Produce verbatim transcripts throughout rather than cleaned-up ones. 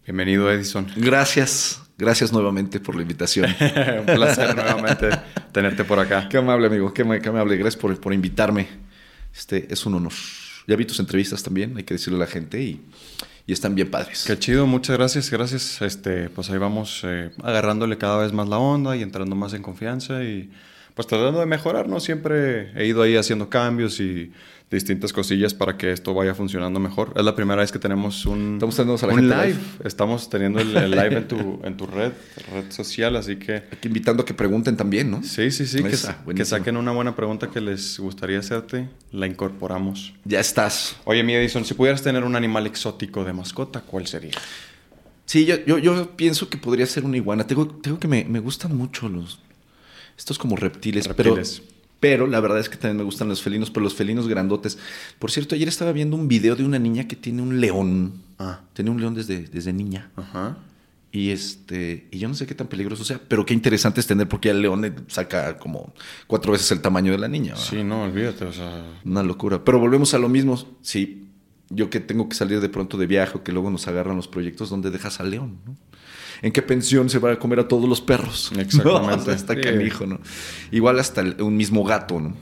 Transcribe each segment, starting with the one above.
Bienvenido, Edison. Gracias, gracias nuevamente por la invitación. Un placer nuevamente tenerte por acá. Qué amable, amigo, qué, qué amable. Gracias por, por invitarme. Este es un honor. Ya vi tus entrevistas también, hay que decirle a la gente, y, y están bien padres. Qué chido, muchas gracias, gracias. Este, pues ahí vamos eh, agarrándole cada vez más la onda y entrando más en confianza y pues tratando de mejorar, ¿no? Siempre he ido ahí haciendo cambios y distintas cosillas para que esto vaya funcionando mejor. Es la primera vez que tenemos un, Estamos teniendo a la un gente live. live. Estamos teniendo el, el live en tu, en tu red, red social, así que... Aquí invitando a que pregunten también, ¿no? Sí, sí, sí, que, Esa, que buenísimo. saquen una buena pregunta que les gustaría hacerte, la incorporamos. Ya estás. Oye, mi Edison, si pudieras tener un animal exótico de mascota, ¿cuál sería? Sí, yo, yo, yo pienso que podría ser una iguana. Tengo, tengo que me, me gustan mucho los... Estos como reptiles, Reptiles. pero... Pero la verdad es que también me gustan los felinos, pero los felinos grandotes. Por cierto, ayer estaba viendo un video de una niña que tiene un león. Ah. Tiene un león desde, desde niña. Ajá. Y este y yo no sé qué tan peligroso sea, pero qué interesante es tener, porque el león le saca como cuatro veces el tamaño de la niña. ¿verdad? Sí, no, olvídate, o sea... Una locura. Pero volvemos a lo mismo. Sí, yo que tengo que salir de pronto de viaje o que luego nos agarran los proyectos, ¿dónde dejas al león? ¿no? ¿En qué pensión se va a comer a todos los perros? Exactamente. No, o sea, está Sí. canijo, ¿no? Igual hasta el- un mismo gato, ¿no?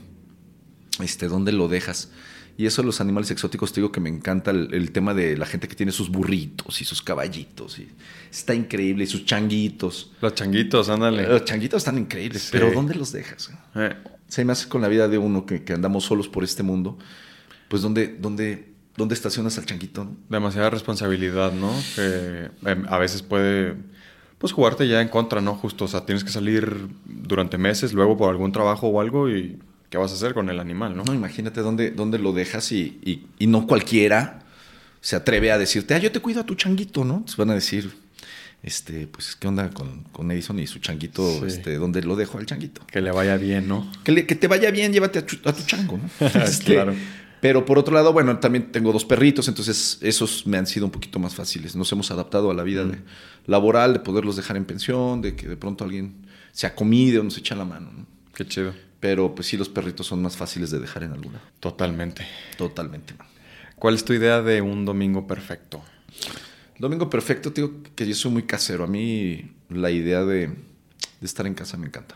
Este, ¿dónde lo dejas? Y eso de los animales exóticos, te digo que me encanta el, el tema de la gente que tiene sus burritos y sus caballitos. Y está increíble. Y sus changuitos. Los changuitos, ándale. Los changuitos están increíbles, Sí. pero ¿dónde los dejas? Eh, Se me hace con la vida de uno que, que andamos solos por este mundo. Pues ¿dónde, dónde, dónde estacionas al changuito? ¿no? demasiada responsabilidad, ¿no? Que eh, a veces puede, pues, jugarte ya en contra, ¿no? Justo, o sea, tienes que salir durante meses, luego por algún trabajo o algo y... ¿Qué vas a hacer con el animal, no? No, imagínate dónde, dónde lo dejas y, y, y no cualquiera se atreve a decirte, ah, yo te cuido a tu changuito, ¿no? Entonces van a decir, este, pues, ¿qué onda con, con Edison y su changuito? Sí. Este, ¿dónde lo dejo al changuito? Que le vaya bien, ¿no? Que, le- que te vaya bien, llévate a, chu- a tu chango, ¿no? Este, Claro. Pero por otro lado, bueno, también tengo dos perritos, entonces esos me han sido un poquito más fáciles. Nos hemos adaptado a la vida Mm. de, laboral, de poderlos dejar en pensión, de que de pronto alguien se acomide o nos echa la mano, ¿no? Qué chido. Pero pues sí, los perritos son más fáciles de dejar en alguna. Totalmente. Totalmente. ¿Cuál es tu idea de un domingo perfecto? Domingo perfecto, te digo que yo soy muy casero. A mí la idea de, de estar en casa me encanta.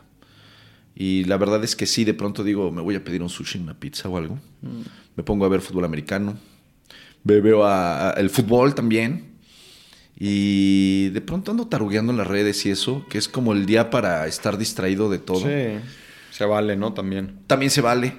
Y la verdad es que sí, de pronto digo, me voy a pedir un sushi, una pizza o algo. Mm. Me pongo a ver fútbol americano. Me veo a, a el fútbol también. Y de pronto ando tarugueando en las redes y eso, que es como el día para estar distraído de todo. Sí, se vale, ¿no? También. También se vale.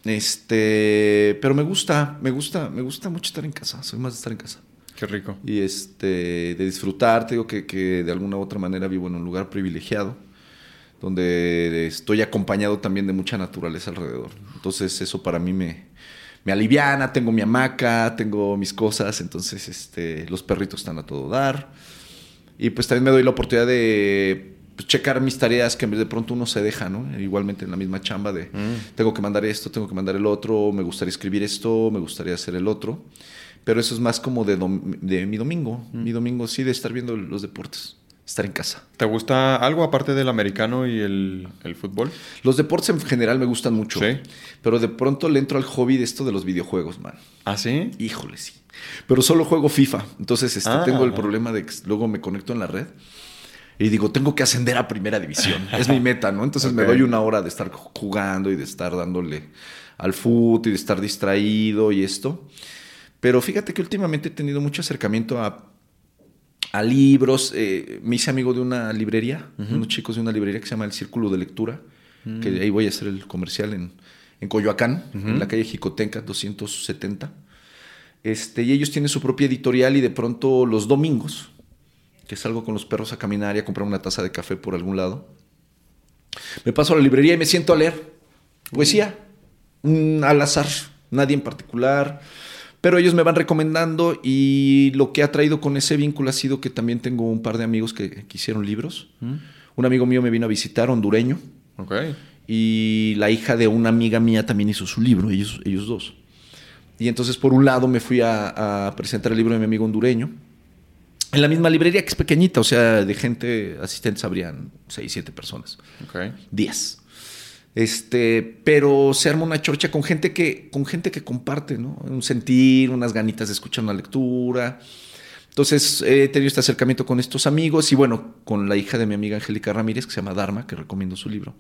Este, pero me gusta, me gusta, me gusta mucho estar en casa. Soy más de estar en casa. Qué rico. Y este, de disfrutar, te digo que, que de alguna u otra manera vivo en un lugar privilegiado, donde estoy acompañado también de mucha naturaleza alrededor. Entonces eso para mí me, me aliviana, tengo mi hamaca, tengo mis cosas, entonces este, los perritos están a todo dar. Y pues también me doy la oportunidad de pues, checar mis tareas que de pronto uno se deja, ¿no? Igualmente en la misma chamba de Mm. tengo que mandar esto, tengo que mandar el otro, me gustaría escribir esto, me gustaría hacer el otro. Pero eso es más como de, dom- de mi domingo. Mm. Mi domingo sí, de estar viendo los deportes, estar en casa. ¿Te gusta algo aparte del americano y el, el fútbol? Los deportes en general me gustan mucho. Sí. Pero de pronto le entro al hobby de esto de los videojuegos, man. ¿Ah, sí? Híjole, sí. Pero solo juego FIFA. Entonces este, Ah. tengo el problema de que luego me conecto en la red y digo, tengo que ascender a primera división. Es mi meta, ¿no? Entonces me Ok. doy una hora de estar jugando y de estar dándole al fútbol y de estar distraído y esto. Pero fíjate que últimamente he tenido mucho acercamiento a, a libros. Eh, me hice amigo de una librería, Ujú. unos chicos de una librería que se llama El Círculo de Lectura, Mm. que ahí voy a hacer el comercial en, en Coyoacán, Ujú. en la calle Jicotenca doscientos setenta. Este, y ellos tienen su propia editorial y de pronto los domingos, que salgo con los perros a caminar y a comprar una taza de café por algún lado, me paso a la librería y me siento a leer poesía, mm, al azar, nadie en particular, pero ellos me van recomendando y lo que ha traído con ese vínculo ha sido que también tengo un par de amigos que, que hicieron libros. Mm. Un amigo mío me vino a visitar, hondureño, Ok. y la hija de una amiga mía también hizo su libro, ellos, ellos dos. Y entonces por un lado me fui a, a presentar el libro de mi amigo hondureño, en la misma librería que es pequeñita, o sea, de gente, asistentes habrían seis, siete personas, Ok. diez. Este, pero se arma una chorcha con gente que, con gente que comparte, ¿no? Un sentir, unas ganitas de escuchar una lectura. Entonces he tenido este acercamiento con estos amigos y bueno, con la hija de mi amiga Angélica Ramírez, que se llama Dharma, que recomiendo su libro.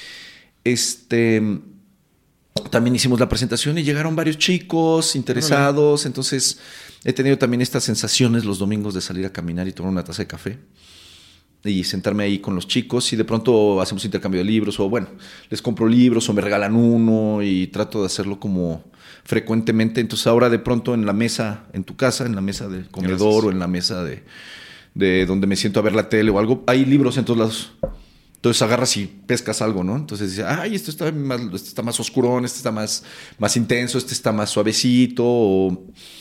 Este, también hicimos la presentación y llegaron varios chicos interesados. Vale. Entonces he tenido también estas sensaciones los domingos de salir a caminar y tomar una taza de café y sentarme ahí con los chicos y de pronto hacemos intercambio de libros o bueno, les compro libros o me regalan uno y trato de hacerlo como frecuentemente. Entonces ahora de pronto en la mesa, en tu casa, en la mesa del comedor Gracias. O en la mesa de, de donde me siento a ver la tele o algo, hay libros en todos lados. Entonces agarras y pescas algo, ¿no? Entonces dices, ay, esto está más, este está más oscurón, este está más, más intenso, este está más suavecito. O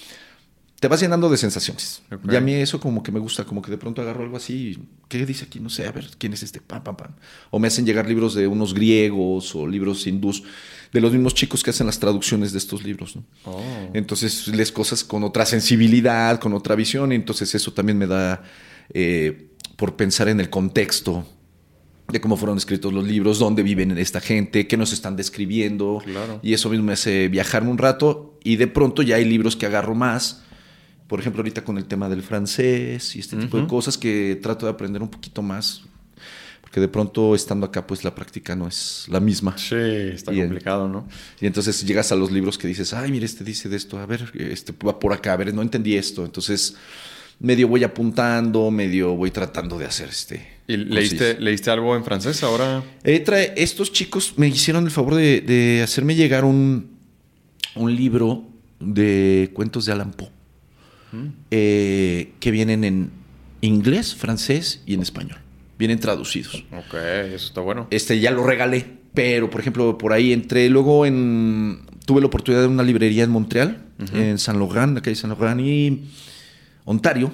te vas llenando de sensaciones. Okay. Y a mí eso como que me gusta, como que de pronto agarro algo así, ¿qué dice aquí? No sé, a ver, ¿quién es este? Pam, pam, pam. O me hacen llegar libros de unos griegos o libros hindús, de los mismos chicos que hacen las traducciones de estos libros, ¿no? Oh. Entonces lees cosas con otra sensibilidad, con otra visión, y entonces eso también me da eh, por pensar en el contexto de cómo fueron escritos los libros, dónde viven esta gente, qué nos están describiendo. Claro. Y eso mismo me hace viajarme un rato y de pronto ya hay libros que agarro más. Por ejemplo, ahorita con el tema del francés y este uh-huh. tipo de cosas que trato de aprender un poquito más. Porque de pronto estando acá, pues la práctica no es la misma. Sí, está y complicado, ¿no? Y entonces llegas a los libros que dices, ay, mire, este dice de esto, a ver, este va por acá, a ver, no entendí esto. Entonces medio voy apuntando, medio voy tratando de hacer este... ¿Y leíste, leíste algo en francés ahora? Eh, trae, estos chicos me hicieron el favor de, de hacerme llegar un, un libro de cuentos de Allan Poe mm. eh, que vienen en inglés, francés y en español. Vienen traducidos. Ok, eso está bueno. Este ya lo regalé, pero por ejemplo por ahí entré, luego en tuve la oportunidad de una librería en Montreal, uh-huh. en Saint Laurent, la calle Saint Laurent y Ontario.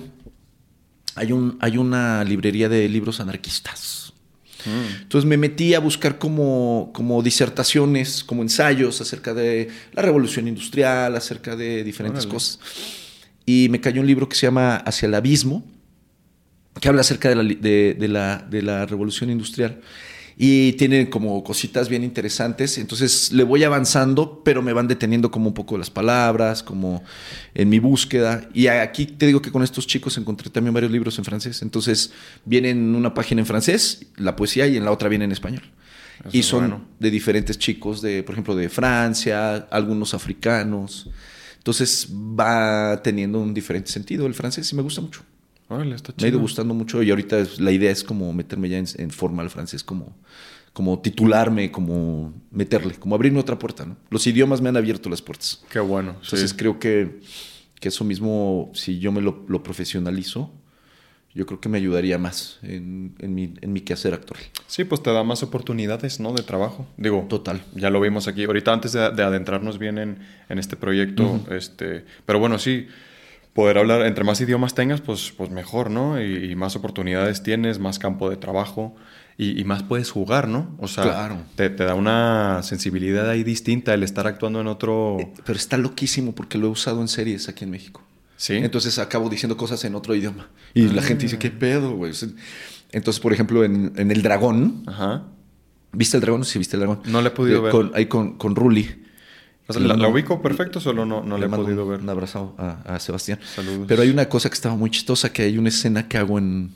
Hay, un, hay una librería de libros anarquistas. Mm. Entonces me metí a buscar como, como disertaciones, como ensayos acerca de la revolución industrial, acerca de diferentes Órale. Cosas. Y me cayó un libro que se llama Hacia el abismo, que habla acerca de la, de, de la, de la revolución industrial. Y tiene como cositas bien interesantes. Entonces le voy avanzando, pero me van deteniendo como un poco las palabras, como en mi búsqueda. Y aquí te digo que con estos chicos encontré también varios libros en francés. Entonces viene en una página en francés, la poesía, y en la otra viene en español. Eso y son bueno. De diferentes chicos, de por ejemplo de Francia, algunos africanos. Entonces va teniendo un diferente sentido el francés y me gusta mucho. Órale, está chido. Me ha ido gustando mucho y ahorita es, la idea es como meterme ya en, en forma al francés, como, como titularme, como meterle, como abrirme otra puerta, ¿no? Los idiomas me han abierto las puertas. Qué bueno. Entonces sí. creo que, que eso mismo, si yo me lo, lo profesionalizo, yo creo que me ayudaría más en, en, mi, en mi quehacer actual. Sí, pues te da más oportunidades, ¿no? De trabajo. Digo, total. Ya lo vimos aquí. Ahorita antes de, de adentrarnos bien en, en este proyecto, uh-huh. este, pero bueno, sí. Poder hablar, entre más idiomas tengas, pues, pues mejor, ¿no? Y, y más oportunidades tienes, más campo de trabajo y, y más puedes jugar, ¿no? O sea, claro. te, te da una sensibilidad ahí distinta el estar actuando en otro... Eh, pero está loquísimo porque lo he usado en series aquí en México. ¿Sí? Entonces acabo diciendo cosas en otro idioma. Y ah. la gente dice, ¿qué pedo, güey? Entonces, por ejemplo, en, en El Dragón... Ajá. ¿Viste El Dragón? Sí, viste El Dragón. No le he podido de, ver. Con, ahí con, con Ruli. O sea, la, la ubico perfecto, solo no, no le, le he podido ver. Un abrazo a, a Sebastián. Saludos. Pero hay una cosa que estaba muy chistosa, que hay una escena que hago en,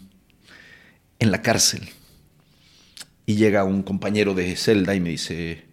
en la cárcel. Y llega un compañero de celda y me dice,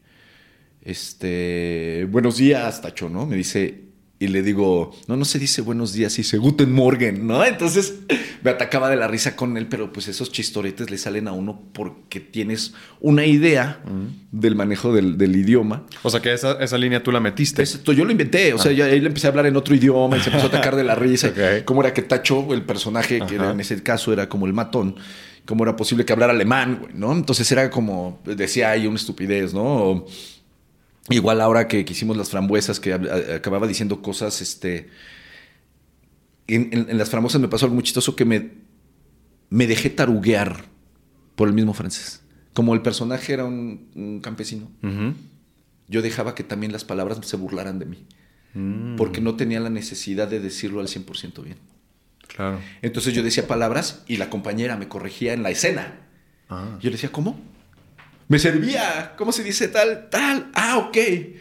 este, buenos días, Tacho, ¿no? Me dice, y le digo, no, no se dice buenos días, se dice Guten Morgen, ¿no? Entonces me atacaba de la risa con él, pero pues esos chistoretes le salen a uno porque tienes una idea mm. del manejo del, del idioma. O sea que esa, esa línea tú la metiste. Esto, yo lo inventé, o ah. sea, yo ahí le empecé a hablar en otro idioma y se empezó a atacar de la risa. Okay. ¿Cómo era que Tacho, el personaje, Ajá. que era, en ese caso era como el matón, cómo era posible que hablara alemán, güey, ¿no? Entonces era como, decía ahí una estupidez, ¿no? O, igual ahora que, que hicimos las frambuesas, que a, acababa diciendo cosas, este... En, en, en las frambuesas me pasó algo muy chistoso que me, me dejé taruguear por el mismo francés. Como el personaje era un, un campesino, uh-huh. yo dejaba que también las palabras se burlaran de mí. Mm. Porque no tenía la necesidad de decirlo al cien por ciento bien. Claro. Entonces yo decía palabras y la compañera me corregía en la escena. Ah. Yo le decía, ¿cómo? Me servía, ¿cómo se dice tal? Tal, ah, ok.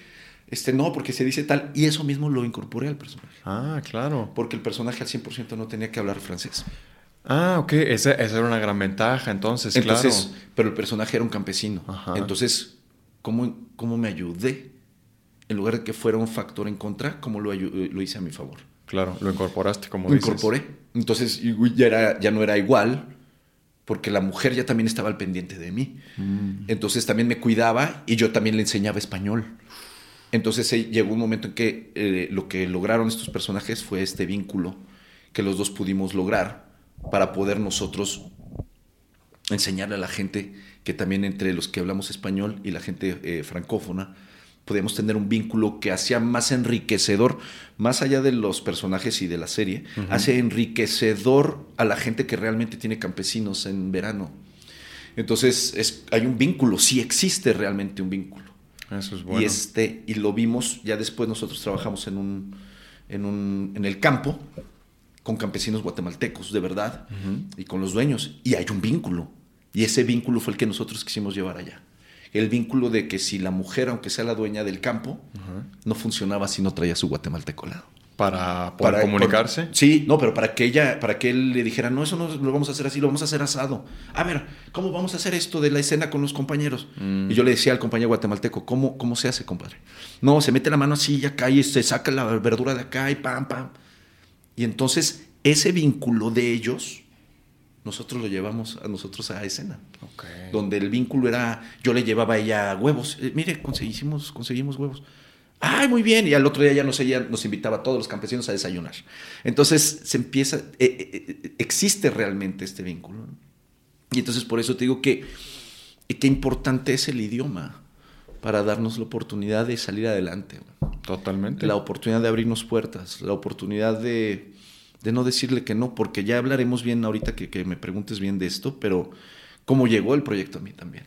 Este, no, porque se dice tal. Y eso mismo lo incorporé al personaje. Ah, claro. Porque el personaje al cien por ciento no tenía que hablar francés. Ah, ok. Esa, esa era una gran ventaja, entonces, Entonces, claro. pero el personaje era un campesino. Ajá. Entonces, ¿cómo, ¿cómo me ayudé? En lugar de que fuera un factor en contra, ¿cómo lo, ayu- lo hice a mi favor? Claro, lo incorporaste, como Lo dices. incorporé. Entonces, y ya, era, ya no era igual, porque la mujer ya también estaba al pendiente de mí. Mm. Entonces también me cuidaba y yo también le enseñaba español. Entonces eh, llegó un momento en que eh, lo que lograron estos personajes fue este vínculo que los dos pudimos lograr para poder nosotros enseñarle a la gente que también entre los que hablamos español y la gente eh, francófona podíamos tener un vínculo que hacía más enriquecedor, más allá de los personajes y de la serie, uh-huh. hace enriquecedor a la gente que realmente tiene campesinos en verano. Entonces es, hay un vínculo, sí existe realmente un vínculo. Eso es bueno. Y, este, y lo vimos, ya después nosotros trabajamos en, un, en, un, en el campo con campesinos guatemaltecos, de verdad, uh-huh. y con los dueños, y hay un vínculo. Y ese vínculo fue el que nosotros quisimos llevar allá. El vínculo de que si la mujer, aunque sea la dueña del campo, uh-huh. no funcionaba si no traía su guatemalteco al lado. ¿Para poder para, comunicarse? Por, sí, no, pero para que ella, para que él le dijera, no, eso no lo vamos a hacer así, lo vamos a hacer asado. A ver, ¿cómo vamos a hacer esto de la escena con los compañeros? Mm. Y yo le decía al compañero guatemalteco, ¿cómo, ¿cómo se hace, compadre? No, se mete la mano así y acá y se saca la verdura de acá y pam, pam. Y entonces ese vínculo de ellos, nosotros lo llevamos a nosotros a escena. Okay. Donde el vínculo era, yo le llevaba a ella huevos. Eh, mire, conseguimos, conseguimos huevos. ¡Ay, muy bien! Y al otro día ya nos, ella nos invitaba a todos los campesinos a desayunar. Entonces se empieza, eh, eh, existe realmente este vínculo. Y entonces por eso te digo que qué importante es el idioma para darnos la oportunidad de salir adelante. Totalmente. La oportunidad de abrirnos puertas, la oportunidad de, de no decirle que no, porque ya hablaremos bien ahorita que, que me preguntes bien de esto, pero cómo llegó el proyecto a mí también.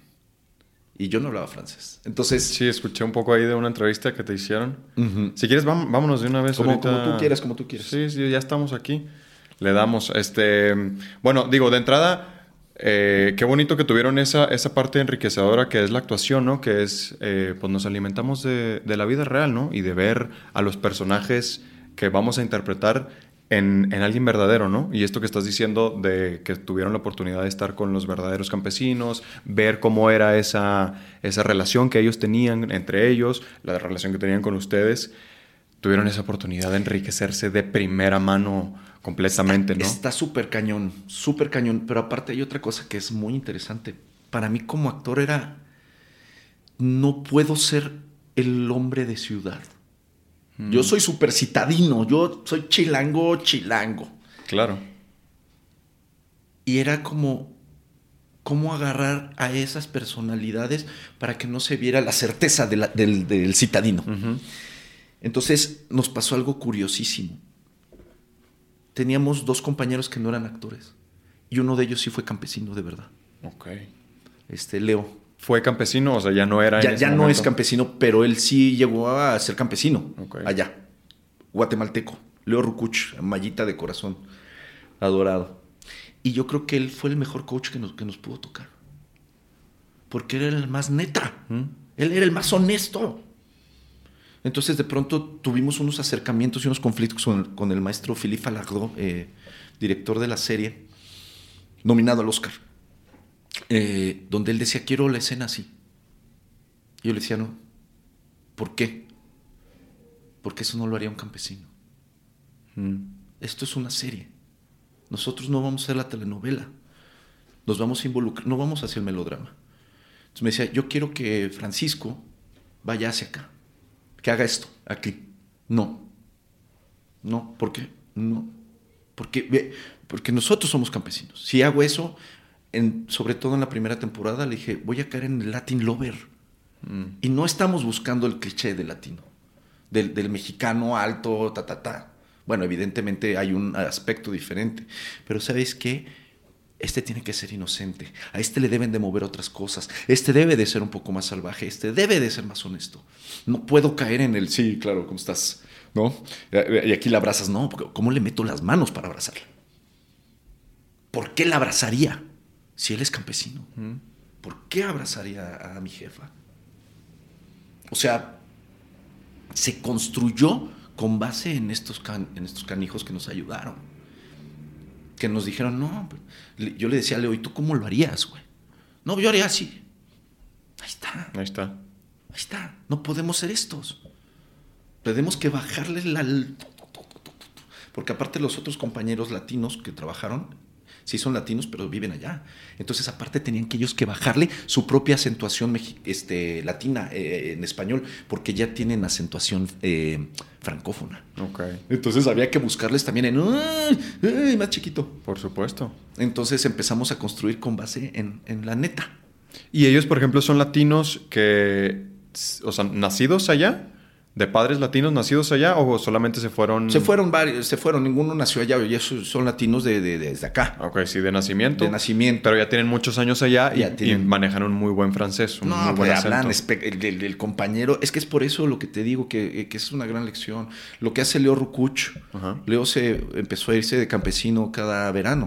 Y yo no hablaba francés. Entonces... Sí, escuché un poco ahí de una entrevista que te hicieron. Uh-huh. Si quieres, vámonos de una vez como, ahorita. Como tú quieras, como tú quieras. Sí, sí, ya estamos aquí. Le damos. este Bueno, digo, de entrada, eh, qué bonito que tuvieron esa, esa parte enriquecedora que es la actuación, ¿no? Que es, eh, pues nos alimentamos de, de la vida real, ¿no? Y de ver a los personajes que vamos a interpretar En, en alguien verdadero, ¿no? Y esto que estás diciendo de que tuvieron la oportunidad de estar con los verdaderos campesinos, ver cómo era esa, esa relación que ellos tenían entre ellos, la relación que tenían con ustedes, tuvieron esa oportunidad de enriquecerse de primera mano completamente, ¿no? Está súper cañón, súper cañón, pero aparte hay otra cosa que es muy interesante. Para mí como actor era, no puedo ser el hombre de ciudad. Yo soy súper citadino, yo soy chilango, chilango. Claro. Y era como, cómo agarrar a esas personalidades para que no se viera la certeza de la, del, del citadino. Uh-huh. Entonces nos pasó algo curiosísimo. Teníamos dos compañeros que no eran actores. Y uno de ellos sí fue campesino, de verdad. Ok. Este, Leo. ¿Fue campesino? O sea, ya no era Ya, en ese ya no momento. es campesino, pero él sí llegó a ser campesino. Okay. Allá. Guatemalteco. Leo Rucuch, mallita de corazón. Adorado. Y yo creo que él fue el mejor coach que nos, que nos pudo tocar. Porque él era el más neta. ¿Mm? Él era el más honesto. Entonces, de pronto, tuvimos unos acercamientos y unos conflictos con, con el maestro Philippe Falardeau, eh, director de la serie, nominado al Oscar. Eh, donde él decía, quiero la escena así. Y yo le decía, no. ¿Por qué? Porque eso no lo haría un campesino. Mm. Esto es una serie. Nosotros no vamos a hacer la telenovela. Nos vamos a involucrar, no vamos hacia el melodrama. Entonces me decía, yo quiero que Francisco vaya hacia acá. Que haga esto, aquí. No. No, ¿por qué? No. Porque, porque nosotros somos campesinos. Si hago eso... En, sobre todo en la primera temporada, le dije, voy a caer en el Latin Lover. Mm. Y no estamos buscando el cliché del latino, del, del mexicano alto, ta, ta, ta. Bueno, evidentemente hay un aspecto diferente. Pero ¿sabes qué? Este tiene que ser inocente. A este le deben de mover otras cosas. Este debe de ser un poco más salvaje. Este debe de ser más honesto. No puedo caer en el, sí, claro, ¿cómo estás? ¿No? Y aquí la abrazas. No, ¿cómo le meto las manos para abrazarla? ¿Por qué la abrazaría? Si él es campesino, ¿por qué abrazaría a, a mi jefa? O sea, se construyó con base en estos, can, en estos canijos que nos ayudaron. Que nos dijeron, no, yo le decía a Leo, ¿y tú cómo lo harías, güey? No, yo haría así. Ahí está. Ahí está. Ahí está. No podemos ser estos. Tenemos que bajarle la... Porque aparte los otros compañeros latinos que trabajaron, sí son latinos, pero viven allá. Entonces, aparte tenían que ellos que bajarle su propia acentuación este, latina eh, en español, porque ya tienen acentuación eh, francófona. Okay. Entonces había que buscarles también en ¡ay, ay, más chiquito! Por supuesto. Entonces empezamos a construir con base en, en la neta. Y ellos, por ejemplo, son latinos que, o sea, nacidos allá, de padres latinos nacidos allá, o solamente se fueron. Se fueron varios, se fueron, ninguno nació allá, y esos son latinos de, de, de, desde acá. Ok, sí, de nacimiento. De nacimiento. Pero ya tienen muchos años allá y, tienen... y manejan un muy buen francés, un no, muy buen pues acento. hablan, el, el, el compañero, es que es por eso lo que te digo, que, que es una gran lección. Lo que hace Leo Rucuch, uh-huh. Leo se empezó a irse de campesino cada verano.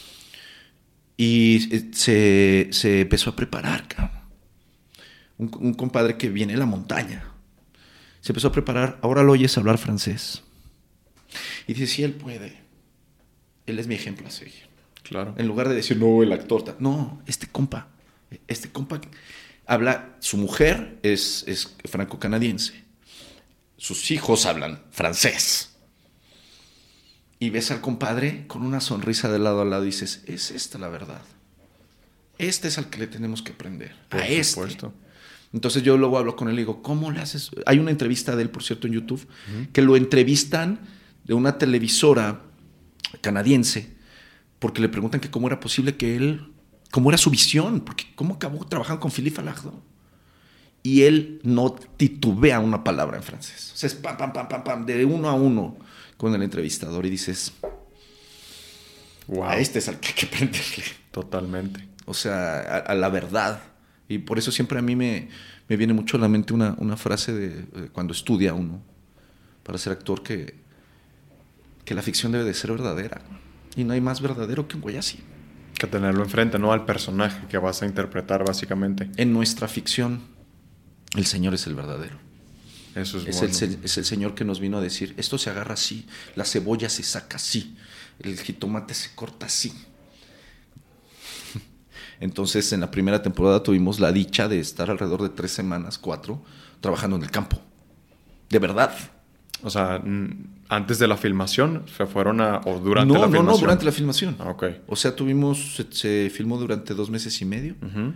Y se, se empezó a preparar, cabrón. Un, un compadre que viene de la montaña. Se empezó a preparar, ahora lo oyes hablar francés. Y dice, sí, él puede. Él es mi ejemplo a seguir. Claro. En lugar de decir, no, el actor. No, este compa. Este compa habla, su mujer es, es franco-canadiense. Sus hijos hablan francés. Y ves al compadre con una sonrisa de lado a lado y dices, es esta la verdad. Este es al que le tenemos que aprender. Por a este. Supuesto. Entonces yo luego hablo con él y digo, ¿cómo le haces? Hay una entrevista de él, por cierto, en YouTube, uh-huh. que lo entrevistan de una televisora canadiense porque le preguntan que cómo era posible que él, cómo era su visión, porque cómo acabó trabajando con Philippe Falardeau. Y él no titubea una palabra en francés. O sea, es pam, pam, pam, pam, pam, de uno a uno con el entrevistador y dices, wow, a este es al que hay que aprenderle. Totalmente. O sea, a, a la verdad. Y por eso siempre a mí me, me viene mucho a la mente una, una frase de, de cuando estudia uno para ser actor, que, que la ficción debe de ser verdadera. Y no hay más verdadero que un güey así. Que tenerlo enfrente, ¿no? Al personaje que vas a interpretar, básicamente. En nuestra ficción, el Señor es el verdadero. Eso es, es bueno. El, es el Señor que nos vino a decir, esto se agarra así, la cebolla se saca así, el jitomate se corta así. Entonces, en la primera temporada tuvimos la dicha de estar alrededor de tres semanas, cuatro, trabajando en el campo. De verdad. O sea, antes de la filmación, ¿se fueron a, o durante no, la filmación? No, no, durante la filmación. Ah, ok. O sea, tuvimos, se, se filmó durante dos meses y medio. Uh-huh.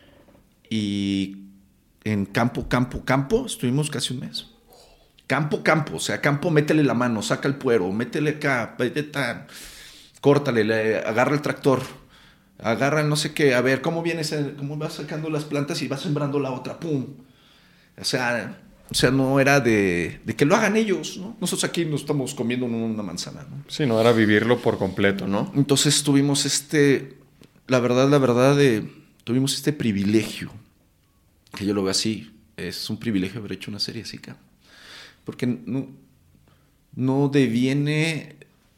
Y en campo, campo, campo, estuvimos casi un mes. Campo, campo. O sea, campo, métele la mano, saca el puero, métele acá, vete, córtale, le, agarra el tractor. Agarra no sé qué, a ver, ¿cómo vienes? ¿Cómo vas sacando las plantas y vas sembrando la otra? ¡Pum! O sea, o sea no era de, de que lo hagan ellos, ¿no? Nosotros aquí nos estamos comiendo una manzana, ¿no? Sí, no era vivirlo por completo, ¿no? Entonces tuvimos este, la verdad, la verdad, de, tuvimos este privilegio, que yo lo veo así, es un privilegio haber hecho una serie así, ¿ca? Porque no, no deviene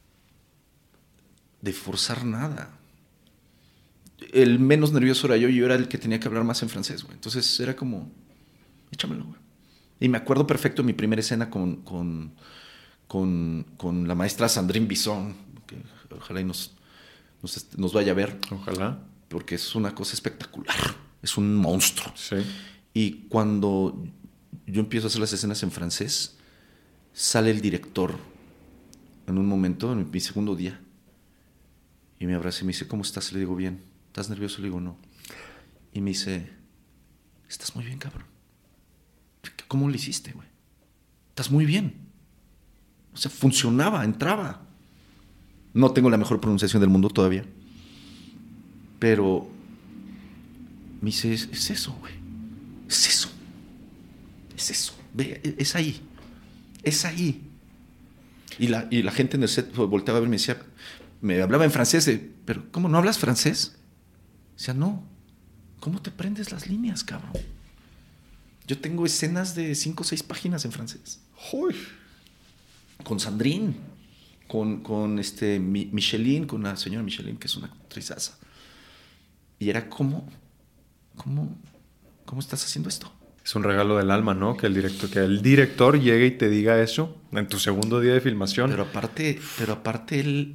de forzar nada. El menos nervioso era yo, yo era el que tenía que hablar más en francés, güey. Entonces era como, échamelo, güey. Y me acuerdo perfecto de mi primera escena con, con, con, con la maestra Sandrine Bisson, que ojalá y nos, nos, nos vaya a ver. Ojalá. Porque es una cosa espectacular, es un monstruo. Sí. Y cuando yo empiezo a hacer las escenas en francés, sale el director en un momento, en mi segundo día, y me abraza y me dice, ¿cómo estás? Le digo, bien. ¿Estás nervioso? Le digo, no. Y me dice, estás muy bien, cabrón. ¿Cómo lo hiciste, güey? Estás muy bien. O sea, funcionaba, entraba. No tengo la mejor pronunciación del mundo todavía. Pero me dice, es, es eso, güey. Es eso. Es eso. Ve, es ahí. Es ahí. Y la, y la gente en el set volteaba a ver y me decía, me hablaba en francés, de, pero ¿cómo no hablas francés? Decía, no, ¿cómo te prendes las líneas, cabrón? Yo tengo escenas de cinco o seis páginas en francés. Uy. Con Sandrine, con, con este, Micheline, con la señora Micheline, que es una actrizaza. Y era, ¿cómo, cómo, cómo estás haciendo esto? Es un regalo del alma, ¿no? Que el director, que el director llegue y te diga eso en tu segundo día de filmación. Pero aparte, pero aparte él,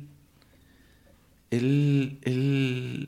él, él,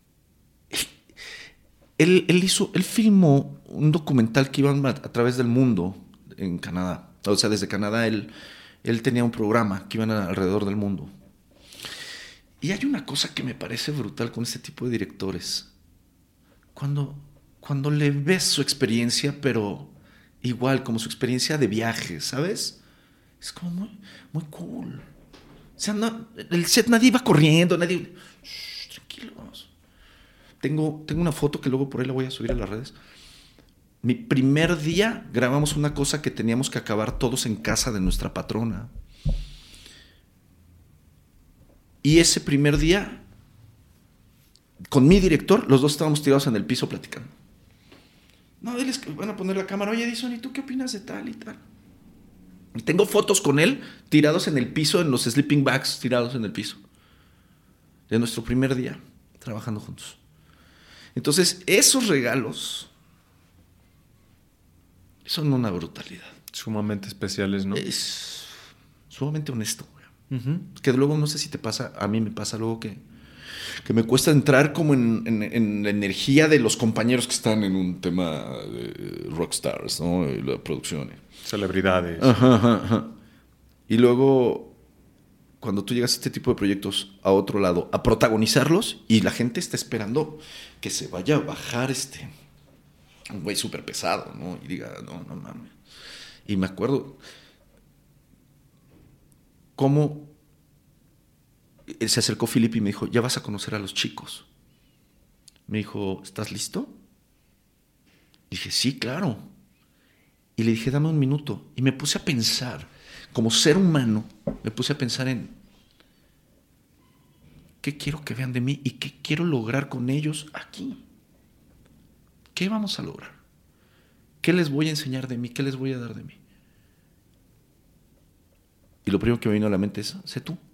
él, él hizo, él filmó un documental que iban a, a través del mundo en Canadá. O sea, desde Canadá él, él tenía un programa que iban a, alrededor del mundo. Y hay una cosa que me parece brutal con este tipo de directores. Cuando, cuando le ves su experiencia, pero igual, como su experiencia de viaje, ¿sabes? Es como muy, muy cool. O sea, no, el set nadie iba corriendo, nadie... Shh, tranquilos. Tengo, tengo una foto que luego por ahí la voy a subir a las redes. Mi primer día grabamos una cosa que teníamos que acabar todos en casa de nuestra patrona. Y ese primer día, con mi director, los dos estábamos tirados en el piso platicando. No, diles que van a poner la cámara. Oye, Edison, ¿y tú qué opinas de tal y tal? Y tengo fotos con él tirados en el piso, en los sleeping bags tirados en el piso. De nuestro primer día, trabajando juntos. Entonces, esos regalos son una brutalidad. Sumamente especiales, ¿no? Es sumamente honesto. Uh-huh. Que luego no sé si te pasa, a mí me pasa luego que, que me cuesta entrar como en, en, en la energía de los compañeros que están en un tema de rockstars, ¿no? Y la producción. Celebridades. Ajá, ajá, ajá. Y luego, cuando tú llegas a este tipo de proyectos a otro lado, a protagonizarlos, y la gente está esperando que se vaya a bajar este un güey súper pesado, ¿no? Y diga, no, no mames. Y me acuerdo cómo él se acercó Philip y me dijo, ya vas a conocer a los chicos. Me dijo, ¿estás listo? Dije, sí, claro. Y le dije, dame un minuto. Y me puse a pensar, como ser humano, me puse a pensar en qué quiero que vean de mí y qué quiero lograr con ellos aquí. ¿Qué vamos a lograr? ¿Qué les voy a enseñar de mí? ¿Qué les voy a dar de mí? Y lo primero que me vino a la mente es, sé tú.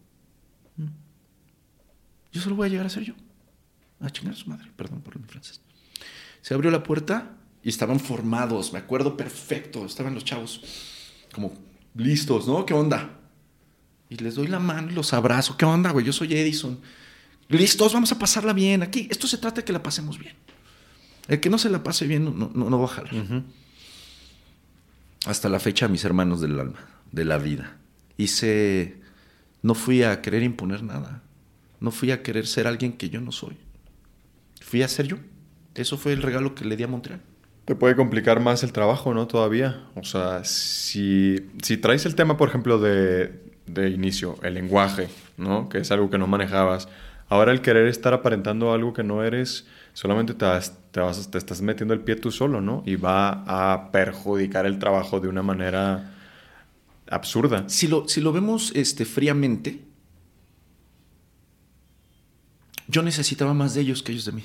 Yo solo voy a llegar a ser yo. A chingar a su madre, perdón por mi francés. Se abrió la puerta y estaban formados, me acuerdo perfecto. Estaban los chavos como listos, ¿no? ¿Qué onda? Y les doy la mano y los abrazo. ¿Qué onda, güey? Yo soy Edison. Listos, vamos a pasarla bien. Aquí, esto se trata de que la pasemos bien. El que no se la pase bien no, no, no va a jalar. Uh-huh. Hasta la fecha, mis hermanos del alma, de la vida. Hice... No fui a querer imponer nada. No fui a querer ser alguien que yo no soy. Fui a ser yo. Eso fue el regalo que le di a Montreal. Te puede complicar más el trabajo, ¿no? Todavía. O sea, si, si traes el tema, por ejemplo, de, de inicio, el lenguaje, ¿no? Que es algo que no manejabas. Ahora el querer estar aparentando algo que no eres, solamente te, te, vas, te estás metiendo el pie tú solo, ¿no? Y va a perjudicar el trabajo de una manera absurda. Si lo, si lo vemos este, fríamente, yo necesitaba más de ellos que ellos de mí.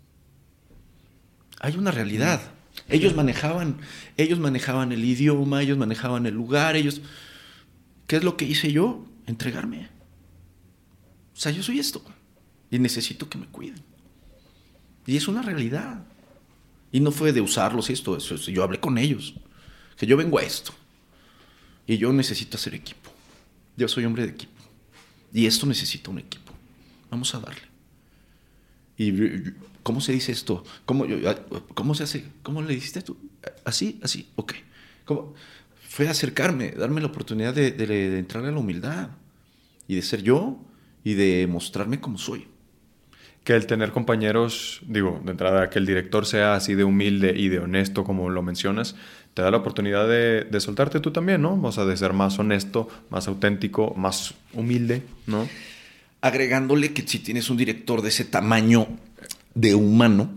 Hay una realidad. Ellos manejaban, ellos manejaban el idioma, ellos manejaban el lugar, ellos... ¿Qué es lo que hice yo? Entregarme. O sea, yo soy esto. Y necesito que me cuiden. Y es una realidad. Y no fue de usarlos esto, eso, eso. Yo hablé con ellos. Que yo vengo a esto. Y yo necesito hacer equipo. Yo soy hombre de equipo. Y esto necesita un equipo. Vamos a darle. Y ¿cómo se dice esto? ¿Cómo, cómo se hace? ¿Cómo le dijiste tú? ¿Así? ¿Así? Ok. ¿Cómo? Fue acercarme, darme la oportunidad de, de, de entrar a la humildad. Y de ser yo y de mostrarme como soy. Que el tener compañeros, digo, de entrada, que el director sea así de humilde y de honesto como lo mencionas, te da la oportunidad de, de soltarte tú también, ¿no? O sea, de ser más honesto, más auténtico, más humilde, ¿no? Agregándole que si tienes un director de ese tamaño de humano,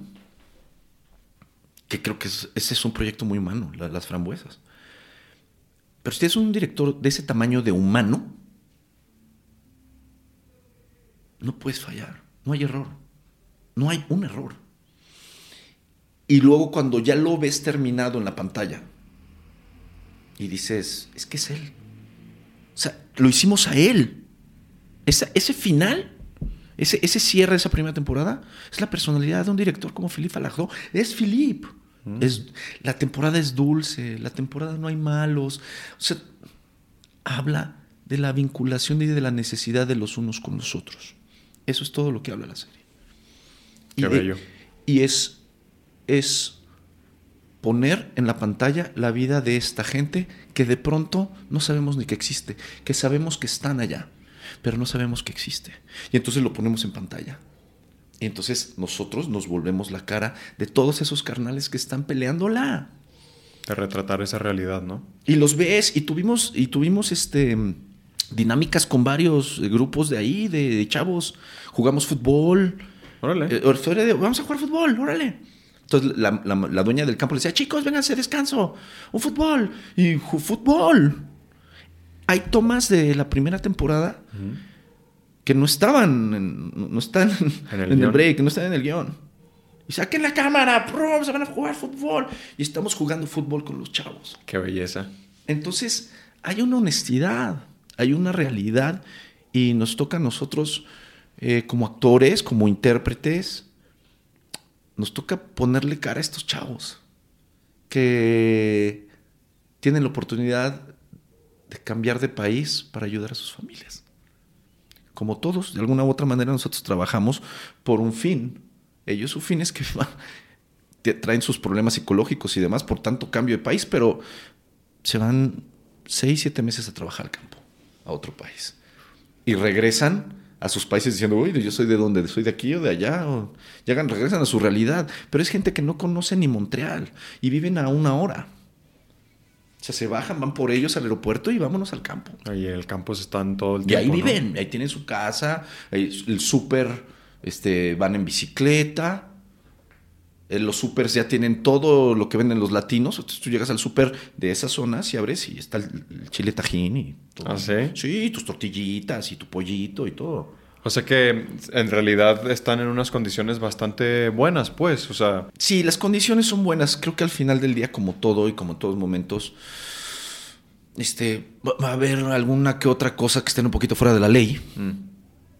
que creo que es, ese es un proyecto muy humano, la, las frambuesas. Pero si tienes un director de ese tamaño de humano, no puedes fallar, no hay error, no hay un error. Y luego cuando ya lo ves terminado en la pantalla y dices, es que es él. O sea, lo hicimos a él. Esa, ese final, ese, ese cierre de esa primera temporada, es la personalidad de un director como Philippe Falardeau. Es Philippe. Uh-huh. Es, la temporada es dulce, la temporada no hay malos. O sea, habla de la vinculación y de la necesidad de los unos con los otros. Eso es todo lo que habla la serie. Qué y, bello. Y es, es poner en la pantalla la vida de esta gente que de pronto no sabemos ni que existe, que sabemos que están allá, pero no sabemos que existe. Y entonces lo ponemos en pantalla. Y entonces nosotros nos volvemos la cara de todos esos carnales que están peleándola. De retratar esa realidad, ¿no? Y los ves, y tuvimos, y tuvimos este, dinámicas con varios grupos de ahí, de, de chavos. Jugamos fútbol. Órale. Eh, vamos a jugar fútbol, órale. Entonces la, la, la dueña del campo le decía, chicos, vénganse, descanso, un fútbol. Y fútbol. Hay tomas de la primera temporada uh-huh. que no estaban, en, no están en, el, en el break, no están en el guión. Y saquen la cámara, bro, se van a jugar fútbol. Y estamos jugando fútbol con los chavos. Qué belleza. Entonces, hay una honestidad, hay una realidad. Y nos toca a nosotros, eh, como actores, como intérpretes, nos toca ponerle cara a estos chavos que tienen la oportunidad de cambiar de país para ayudar a sus familias. Como todos, de alguna u otra manera nosotros trabajamos por un fin. Ellos su fin es que traen sus problemas psicológicos y demás por tanto cambio de país, pero se van seis, siete meses a trabajar al campo, a otro país. Y regresan a sus países diciendo, uy, yo soy de dónde, soy de aquí o de allá. O... Llegan, regresan a su realidad. Pero es gente que no conoce ni Montreal y viven a una hora. O sea, se bajan, van por ellos al aeropuerto y vámonos al campo. Ahí el campo están todo el tiempo. Y ahí viven, ¿no? Ahí tienen su casa, ahí el súper, este, van en bicicleta. Eh, los súpers ya tienen todo lo que venden los latinos. Entonces tú llegas al súper de esas zonas y abres y está el, el chile tajín y todo. ¿Ah, sí? Sí, tus tortillitas y tu pollito y todo. O sea que en realidad están en unas condiciones bastante buenas, pues, o sea... Sí, las condiciones son buenas. Creo que al final del día, como todo y como en todos momentos, este, va a haber alguna que otra cosa que esté un poquito fuera de la ley. Mm.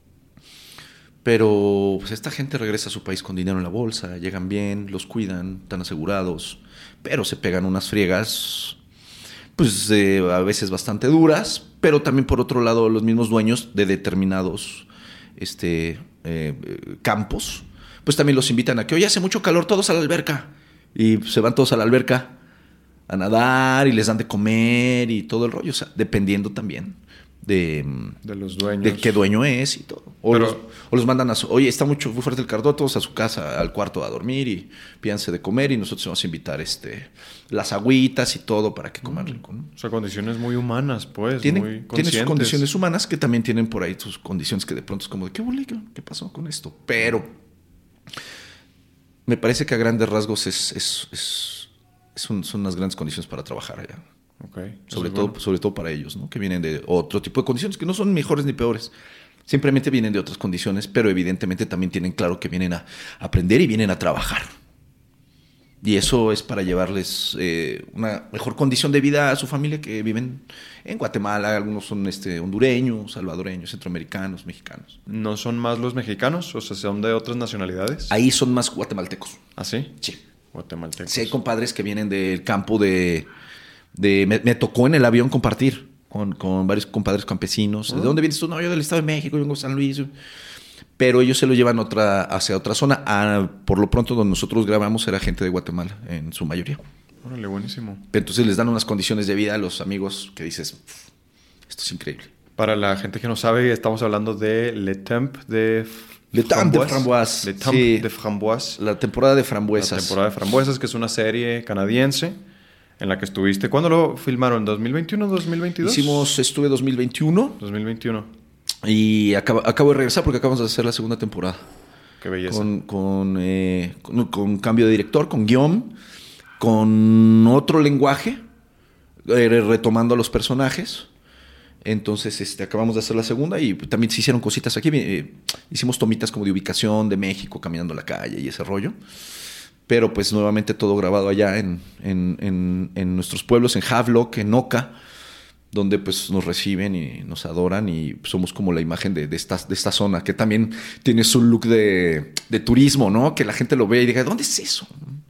Pero pues esta gente regresa a su país con dinero en la bolsa, llegan bien, los cuidan, están asegurados, pero se pegan unas friegas, pues eh, a veces bastante duras, pero también por otro lado los mismos dueños de determinados este, eh, campos, pues también los invitan a que, oye, hace mucho calor, todos a la alberca, y se van todos a la alberca a nadar y les dan de comer y todo el rollo, o sea, dependiendo también de, de los dueños, de qué dueño es y todo. O, Pero, los, o los mandan a su, oye, está mucho muy fuerte el calor, todos a su casa, al cuarto a dormir y pídanse de comer y nosotros vamos a invitar este, las agüitas y todo para que coman rico, ¿no? O sea, condiciones muy humanas, pues, tienen, muy conscientes. Tienen sus condiciones humanas que también tienen por ahí sus condiciones que de pronto es como de, ¿qué bolé? ¿Qué pasó con esto? Pero me parece que a grandes rasgos es, es, es, es un, son unas grandes condiciones para trabajar allá. Okay, sobre, todo, bueno. sobre todo para ellos, ¿no? Que vienen de otro tipo de condiciones, que no son mejores ni peores. Simplemente vienen de otras condiciones, pero evidentemente también tienen claro que vienen a aprender y vienen a trabajar. Y eso es para llevarles eh, una mejor condición de vida a su familia que viven en Guatemala. Algunos son este, hondureños, salvadoreños, centroamericanos, mexicanos. ¿No son más los mexicanos? O sea, ¿son de otras nacionalidades? Ahí son más guatemaltecos. ¿Ah, sí? Sí. Guatemaltecos. Sí, hay compadres que vienen del campo de... de me, me tocó en el avión compartir con, con varios compadres campesinos. ¿De dónde vienes tú? No, yo del Estado de México, yo vengo de San Luis. Pero ellos se lo llevan otra, hacia otra zona. Ah, por lo pronto, donde nosotros grabamos era gente de Guatemala, en su mayoría. Órale, buenísimo. Entonces les dan unas condiciones de vida a los amigos que dices, esto es increíble. Para la gente que no sabe, estamos hablando de Le Temps de Le Temps de Framboise. Le Temps sí. de Framboise. La temporada de frambuesas. La temporada de frambuesas, que es una serie canadiense en la que estuviste. ¿Cuándo lo filmaron? ¿dos mil veintiuno, dos mil veintidós? Hicimos, estuve dos mil veintiuno. dos mil veintiuno. Y acabo, acabo de regresar porque acabamos de hacer la segunda temporada. Qué belleza. Con, con, eh, con, con cambio de director, con guión, con otro lenguaje, eh, retomando a los personajes. Entonces este, acabamos de hacer la segunda y también se hicieron cositas aquí. Eh, hicimos tomitas como de ubicación de México, caminando la calle y ese rollo. Pero pues nuevamente todo grabado allá en, en, en, en nuestros pueblos, en Havelock, en Oka, donde pues nos reciben y nos adoran y somos como la imagen de, de, esta, de esta zona, que también tiene su look de, de turismo, ¿no? Que la gente lo ve y diga, ¿dónde es eso?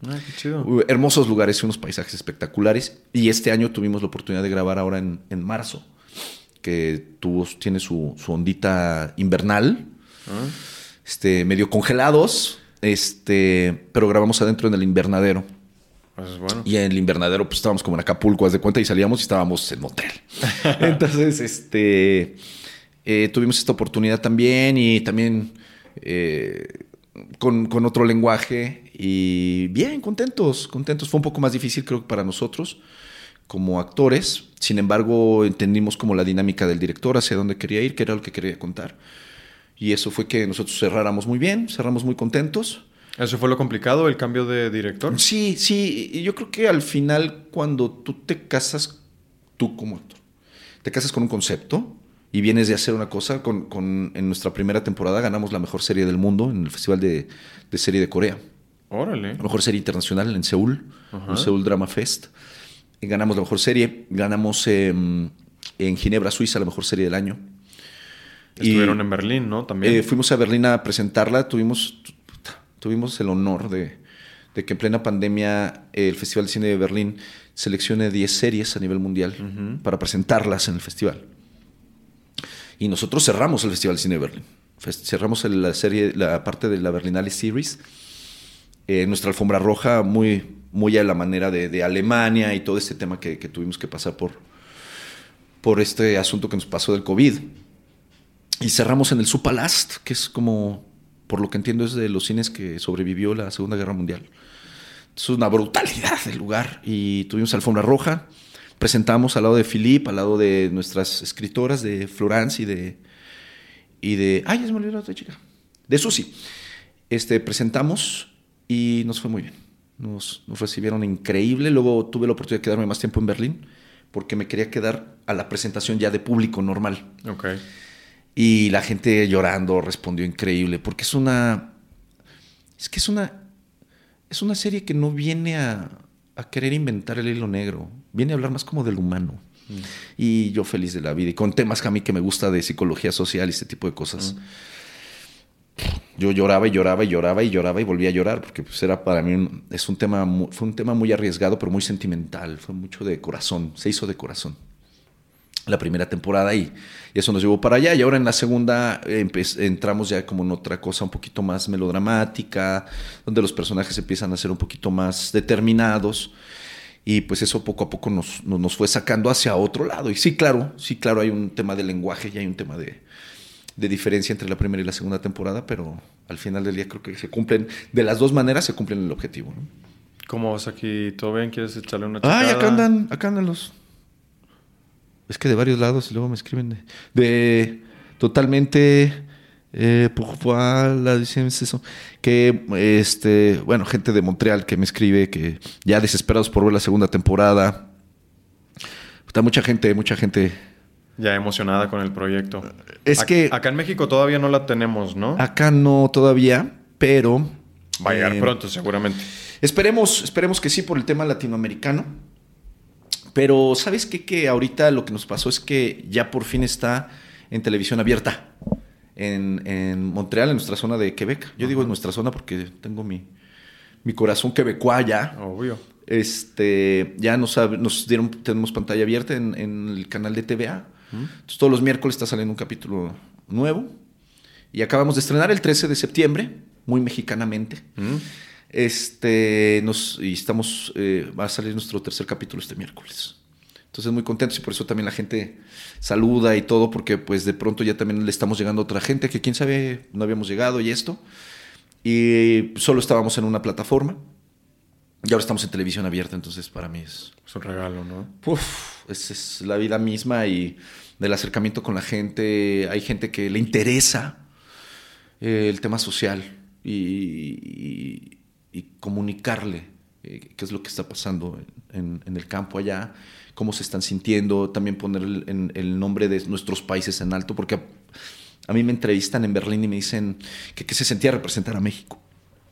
Ah, qué chido. Uh, hermosos lugares y unos paisajes espectaculares. Y este año tuvimos la oportunidad de grabar ahora en, en marzo, que tuvo, tiene su, su ondita invernal, Ah. este, medio congelados, este, pero grabamos adentro en el invernadero. Pues bueno. Y en el invernadero pues estábamos como en Acapulco, haz de cuenta, y salíamos y estábamos en motel. Entonces, este, eh, tuvimos esta oportunidad también y también eh, con, con otro lenguaje y bien, contentos, contentos. Fue un poco más difícil creo que para nosotros como actores. Sin embargo, entendimos como la dinámica del director, hacia dónde quería ir, qué era lo que quería contar. Y eso fue que nosotros cerráramos muy bien, cerramos muy contentos. ¿Eso fue lo complicado, el cambio de director? Sí, sí. Y yo creo que al final, cuando tú te casas, tú como actor, te casas con un concepto y vienes de hacer una cosa. Con, con, en nuestra primera temporada ganamos la mejor serie del mundo en el Festival de, de Serie de Corea. Órale. La mejor serie internacional en Seúl, Ajá. el Seúl Drama Fest. Y ganamos la mejor serie. Ganamos eh, en Ginebra, Suiza, la mejor serie del año. Estuvieron y, en Berlín, ¿no? También. Eh, fuimos a Berlín a presentarla. Tuvimos... Tuvimos el honor de, de que en plena pandemia el Festival de Cine de Berlín seleccione diez series a nivel mundial uh-huh. para presentarlas en el festival. Y nosotros cerramos el Festival de Cine de Berlín. Cerramos la serie, la parte de la Berlinale Series. Eh, nuestra alfombra roja muy, muy a la manera de, de Alemania y todo este tema que, que tuvimos que pasar por, por este asunto que nos pasó del COVID. Y cerramos en el Supalast, que es como... por lo que entiendo es de los cines que sobrevivió la Segunda Guerra Mundial. Es una brutalidad el lugar. Y tuvimos alfombra roja. Presentamos al lado de Philippe, al lado de nuestras escritoras, de Florence y de... Y de ay, es me olvidó la otra chica. De Susi. Este, presentamos y nos fue muy bien. Nos, nos recibieron increíble. Luego tuve la oportunidad de quedarme más tiempo en Berlín porque me quería quedar a la presentación ya de público normal. Ok. Y la gente llorando respondió increíble, porque es una... Es que es una... Es una serie que no viene a, a querer inventar el hilo negro. Viene a hablar más como del humano. Mm. Y yo feliz de la vida. Y con temas que a mí que me gusta de psicología social y ese tipo de cosas. Mm. Yo lloraba y lloraba y lloraba y lloraba y volvía a llorar, porque pues era para mí... Un, es un tema muy, fue un tema muy arriesgado, pero muy sentimental. Fue mucho de corazón. Se hizo de corazón. La primera temporada y, y eso nos llevó para allá. Y ahora en la segunda eh, entramos ya como en otra cosa un poquito más melodramática, donde los personajes empiezan a ser un poquito más determinados y pues eso poco a poco nos, nos, nos fue sacando hacia otro lado. Y sí, claro, sí, claro, hay un tema de lenguaje y hay un tema de, de diferencia entre la primera y la segunda temporada, pero al final del día creo que se cumplen, de las dos maneras se cumplen el objetivo, ¿no? ¿Cómo vas aquí? ¿Todo bien? ¿Quieres echarle una checada? Ay, acá andan, acá andan los... Es que de varios lados y luego me escriben de, de totalmente eh, pourquoi la decimos eso, que este, bueno, gente de Montreal que me escribe que ya desesperados por ver la segunda temporada. Está mucha gente, mucha gente ya emocionada con el proyecto. Es a- que acá en México todavía no la tenemos, ¿no? Acá no todavía, pero va a llegar eh, pronto seguramente. Esperemos, esperemos que sí por el tema latinoamericano. Pero ¿sabes qué? Que ahorita lo que nos pasó es que ya por fin está en televisión abierta en, en Montreal, en nuestra zona de Quebec. Yo Ajá. digo en nuestra zona porque tengo mi, mi corazón quebecois ya. Obvio. Este, ya nos, nos dieron, tenemos pantalla abierta en, en el canal de T V A. ¿Mm? Entonces todos los miércoles está saliendo un capítulo nuevo. Y acabamos de estrenar el trece de septiembre, muy mexicanamente. ¿Mm? Este, nos, y estamos, eh, va a salir nuestro tercer capítulo este miércoles. Entonces muy contentos y por eso también la gente saluda y todo, porque pues de pronto ya también le estamos llegando a otra gente que quién sabe no habíamos llegado y esto. Y solo estábamos en una plataforma y ahora estamos en televisión abierta, entonces para mí es... Es un regalo, ¿no? Uf, es, es la vida misma y del acercamiento con la gente. Hay gente que le interesa eh, el tema social y... y y comunicarle eh, qué es lo que está pasando en, en, en el campo allá, cómo se están sintiendo, también poner el, en, el nombre de nuestros países en alto, porque a, a mí me entrevistan en Berlín y me dicen que qué se sentía representar a México.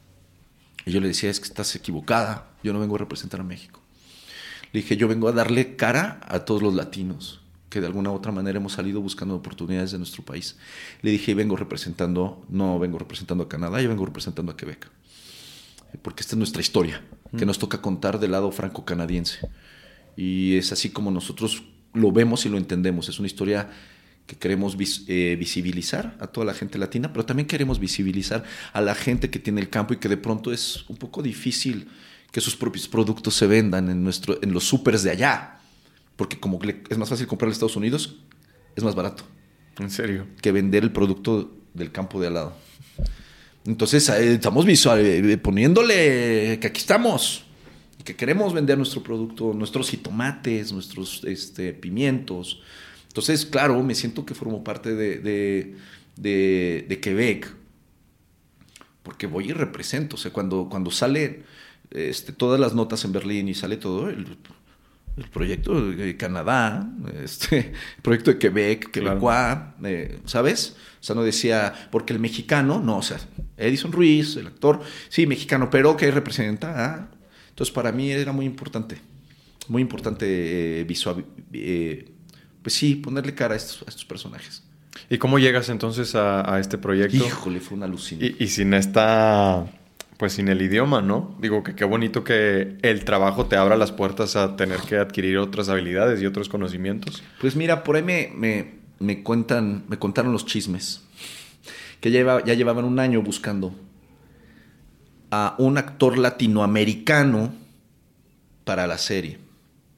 Y yo le decía, es que estás equivocada, yo no vengo a representar a México. Le dije, yo vengo a darle cara a todos los latinos, que de alguna u otra manera hemos salido buscando oportunidades de nuestro país. Le dije, vengo representando, no vengo representando a Canadá, yo vengo representando a Quebec. porque esta es nuestra historia, que nos toca contar del lado franco-canadiense. Y es así como nosotros lo vemos y lo entendemos. Es una historia que queremos vis- eh, visibilizar a toda la gente latina, pero también queremos visibilizar a la gente que tiene el campo y que de pronto es un poco difícil que sus propios productos se vendan en, nuestro, en los súpers de allá. Porque como le, es más fácil comprar en Estados Unidos, es más barato. ¿En serio? Que vender el producto del campo de al lado. Entonces eh, estamos visual, eh, poniéndole que aquí estamos, que queremos vender nuestro producto, nuestros jitomates, nuestros este, pimientos. Entonces, claro, me siento que formo parte de, de, de, de Quebec, porque voy y represento. O sea, cuando, cuando sale este, todas las notas en Berlín y sale todo, el, el proyecto de Canadá, este, el proyecto de Quebec, Quebecois, eh, ¿sabes? O sea, no decía, porque el mexicano, no, o sea, Edison Ruiz, el actor, sí, mexicano, pero que representa a... Entonces, para mí era muy importante, muy importante eh, visual... Eh, pues sí, ponerle cara a estos, a estos personajes. ¿Y cómo llegas entonces a, a este proyecto? Híjole, fue una alucinación. Y, y sin esta, pues sin el idioma, ¿no? Digo que qué bonito que el trabajo te abra las puertas a tener que adquirir otras habilidades y otros conocimientos. Pues mira, por ahí me, me, me cuentan, me contaron los chismes, que ya, lleva, ya llevaban un año buscando a un actor latinoamericano para la serie.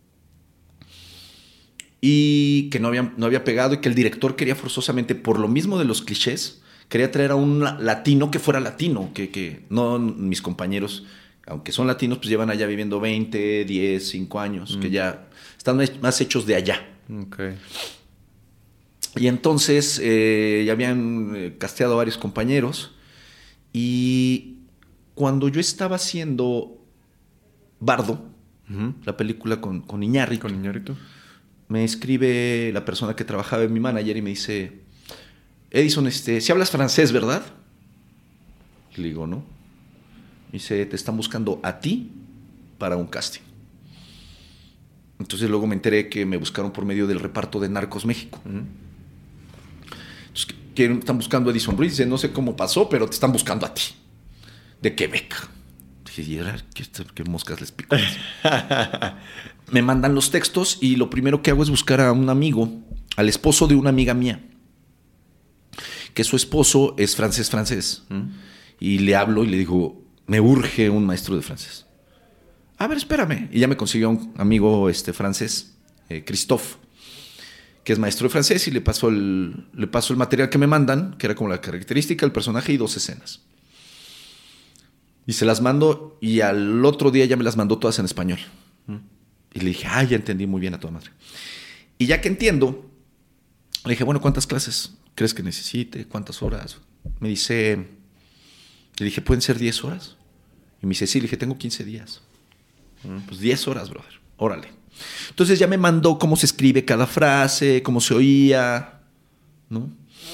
Y que no había, no había pegado y que el director quería forzosamente, por lo mismo de los clichés, quería traer a un latino que fuera latino, que, que no mis compañeros, aunque son latinos, pues llevan allá viviendo veinte, diez, cinco años, mm. que ya están más hechos de allá. Okay. Y entonces eh, ya habían eh, casteado a varios compañeros y cuando yo estaba haciendo Bardo, uh-huh. la película con, con Iñárritu, con Iñárritu, me escribe la persona que trabajaba en mi manager y me dice, Edison, este, si hablas francés, ¿verdad? Le digo, no. Me dice, te están buscando a ti para un casting. Entonces luego me enteré que me buscaron por medio del reparto de Narcos México. Uh-huh. Entonces, que, que están buscando a Edison Ruiz. Dice, no sé cómo pasó, pero te están buscando a ti. De Quebec. Dije, ¿y ahora qué, qué moscas les pico? Me mandan los textos y lo primero que hago es buscar a un amigo, al esposo de una amiga mía, que su esposo es francés francés. ¿Mm? Y le hablo y le digo, me urge un maestro de francés. A ver, espérame. Y ya me consiguió un amigo este, francés, eh, Christophe, que es maestro de francés, y le paso, el, le paso el material que me mandan, que era como la característica del personaje y dos escenas. Y se las mando y al otro día ya me las mandó todas en español. ¿Mm? Y le dije, ah, ya entendí muy bien a toda madre. Y ya que entiendo, le dije, bueno, ¿cuántas clases crees que necesite? ¿Cuántas horas? Me dice, le dije, ¿pueden ser diez horas? Y me dice, sí, le dije, tengo quince días. Pues diez horas, brother, órale. Entonces ya me mandó cómo se escribe cada frase, cómo se oía, ¿no?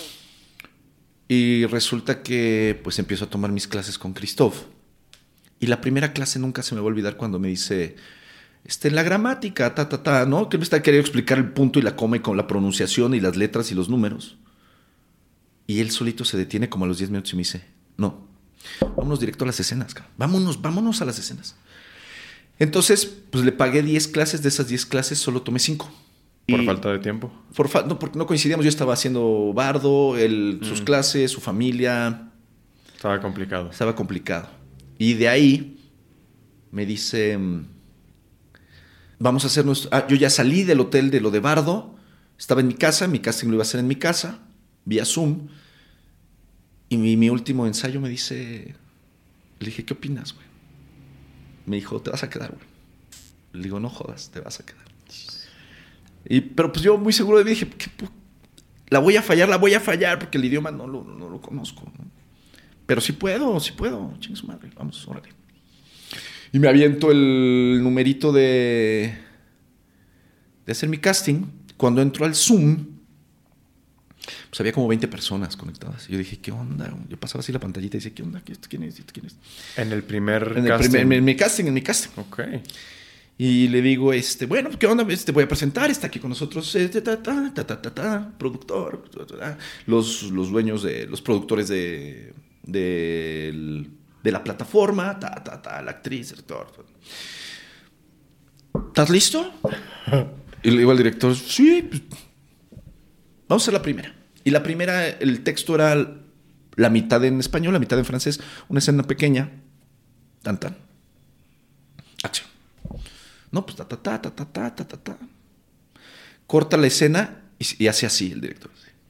Y resulta que pues empiezo a tomar mis clases con Christophe. Y la primera clase nunca se me va a olvidar cuando me dice... Este, la gramática, ta, ta, ta, ¿no? Que me está queriendo explicar el punto y la coma y con la pronunciación y las letras y los números. Y él solito se detiene como a los diez minutos y me dice, no, vámonos directo a las escenas, cabrón. Vámonos, vámonos a las escenas. Entonces, pues le pagué diez clases, de esas diez clases solo tomé cinco. ¿Por y falta de tiempo? Por fa- no, porque no coincidíamos, yo estaba haciendo Bardo, él, mm. sus clases, su familia. Estaba complicado. Estaba complicado. Y de ahí me dice... Vamos a hacer nuestro... Ah, yo ya salí del hotel de lo de Bardo, estaba en mi casa, mi casting lo iba a hacer en mi casa, vía Zoom, y mi, mi último ensayo me dice... Le dije, ¿qué opinas, güey? Me dijo, te vas a quedar, güey. Le digo, no jodas, te vas a quedar. Y, pero pues yo muy seguro de mí dije, ¿qué, la voy a fallar, la voy a fallar, porque el idioma no lo, no lo conozco, ¿no? Pero sí puedo, sí puedo, chingue su madre, vamos, órale. Y me aviento el numerito de, de hacer mi casting. Cuando entro al Zoom, pues había como veinte personas conectadas. Y yo dije, ¿qué onda? Yo pasaba así la pantallita y decía, ¿qué onda? ¿Quién es? ¿Quién es? En el primer en el casting. Primer, en, en mi casting, en mi casting. Ok. Y le digo, este, bueno, ¿qué onda? Te voy a presentar, está aquí con nosotros, eh, ta, ta, ta, ta, ta, ta, ta, productor, ta, ta, ta, los, los dueños de, los productores de, de, de la plataforma, ta, ta, ta, la actriz, el director. ¿Estás listo? Y le digo al director, sí, pues, vamos a hacer la primera. Y la primera, el texto era la mitad en español, la mitad en francés, una escena pequeña, tan, tan. Acción. No, pues ta, ta, ta, ta, ta, ta, ta, ta, ta. Corta la escena y, y hace así el director.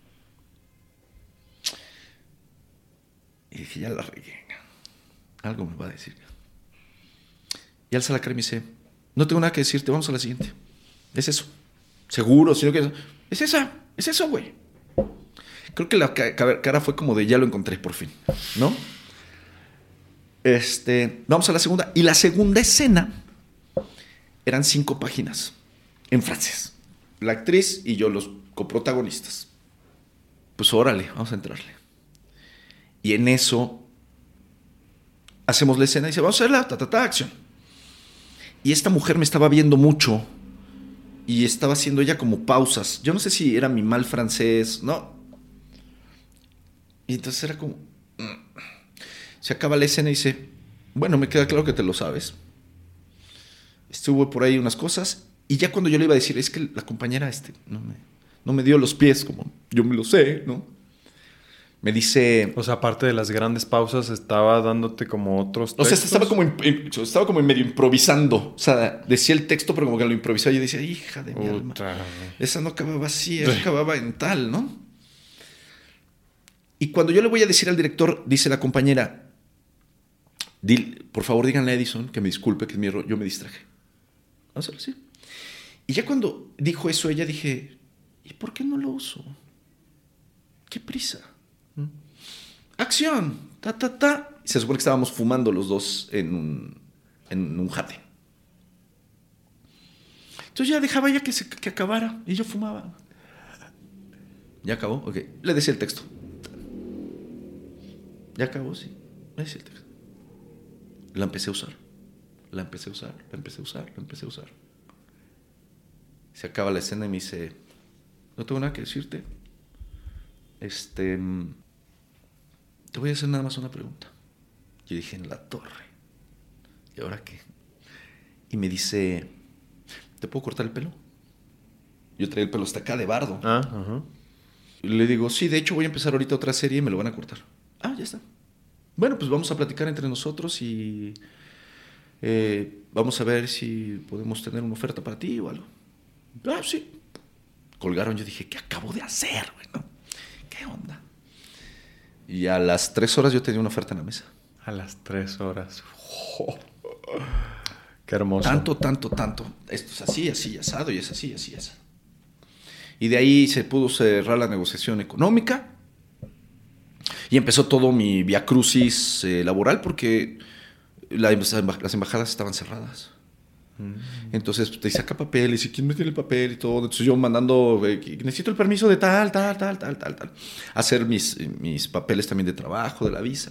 Y dije, ya la regué. Algo me va a decir. Y alza la cara y me dice, no tengo nada que decirte, vamos a la siguiente. Es eso. Seguro, sino que es esa, es eso, güey. Creo que la cara fue como de ya lo encontré por fin, ¿no? Este, vamos a la segunda. Y la segunda escena eran cinco páginas en francés. La actriz y yo, los coprotagonistas. Pues órale, vamos a entrarle. Y en eso hacemos la escena y dice, vamos a hacer la ta, ta, ta, acción. Y esta mujer me estaba viendo mucho y estaba haciendo ella como pausas. Yo no sé si era mi mal francés, ¿no? Y entonces era como... Se acaba la escena y dice, bueno, me queda claro que te lo sabes. Estuvo por ahí unas cosas y ya cuando yo le iba a decir, es que la compañera este, no, me, no me dio los pies como yo me lo sé, ¿no? Me dice... O sea, aparte de las grandes pausas, estaba dándote como otros textos. O sea, estaba como, estaba como medio improvisando. O sea, decía el texto, pero como que lo improvisaba. Y yo decía, hija de mi alma. Esa no acababa así, esa acababa en tal, ¿no? Y cuando yo le voy a decir al director, dice la compañera, por favor díganle a Edison que me disculpe, que es mi error, yo me distraje. Vamos a ver, sí. Y ya cuando dijo eso, ella dije, ¿y por qué no lo uso? ¿Qué prisa? Acción, ta, ta, ta. Y se supone que estábamos fumando los dos en un, en un jardín. Entonces ya dejaba ella que, se, que acabara y yo fumaba. ¿Ya acabó? Ok. Le decía el texto. ¿Ya acabó? Sí. Le decía el texto. La empecé a usar. La empecé a usar, la empecé a usar, la empecé a usar. Se acaba la escena y me dice, no tengo nada que decirte. Este... Te voy a hacer nada más una pregunta. Yo dije, en la torre. ¿Y ahora qué? Y me dice, ¿te puedo cortar el pelo? Yo traía el pelo hasta acá de bardo. Ah, ajá. Y le digo, sí, de hecho voy a empezar ahorita otra serie y me lo van a cortar. Ah, ya está. Bueno, pues vamos a platicar entre nosotros y eh, vamos a ver si podemos tener una oferta para ti o algo. Ah, sí. Colgaron. Yo dije, ¿qué acabo de hacer, güey? ¿No? ¿Qué onda? Y a las tres horas yo tenía una oferta en la mesa. A las tres horas. Oh, qué hermoso. Tanto, tanto, tanto. Esto es así, así, asado, y es así, así, asado. Y de ahí se pudo cerrar la negociación económica. Y empezó todo mi viacrucis eh, laboral porque la, las embajadas estaban cerradas. Mm. Entonces te saca papeles y quién me tiene el papel y todo. Entonces yo mandando, eh, necesito el permiso de tal, tal, tal, tal, tal, tal. Hacer mis, mis papeles también de trabajo, de la visa.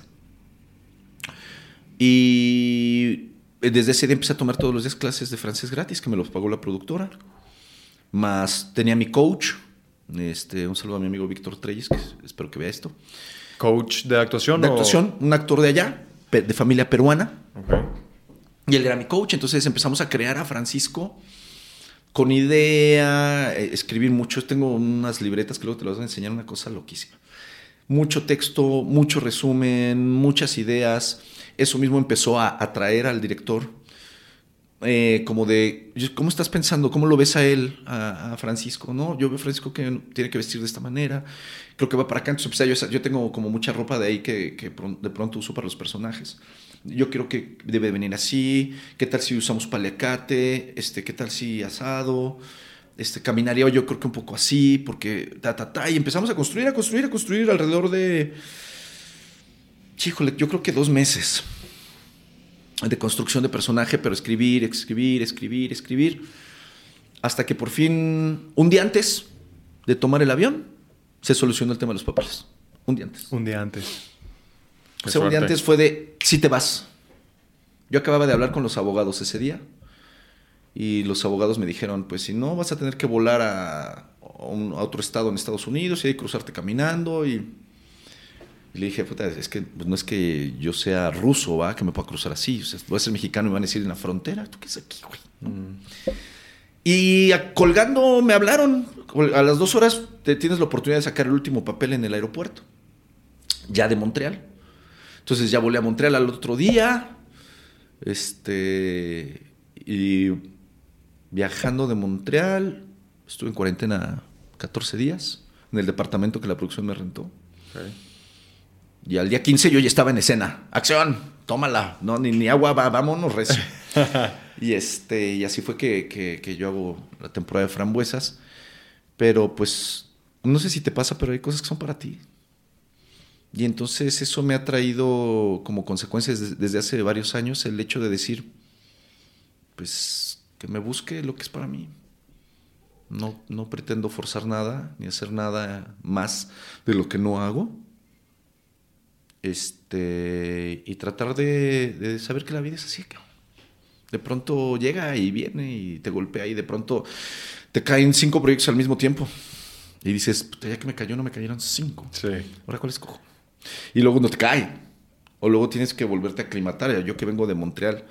Y desde ese día empecé a tomar todos los días clases de francés gratis que me los pagó la productora. Más tenía mi coach. Este, un saludo a mi amigo Víctor Treyes, que espero que vea esto. ¿Coach de actuación? De o... actuación, un actor de allá, de familia peruana. Okay. Y él era mi coach, entonces empezamos a crear a Francisco con idea, escribir mucho. Tengo unas libretas que luego te las voy a enseñar, una cosa loquísima. Mucho texto, mucho resumen, muchas ideas. Eso mismo empezó a atraer al director. Eh, como de, ¿cómo estás pensando? ¿Cómo lo ves a él, a, a Francisco? No, yo veo a Francisco que tiene que vestir de esta manera. Creo que va para acá. Entonces, pues, yo, yo tengo como mucha ropa de ahí que, que de pronto uso para los personajes. Yo creo que debe venir así. ¿Qué tal si usamos paliacate? Este, ¿qué tal si asado? Este, caminaría yo creo que un poco así, porque ta, ta, ta. Y empezamos a construir, a construir, a construir alrededor de... Híjole, yo creo que dos meses de construcción de personaje, pero escribir, escribir, escribir, escribir. Hasta que por fin, un día antes de tomar el avión, se solucionó el tema de los papeles. Un día antes. Un día antes. O sea, un día antes fue de, sí te vas. Yo acababa de hablar con los abogados ese día y los abogados me dijeron, pues si no, vas a tener que volar a, a, un, a otro estado en Estados Unidos y ahí cruzarte caminando. Y Y le dije, puta, es que pues, no es que yo sea ruso, ¿va? Que me pueda cruzar así. O sea, voy a ser mexicano y me van a decir en la frontera. ¿Tú qué es aquí, güey? Mm. Y a, colgando me hablaron. A las dos horas te tienes la oportunidad de sacar el último papel en el aeropuerto. Ya de Montreal. Entonces ya volé a Montreal al otro día. Este... Y viajando de Montreal, estuve en cuarentena catorce días en el departamento que la producción me rentó. Okay. Y al día quince yo ya estaba en escena. ¡Acción! Tómala. No, ni, ni agua, va, vámonos, recio. y, este, y así fue que, que, que yo hago la temporada de Frambuesas. Pero pues, no sé si te pasa, pero hay cosas que son para ti. Y entonces eso me ha traído como consecuencias desde, desde hace varios años el hecho de decir, pues, que me busque lo que es para mí. No, no pretendo forzar nada, ni hacer nada más de lo que no hago. Este, y tratar de, de saber que la vida es así, que de pronto llega y viene y te golpea y de pronto te caen cinco proyectos al mismo tiempo. Y dices, ya que me cayó, no me cayeron cinco. Sí. Ahora, ¿cuál escojo? Y luego no te cae. O luego tienes que volverte a aclimatar. Yo que vengo de Montreal,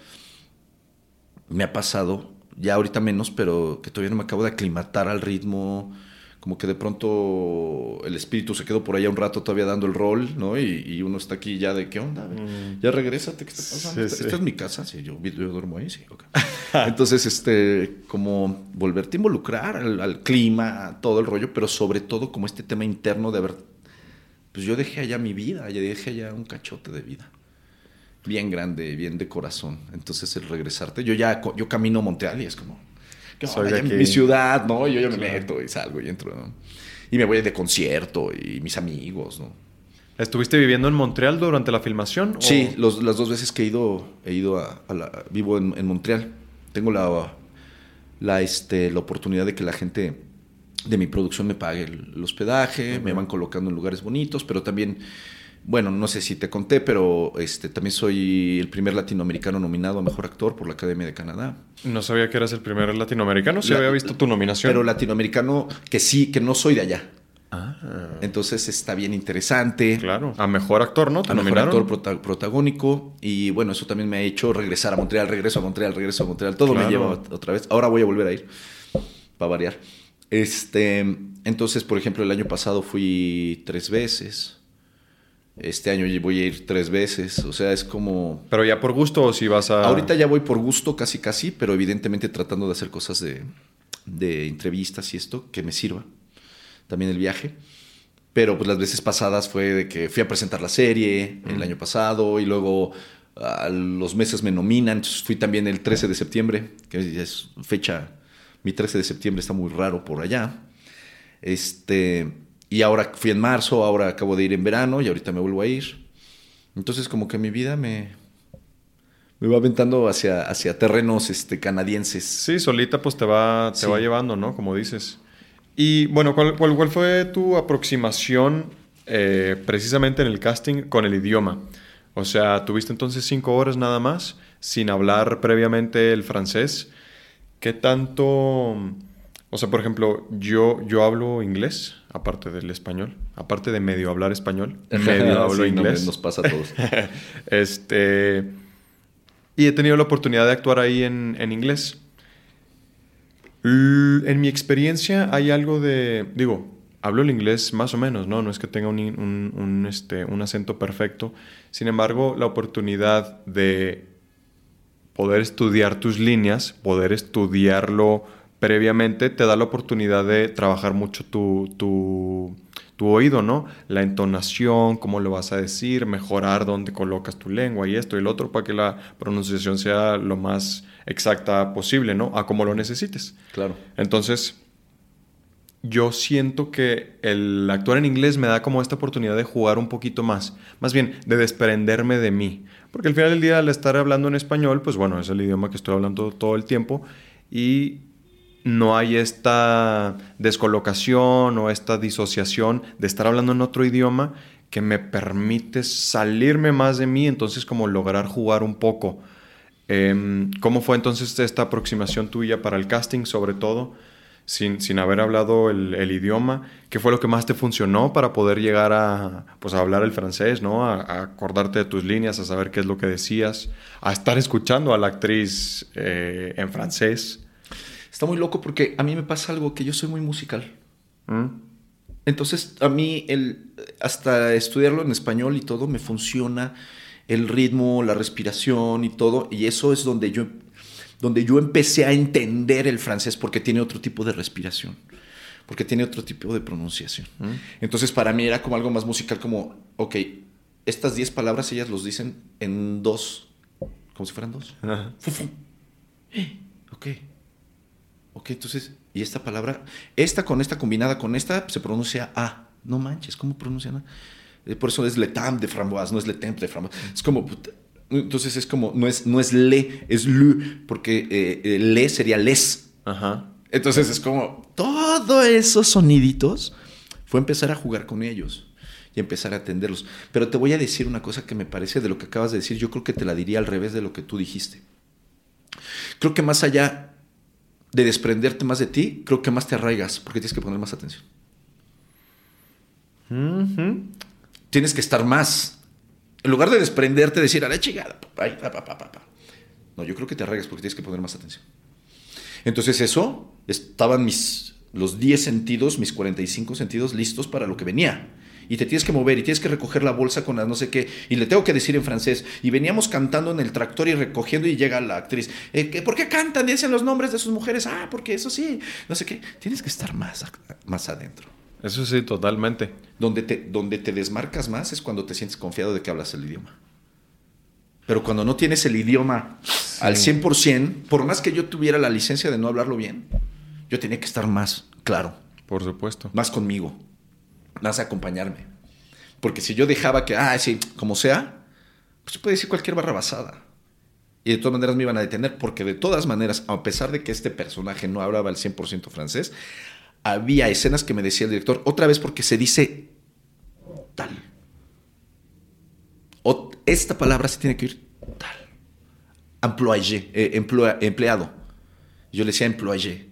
me ha pasado, ya ahorita menos, pero que todavía no me acabo de aclimatar al ritmo. Como que de pronto el espíritu se quedó por allá un rato todavía dando el rol, ¿no? Y, y uno está aquí ya de, ¿qué onda? Mm. Ya regrésate, ¿qué está pasando? Sí, ¿Esta, sí. ¿Esta es mi casa? Sí, yo, yo duermo ahí, sí, ok. Entonces, este, como volverte a involucrar al, al clima, a todo el rollo, pero sobre todo como este tema interno de haber, pues yo dejé allá mi vida, ya dejé allá un cachote de vida. Bien grande, bien de corazón. Entonces, el regresarte, yo ya, yo camino a Montreal y es como... Soy de mi ciudad, ¿no? Yo ya me claro. meto y salgo y entro, ¿no? Y me voy de concierto y mis amigos, ¿no? ¿Estuviste viviendo en Montreal durante la filmación? Sí, o... los, las dos veces que he ido, he ido a, a la... Vivo en, en Montreal. Tengo la, la, este, la oportunidad de que la gente de mi producción me pague el, el hospedaje, uh-huh. me van colocando en lugares bonitos, pero también... Bueno, no sé si te conté, pero este, también soy el primer latinoamericano nominado a Mejor Actor por la Academia de Canadá. No sabía que eras el primer latinoamericano, sí la, había visto tu nominación. Pero latinoamericano que sí, que no soy de allá. Ah. Entonces está bien interesante. Claro, a Mejor Actor, ¿no? ¿Te a nominaron? Mejor Actor prota- protagónico. Y bueno, eso también me ha hecho regresar a Montreal, regreso a Montreal, regreso a Montreal. Todo claro. me lleva otra vez. Ahora voy a volver a ir, para variar. Este, entonces, por ejemplo, el año pasado fui tres veces. Este año voy a ir tres veces, o sea, es como... ¿Pero ya por gusto o si vas a...? Ahorita ya voy por gusto casi casi, pero evidentemente tratando de hacer cosas de, de entrevistas y esto, que me sirva. También el viaje. Pero pues las veces pasadas fue de que fui a presentar la serie mm. el año pasado y luego a los meses me nominan, entonces fui también el trece de septiembre, que es fecha, mi trece de septiembre está muy raro por allá. Este... Y ahora fui en marzo, ahora acabo de ir en verano y ahorita me vuelvo a ir. Entonces como que mi vida me, me va aventando hacia, hacia terrenos este, canadienses. Sí, solita pues te va, te sí. va llevando, ¿no? Como dices. Y bueno, ¿cuál, cuál, cuál fue tu aproximación eh, precisamente en el casting con el idioma? O sea, tuviste entonces cinco horas nada más sin hablar previamente el francés. ¿Qué tanto...? O sea, por ejemplo, yo, yo hablo inglés, aparte del español. Aparte de medio hablar español, medio hablo sí, inglés. No, nos pasa a todos. este, y he tenido la oportunidad de actuar ahí en, en inglés. L- en mi experiencia hay algo de... Digo, hablo el inglés más o menos, ¿no? No es que tenga un, un, un, este, un acento perfecto. Sin embargo, la oportunidad de poder estudiar tus líneas, poder estudiarlo... previamente te da la oportunidad de trabajar mucho tu, tu, tu oído, ¿no? La entonación, cómo lo vas a decir, mejorar dónde colocas tu lengua y esto y lo otro para que la pronunciación sea lo más exacta posible, ¿no? A como lo necesites. Claro. Entonces, yo siento que el actuar en inglés me da como esta oportunidad de jugar un poquito más. Más bien, de desprenderme de mí. Porque al final del día, al estar hablando en español, pues bueno, es el idioma que estoy hablando todo el tiempo y... no hay esta descolocación o esta disociación de estar hablando en otro idioma que me permite salirme más de mí, entonces como lograr jugar un poco. Eh, ¿Cómo fue entonces esta aproximación tuya para el casting, sobre todo? sin, sin haber hablado el, el idioma. ¿Qué fue lo que más te funcionó para poder llegar a, pues, a hablar el francés, ¿no? A, a acordarte de tus líneas, a saber qué es lo que decías, a estar escuchando a la actriz eh, en francés? Está muy loco porque a mí me pasa algo, que yo soy muy musical. ¿Mm? Entonces, a mí, el, hasta estudiarlo en español y todo, me funciona el ritmo, la respiración y todo. Y eso es donde yo, donde yo empecé a entender el francés, porque tiene otro tipo de respiración, porque tiene otro tipo de pronunciación. ¿Mm? Entonces, para mí era como algo más musical, como, ok, estas diez palabras ellas los dicen en dos, como si fueran dos. Ajá. Fufu. Ok. Ok, entonces, y esta palabra, esta con esta combinada con esta, se pronuncia A. No manches, ¿cómo pronuncian A? Eh, Por eso es le tam de framboise, no es le temp de framboise. Es como, puta, entonces es como, no es, no es le, es le, porque eh, eh, le sería les. Ajá. Entonces es como, todos esos soniditos, fue empezar a jugar con ellos y empezar a atenderlos. Pero te voy a decir una cosa que me parece de lo que acabas de decir, yo creo que te la diría al revés de lo que tú dijiste. Creo que más allá de desprenderte más de ti, creo que más te arraigas, porque tienes que poner más atención. Uh-huh. Tienes que estar más. En lugar de desprenderte, decir, a la chingada. Ay, pa, pa, pa, pa. No, yo creo que te arraigas porque tienes que poner más atención. Entonces eso, estaban mis, los diez sentidos, mis cuarenta y cinco sentidos listos para lo que venía. Y te tienes que mover y tienes que recoger la bolsa con las no sé qué. Y le tengo que decir en francés. Y veníamos cantando en el tractor y recogiendo y llega la actriz. Eh, ¿Por qué cantan? Dicen los nombres de sus mujeres. Ah, porque eso sí. No sé qué. Tienes que estar más, más adentro. Eso sí, totalmente. Donde te, donde te desmarcas más es cuando te sientes confiado de que hablas el idioma. Pero cuando no tienes el idioma sí. al cien por ciento, por más que yo tuviera la licencia de no hablarlo bien, yo tenía que estar más claro. Por supuesto. Más conmigo. Más acompañarme. Porque si yo dejaba que, ah, sí, como sea, pues yo podía decir cualquier barra basada. Y de todas maneras me iban a detener, porque de todas maneras, a pesar de que este personaje no hablaba al cien por ciento francés, había escenas que me decía el director, otra vez porque se dice tal. O esta palabra se tiene que ir tal. Employé, eh, emplea, empleado. Yo le decía employé.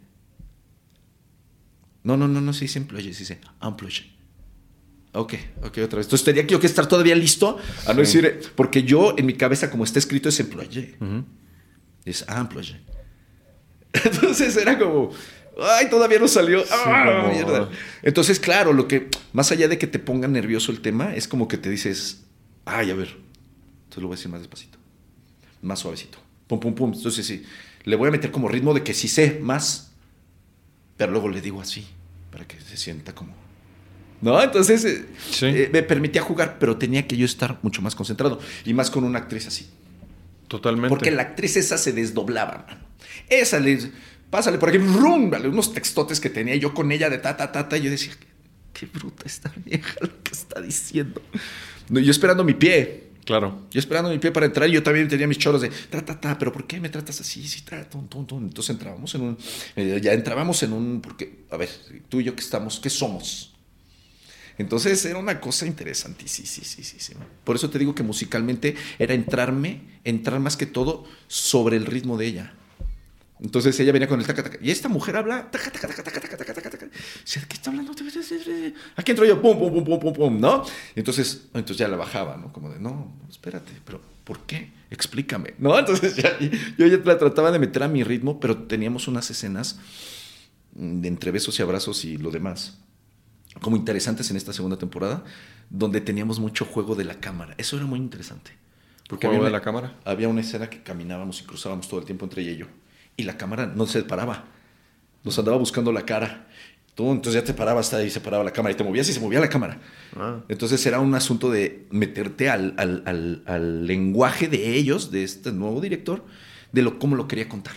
No, no, no, no se dice employé, se dice employé. Ok, ok, otra vez. Entonces tenía yo que estar todavía listo a no sí. decir, porque yo en mi cabeza como está escrito es employé. Uh-huh. Es employé. Entonces era como, ay, todavía no salió. Sí, ah, como... mierda. Entonces, claro, lo que, más allá de que te ponga nervioso el tema, es como que te dices, ay, a ver, entonces lo voy a decir más despacito, más suavecito. Pum, pum, pum. Entonces sí, le voy a meter como ritmo de que sí sé más, pero luego le digo así, para que se sienta como... ¿No? Entonces eh, sí. eh, me permitía jugar, pero tenía que yo estar mucho más concentrado. Y más con una actriz así. Totalmente. Porque la actriz esa se desdoblaba, mano. Esa le... Pásale por aquí, rum, vale, unos textotes que tenía yo con ella de ta, ta, ta, ta. Y yo decía, qué, qué bruta esta vieja lo que está diciendo. No, yo esperando mi pie. Claro. Yo esperando mi pie para entrar y yo también tenía mis choros de ta, ta, ta, pero ¿por qué me tratas así? Sí, ta, tum, tum, tum. Entonces entrábamos en un... Eh, ya entrábamos en un... Porque, a ver, tú y yo que estamos, ¿qué somos? Entonces era una cosa interesantísima. Por eso te digo que musicalmente era entrarme, entrar más que todo sobre el ritmo de ella. Entonces ella venía con el taca, taca. Y esta mujer habla taca, taca, taca, taca, taca, taca, taca, taca. ¿De qué está hablando? Aquí entro yo, pum, pum, pum, pum, pum, pum, ¿no? Entonces, entonces ya la bajaba, ¿no? Como de, no, espérate, pero ¿por qué? Explícame, ¿no? Entonces ya, yo ya la trataba de meter a mi ritmo, pero teníamos unas escenas de entre besos y abrazos y lo demás como interesantes en esta segunda temporada, donde teníamos mucho juego de la cámara. Eso era muy interesante. Porque ¿Juego había una, de la cámara? Había una escena que caminábamos y cruzábamos todo el tiempo entre ella y yo. Y la cámara no se paraba. Nos andaba buscando la cara. Tú, entonces ya te parabas y se paraba la cámara. Y te movías y se movía la cámara. Ah. Entonces era un asunto de meterte al, al, al, al lenguaje de ellos, de este nuevo director, de lo, cómo lo quería contar.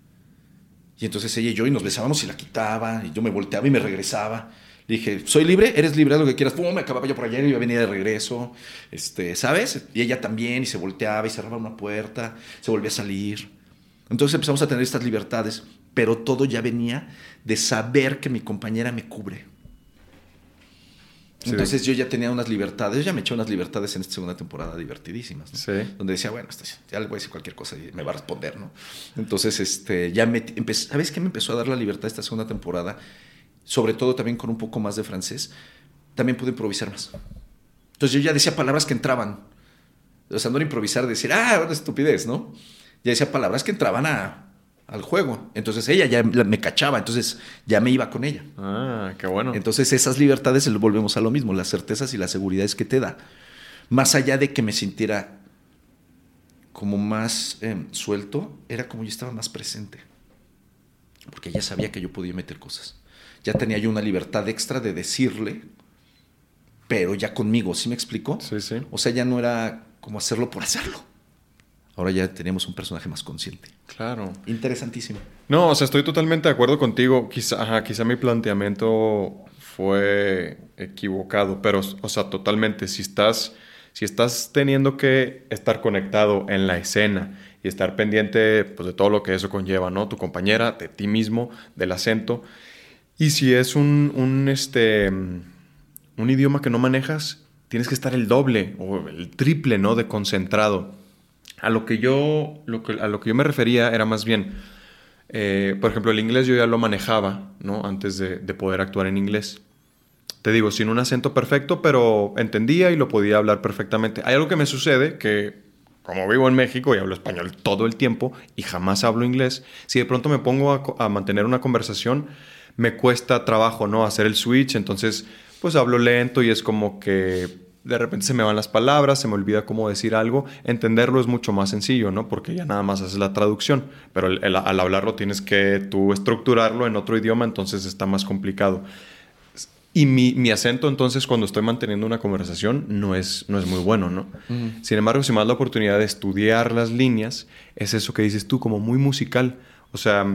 Y entonces ella y yo y nos besábamos y la quitaba. Y yo me volteaba y me regresaba. Le dije, soy libre, eres libre, haz lo que quieras. Pum, me acababa yo por allá y yo venía de regreso, este, ¿sabes? Y ella también, y se volteaba y cerraba una puerta, se volvía a salir. Entonces empezamos a tener estas libertades, pero todo ya venía de saber que mi compañera me cubre. Sí. Entonces yo ya tenía unas libertades, yo ya me eché unas libertades en esta segunda temporada divertidísimas, ¿no? Sí. Donde decía, bueno, este, ya le voy a decir cualquier cosa y me va a responder, ¿no? Entonces, este, ya me empecé, ¿sabes qué me empezó a dar la libertad esta segunda temporada? Sobre todo también con un poco más de francés, también pude improvisar más. Entonces yo ya decía palabras que entraban. O sea, no era improvisar, decir, ah, una estupidez, ¿no? Ya decía palabras que entraban a, al juego. Entonces ella ya me cachaba, entonces ya me iba con ella. Ah, qué bueno. Entonces esas libertades, volvemos a lo mismo, las certezas y las seguridades que te da. Más allá de que me sintiera como más eh, suelto, era como yo estaba más presente. Porque ella sabía que yo podía meter cosas. Ya tenía yo una libertad extra de decirle, pero ya conmigo, ¿sí me explico? Sí, sí. O sea, ya no era como hacerlo por hacerlo. Ahora ya teníamos un personaje más consciente. Claro. Interesantísimo. No, o sea, estoy totalmente de acuerdo contigo. Quizá, ajá, quizá mi planteamiento fue equivocado, pero, o sea, totalmente. Si estás, si estás teniendo que estar conectado en la escena y estar pendiente, pues, de todo lo que eso conlleva, ¿no? Tu compañera, de ti mismo, del acento. Y si es un, un, este, un idioma que no manejas, tienes que estar el doble o el triple, ¿no? De concentrado. A lo que yo, lo que, a lo que yo me refería era más bien, eh, por ejemplo, el inglés yo ya lo manejaba, ¿no? Antes de, de poder actuar en inglés. Te digo, sin un acento perfecto, pero entendía y lo podía hablar perfectamente. Hay algo que me sucede que, como vivo en México y hablo español todo el tiempo y jamás hablo inglés, si de pronto me pongo a, a mantener una conversación, me cuesta trabajo, ¿no? Hacer el switch, entonces pues hablo lento y es como que de repente se me van las palabras, se me olvida cómo decir algo. Entenderlo es mucho más sencillo, ¿no? Porque ya nada más haces la traducción, pero el, el, al hablarlo tienes que tú estructurarlo en otro idioma, entonces está más complicado. Y mi, mi acento, entonces, cuando estoy manteniendo una conversación, no es, no es muy bueno, ¿no? Mm. Sin embargo, si me das la oportunidad de estudiar las líneas, es eso que dices tú, como muy musical. O sea,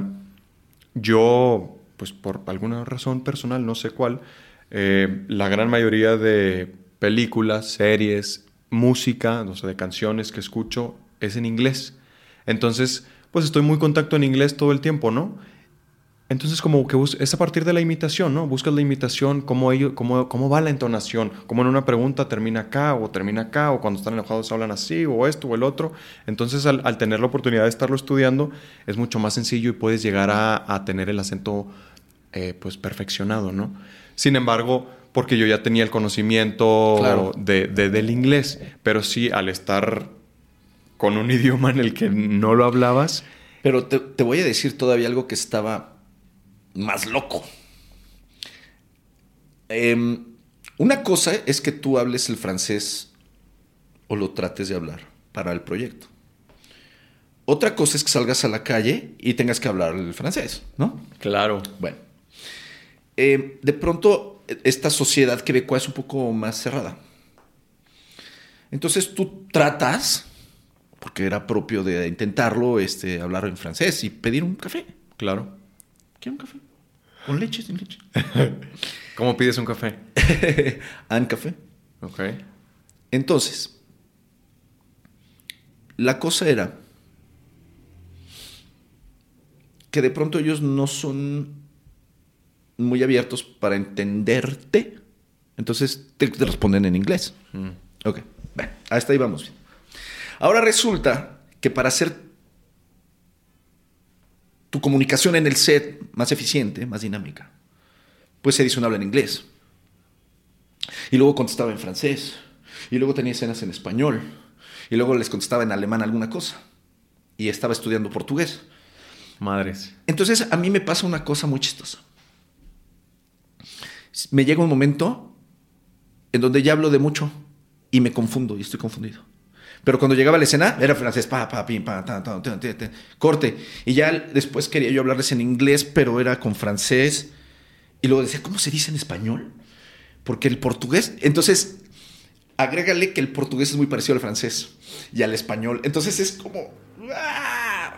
yo, pues por alguna razón personal, no sé cuál, eh, la gran mayoría de películas, series, música, o sea, de canciones que escucho, es en inglés. Entonces, pues estoy muy en contacto en inglés todo el tiempo, ¿no? Entonces, como que es a partir de la imitación, ¿no? Buscas la imitación, cómo, ello, cómo, cómo va la entonación, cómo en una pregunta termina acá o termina acá, o cuando están enojados hablan así, o esto o el otro. Entonces, al, al tener la oportunidad de estarlo estudiando, es mucho más sencillo y puedes llegar a, a tener el acento eh, pues perfeccionado, ¿no? Sin embargo, porque yo ya tenía el conocimiento claro. de, de, del inglés, pero sí, al estar con un idioma en el que no lo hablabas... Pero te, te voy a decir todavía algo que estaba más loco. Eh, una cosa es que tú hables el francés o lo trates de hablar para el proyecto. Otra cosa es que salgas a la calle y tengas que hablar el francés, ¿no? Claro. Bueno. Eh, de pronto, esta sociedad quebecoa es un poco más cerrada. Entonces tú tratas, porque era propio de intentarlo, este, hablar en francés y pedir un café. Claro. ¿Quiero un café? ¿Con leche, sin leche? ¿Cómo pides un café? Un café. Ok. Entonces, la cosa era que de pronto ellos no son muy abiertos para entenderte. Entonces te, te responden en inglés. Mm. Ok, bueno, hasta ahí vamos bien. Ahora resulta que para hacer tu comunicación en el set más eficiente, más dinámica, pues Edison habla en inglés. Y luego contestaba en francés. Y luego tenía escenas en español. Y luego les contestaba en alemán alguna cosa. Y estaba estudiando portugués. Madres. Entonces a mí me pasa una cosa muy chistosa. Me llega un momento en donde ya hablo de mucho y me confundo y estoy confundido. Pero cuando llegaba a la escena era francés, pa, pa, pim, pa, ta, ta, ta, ta, ta, corte. Y ya después quería yo hablarles en inglés, pero era con francés. Y luego decía, ¿cómo se dice en español? Porque el portugués... Entonces, agrégale que el portugués es muy parecido al francés y al español. Entonces es como... ¡ah!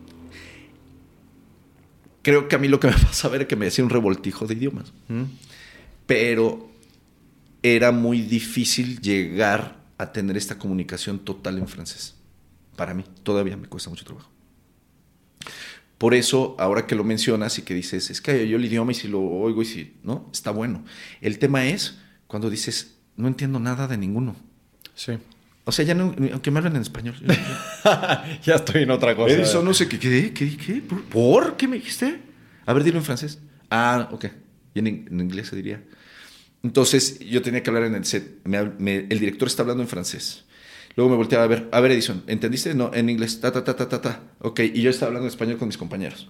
Creo que a mí lo que me pasaba era que me hacía un revoltijo de idiomas. ¿Mm? Pero era muy difícil llegar a tener esta comunicación total en francés. Para mí, todavía me cuesta mucho trabajo. Por eso, ahora que lo mencionas y que dices, es que yo el idioma y si lo oigo y si, ¿no? Está bueno. El tema es cuando dices, no entiendo nada de ninguno. Sí. O sea, ya no, aunque me hablen en español. Ya estoy en otra cosa. Edison, no sé qué, qué, qué, qué, ¿por? ¿Por? ¿Qué me dijiste? A ver, dilo en francés. Ah, ok. Y en, en inglés se diría. Entonces, yo tenía que hablar en el set. Me, me, el director está hablando en francés. Luego me volteaba a ver. A ver, Edison, ¿entendiste? No, en inglés. Ta, ta, ta, ta, ta, ta. Ok, y yo estaba hablando en español con mis compañeros.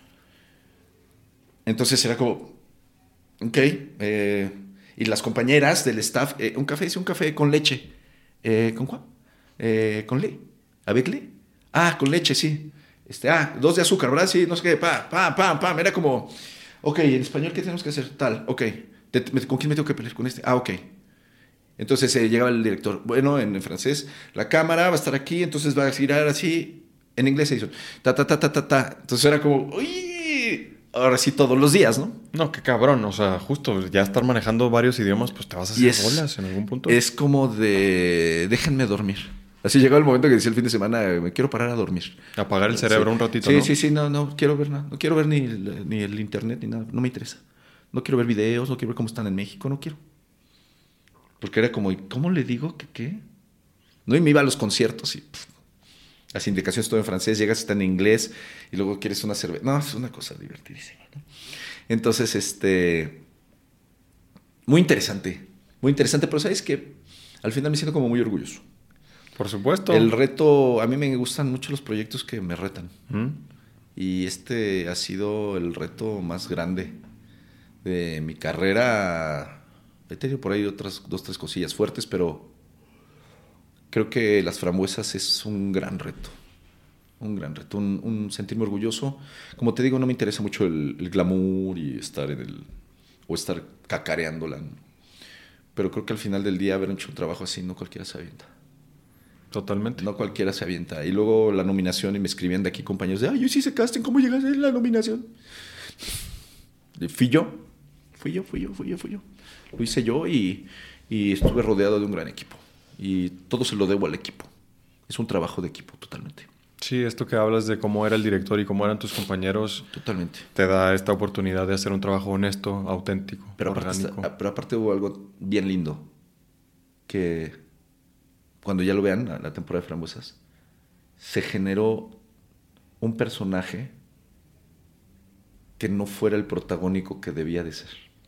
Entonces era como... Ok. Eh, y las compañeras del staff... Eh, un café, dice un café con leche. Eh, ¿Con cuál? Eh, ¿Con le? ¿Avec le? Ah, con leche, sí. Este, ah, dos de azúcar, ¿verdad? Sí, no sé qué. Pa, pa, pa, pa. Era como... Ok, en español, ¿qué tenemos que hacer? Tal, ok. ¿Con quién me tengo que pelear? Con este. Ah, ok. Entonces eh, llegaba el director. Bueno, en, en francés, la cámara va a estar aquí, entonces va a girar así. En inglés se hizo ta, ta, ta, ta, ta, ta. Entonces era como, uy, ahora sí todos los días, ¿no? No, qué cabrón. O sea, justo ya estar manejando varios idiomas, pues te vas a hacer es, bolas en algún punto. Es como de, déjenme dormir. Así llegaba el momento que decía el fin de semana, me quiero parar a dormir. Apagar el cerebro sí. un ratito, sí, ¿no? Sí, sí, sí, no, no quiero ver nada. No quiero ver ni el, ni el internet ni nada. No me interesa. No quiero ver videos, no quiero ver cómo están en México, no quiero. Porque era como, ¿cómo le digo que qué? No, y me iba a los conciertos y pff, las indicaciones todo en francés, llegas, está en inglés y luego quieres una cerveza. No, es una cosa divertidísima, ¿no? Entonces, este... Muy interesante, muy interesante, pero ¿sabes qué? Al final me siento como muy orgulloso. Por supuesto. El reto, a mí me gustan mucho los proyectos que me retan. ¿Mm? Y este ha sido el reto más grande de mi carrera. He tenido por ahí otras dos, tres cosillas fuertes, pero creo que Las Frambuesas es un gran reto. Un gran reto, un, un sentirme orgulloso. Como te digo, no me interesa mucho el, el glamour y estar en el... o estar cacareándola. Pero creo que al final del día haber hecho un trabajo así, no cualquiera se avienta. Totalmente. No cualquiera se avienta. Y luego la nominación y me escribían de aquí compañeros de, ay, yo sí hice casting, ¿cómo llegaste a la nominación? Y fui yo, fui yo, fui yo, fui yo, fui yo. Lo hice yo y, y estuve rodeado de un gran equipo. Y todo se lo debo al equipo. Es un trabajo de equipo totalmente. Sí, esto que hablas de cómo era el director y cómo eran tus compañeros, totalmente, te da esta oportunidad de hacer un trabajo honesto, auténtico, pero orgánico. Aparte, pero aparte hubo algo bien lindo, que cuando ya lo vean, la temporada de Frambuesas, se generó un personaje que no fuera el protagónico que debía de ser.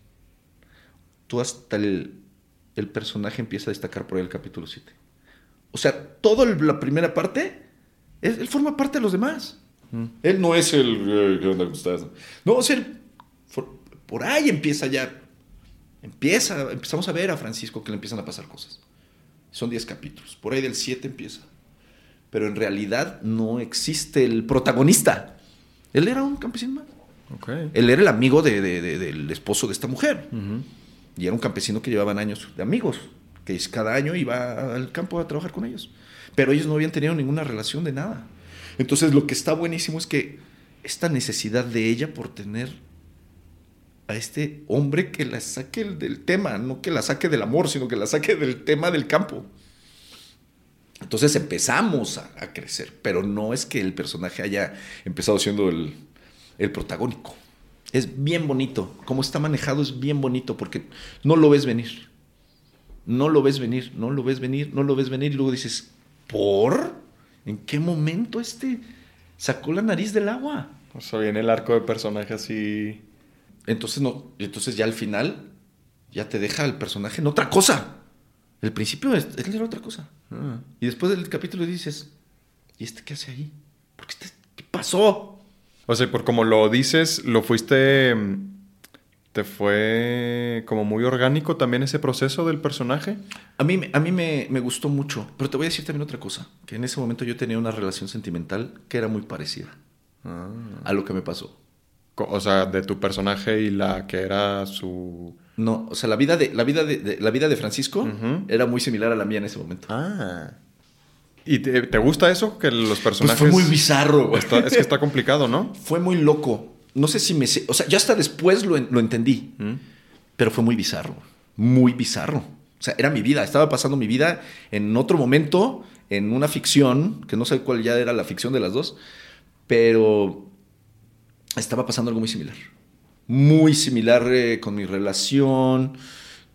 Tú hasta el, el personaje empieza a destacar por ahí el capítulo siete. O sea, toda la primera parte... Él forma parte de los demás. Mm. Él no es el... ¿Qué onda? ¿Cómo estás? No, o sea, él, por, por ahí empieza ya. Empieza, empezamos a ver a Francisco que le empiezan a pasar cosas. Son diez capítulos. Por ahí del siete empieza. Pero en realidad no existe el protagonista. Él era un campesino más. Okay. Él era el amigo de, de, de, del esposo de esta mujer. Uh-huh. Y era un campesino que llevaban años de amigos. Que cada año iba al campo a trabajar con ellos. Pero ellos no habían tenido ninguna relación de nada. Entonces lo que está buenísimo es que esta necesidad de ella por tener a este hombre que la saque del tema, no que la saque del amor, sino que la saque del tema del campo. Entonces empezamos a, a crecer, pero no es que el personaje haya empezado siendo el, el protagónico. Es bien bonito, como está manejado es bien bonito porque no lo ves venir. No lo ves venir, no lo ves venir, no lo ves venir y luego dices... ¿Por? ¿En qué momento este sacó la nariz del agua? O sea, viene el arco de personaje así... Entonces, no, entonces ya al final ya te deja el personaje en otra cosa. El principio es, él era otra cosa. Ah. Y después del capítulo dices, ¿y este qué hace ahí? ¿Por qué, este, qué pasó? O sea, por como lo dices, lo fuiste... ¿Te fue como muy orgánico también ese proceso del personaje? A mí, a mí me, me gustó mucho, pero te voy a decir también otra cosa, que en ese momento yo tenía una relación sentimental que era muy parecida ah. a lo que me pasó. O sea, de tu personaje y la que era su... No, o sea, la vida de, la vida de, de, la vida de Francisco uh-huh. era muy similar a la mía en ese momento. Ah. ¿Y te, te gusta eso? Que los personajes... Pues fue muy bizarro, güey. Está, es que está complicado, ¿no? Fue muy loco. No sé si me... O sea, ya hasta después lo, lo entendí. ¿Mm? Pero fue muy bizarro. Muy bizarro. O sea, era mi vida. Estaba pasando mi vida en otro momento, en una ficción, que no sé cuál ya era la ficción de las dos, pero estaba pasando algo muy similar. Muy similar eh, con mi relación,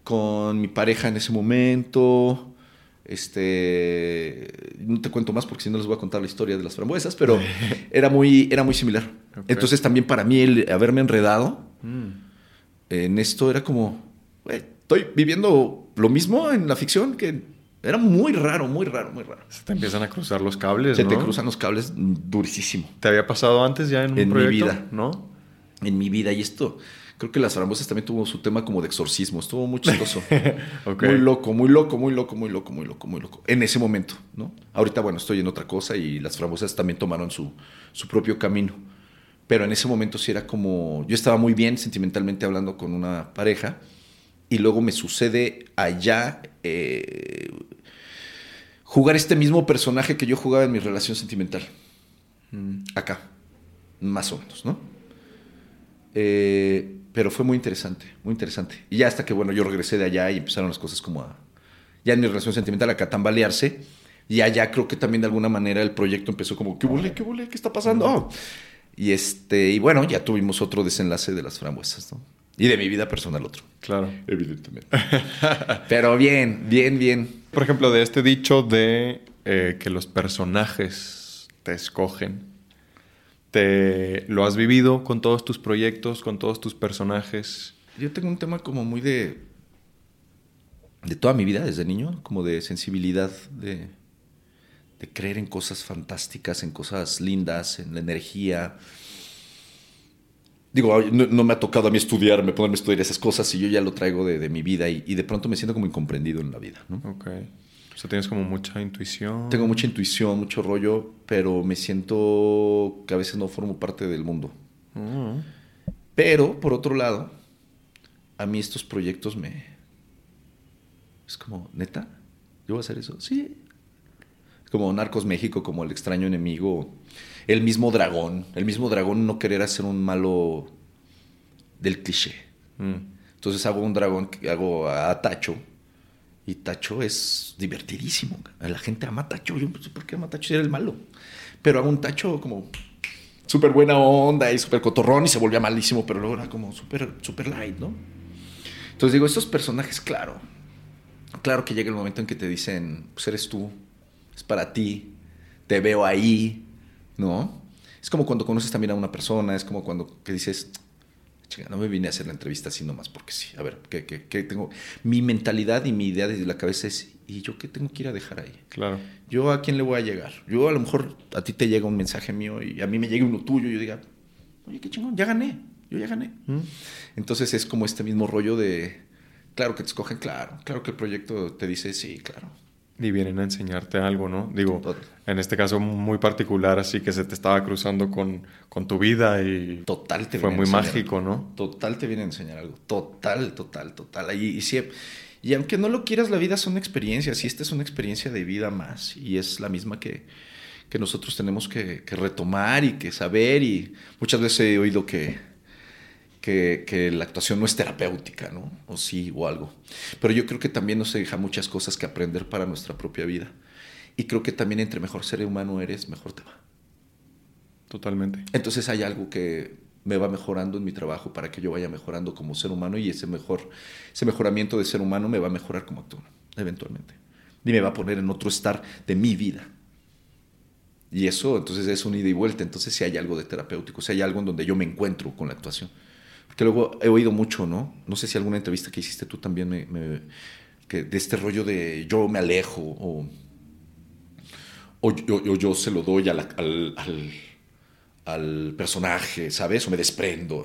con mi pareja en ese momento. Este, no te cuento más porque si no les voy a contar la historia de las frambuesas, pero era muy, era muy similar. Okay. Entonces también para mí el haberme enredado mm. en esto era como, güey, estoy viviendo lo mismo en la ficción que era muy raro, muy raro, muy raro. Se te empiezan a cruzar los cables, Se ¿no? te cruzan los cables durísimo. ¿Te había pasado antes ya en un en proyecto? Mi vida. ¿No? En mi vida. Y esto, creo que las frambuesas también tuvo su tema como de exorcismo. Estuvo muy chistoso. Okay. Muy loco, muy loco, muy loco, muy loco, muy loco, muy loco. En ese momento, ¿no? Ahorita, bueno, estoy en otra cosa y las frambuesas también tomaron su, su propio camino. Pero en ese momento sí era como... Yo estaba muy bien sentimentalmente hablando con una pareja y luego me sucede allá... Eh, jugar este mismo personaje que yo jugaba en mi relación sentimental. Mm. Acá. Más o menos, ¿no? Eh, pero fue muy interesante, muy interesante. Y ya hasta que, bueno, yo regresé de allá y empezaron las cosas como a... Ya en mi relación sentimental acá a tambalearse. Y allá creo que también de alguna manera el proyecto empezó como, ¿qué huele? ¿Qué huele? ¿Qué está pasando? Oh. Y, este, y bueno, ya tuvimos otro desenlace de las frambuesas, ¿no? Y de mi vida personal otro. Claro. Evidentemente. Pero bien, bien, bien. Por ejemplo, de este dicho de eh, que los personajes te escogen, ¿te lo has vivido con todos tus proyectos, con todos tus personajes? Yo tengo un tema como muy de... De toda mi vida, desde niño, como de sensibilidad, de, de creer en cosas fantásticas, en cosas lindas, en la energía... Digo, no, no me ha tocado a mí estudiarme, ponerme a estudiar esas cosas y yo ya lo traigo de, de mi vida y, y de pronto me siento como incomprendido en la vida, ¿no? Ok. O sea, tienes como mucha intuición. Tengo mucha intuición, mucho rollo, pero me siento que a veces no formo parte del mundo. Uh-huh. Pero, por otro lado, a mí estos proyectos me... Es como, ¿neta? ¿Yo voy a hacer eso? Sí. Como Narcos México, como El extraño enemigo... El mismo dragón, el mismo dragón no querer hacer un malo del cliché. Mm. Entonces hago un dragón, hago a Tacho, y Tacho es divertidísimo. La gente ama a Tacho, yo no sé por qué ama a Tacho si era el malo. Pero hago un Tacho como súper buena onda y súper cotorrón y se volvía malísimo, pero luego era como súper super light, ¿no? Entonces digo, estos personajes, claro, claro que llega el momento en que te dicen, pues eres tú, es para ti, te veo ahí, ¿no? Es como cuando conoces también a una persona, es como cuando que dices, chinga, no me vine a hacer la entrevista así nomás porque sí. A ver, ¿qué, qué, qué tengo? Mi mentalidad y mi idea desde la cabeza es, ¿y yo qué tengo que ir a dejar ahí? Claro. ¿Yo a quién le voy a llegar? Yo a lo mejor a ti te llega un mensaje mío y a mí me llega uno tuyo y yo diga, oye, qué chingón, ya gané, yo ya gané. ¿Mm? Entonces es como este mismo rollo de, claro que te escogen, claro, claro que el proyecto te dice, sí, claro. Y vienen a enseñarte algo, ¿no? Digo, Total. En este caso muy particular, así que se te estaba cruzando con, con tu vida y total te fue muy mágico, ¿no? Total te viene a enseñar algo. Total, total, total. Y, y, sí, y aunque no lo quieras, la vida son experiencias y esta es una experiencia de vida más y es la misma que, que nosotros tenemos que, que retomar y que saber y muchas veces he oído que... Que, que la actuación no es terapéutica, ¿no? O sí, o algo. Pero yo creo que también nos deja muchas cosas que aprender para nuestra propia vida. Y creo que también entre mejor ser humano eres, mejor te va. Totalmente. Entonces hay algo que me va mejorando en mi trabajo para que yo vaya mejorando como ser humano y ese, mejor, ese mejoramiento de ser humano me va a mejorar como actor, eventualmente. Y me va a poner en otro estar de mi vida. Y eso, entonces, es un ida y vuelta. Entonces, si hay algo de terapéutico, si hay algo en donde yo me encuentro con la actuación. Porque luego he oído mucho, ¿no? No sé si alguna entrevista que hiciste tú también me, me que de este rollo de yo me alejo o, o, yo, o yo se lo doy al, al, al, al personaje, ¿sabes? O me desprendo.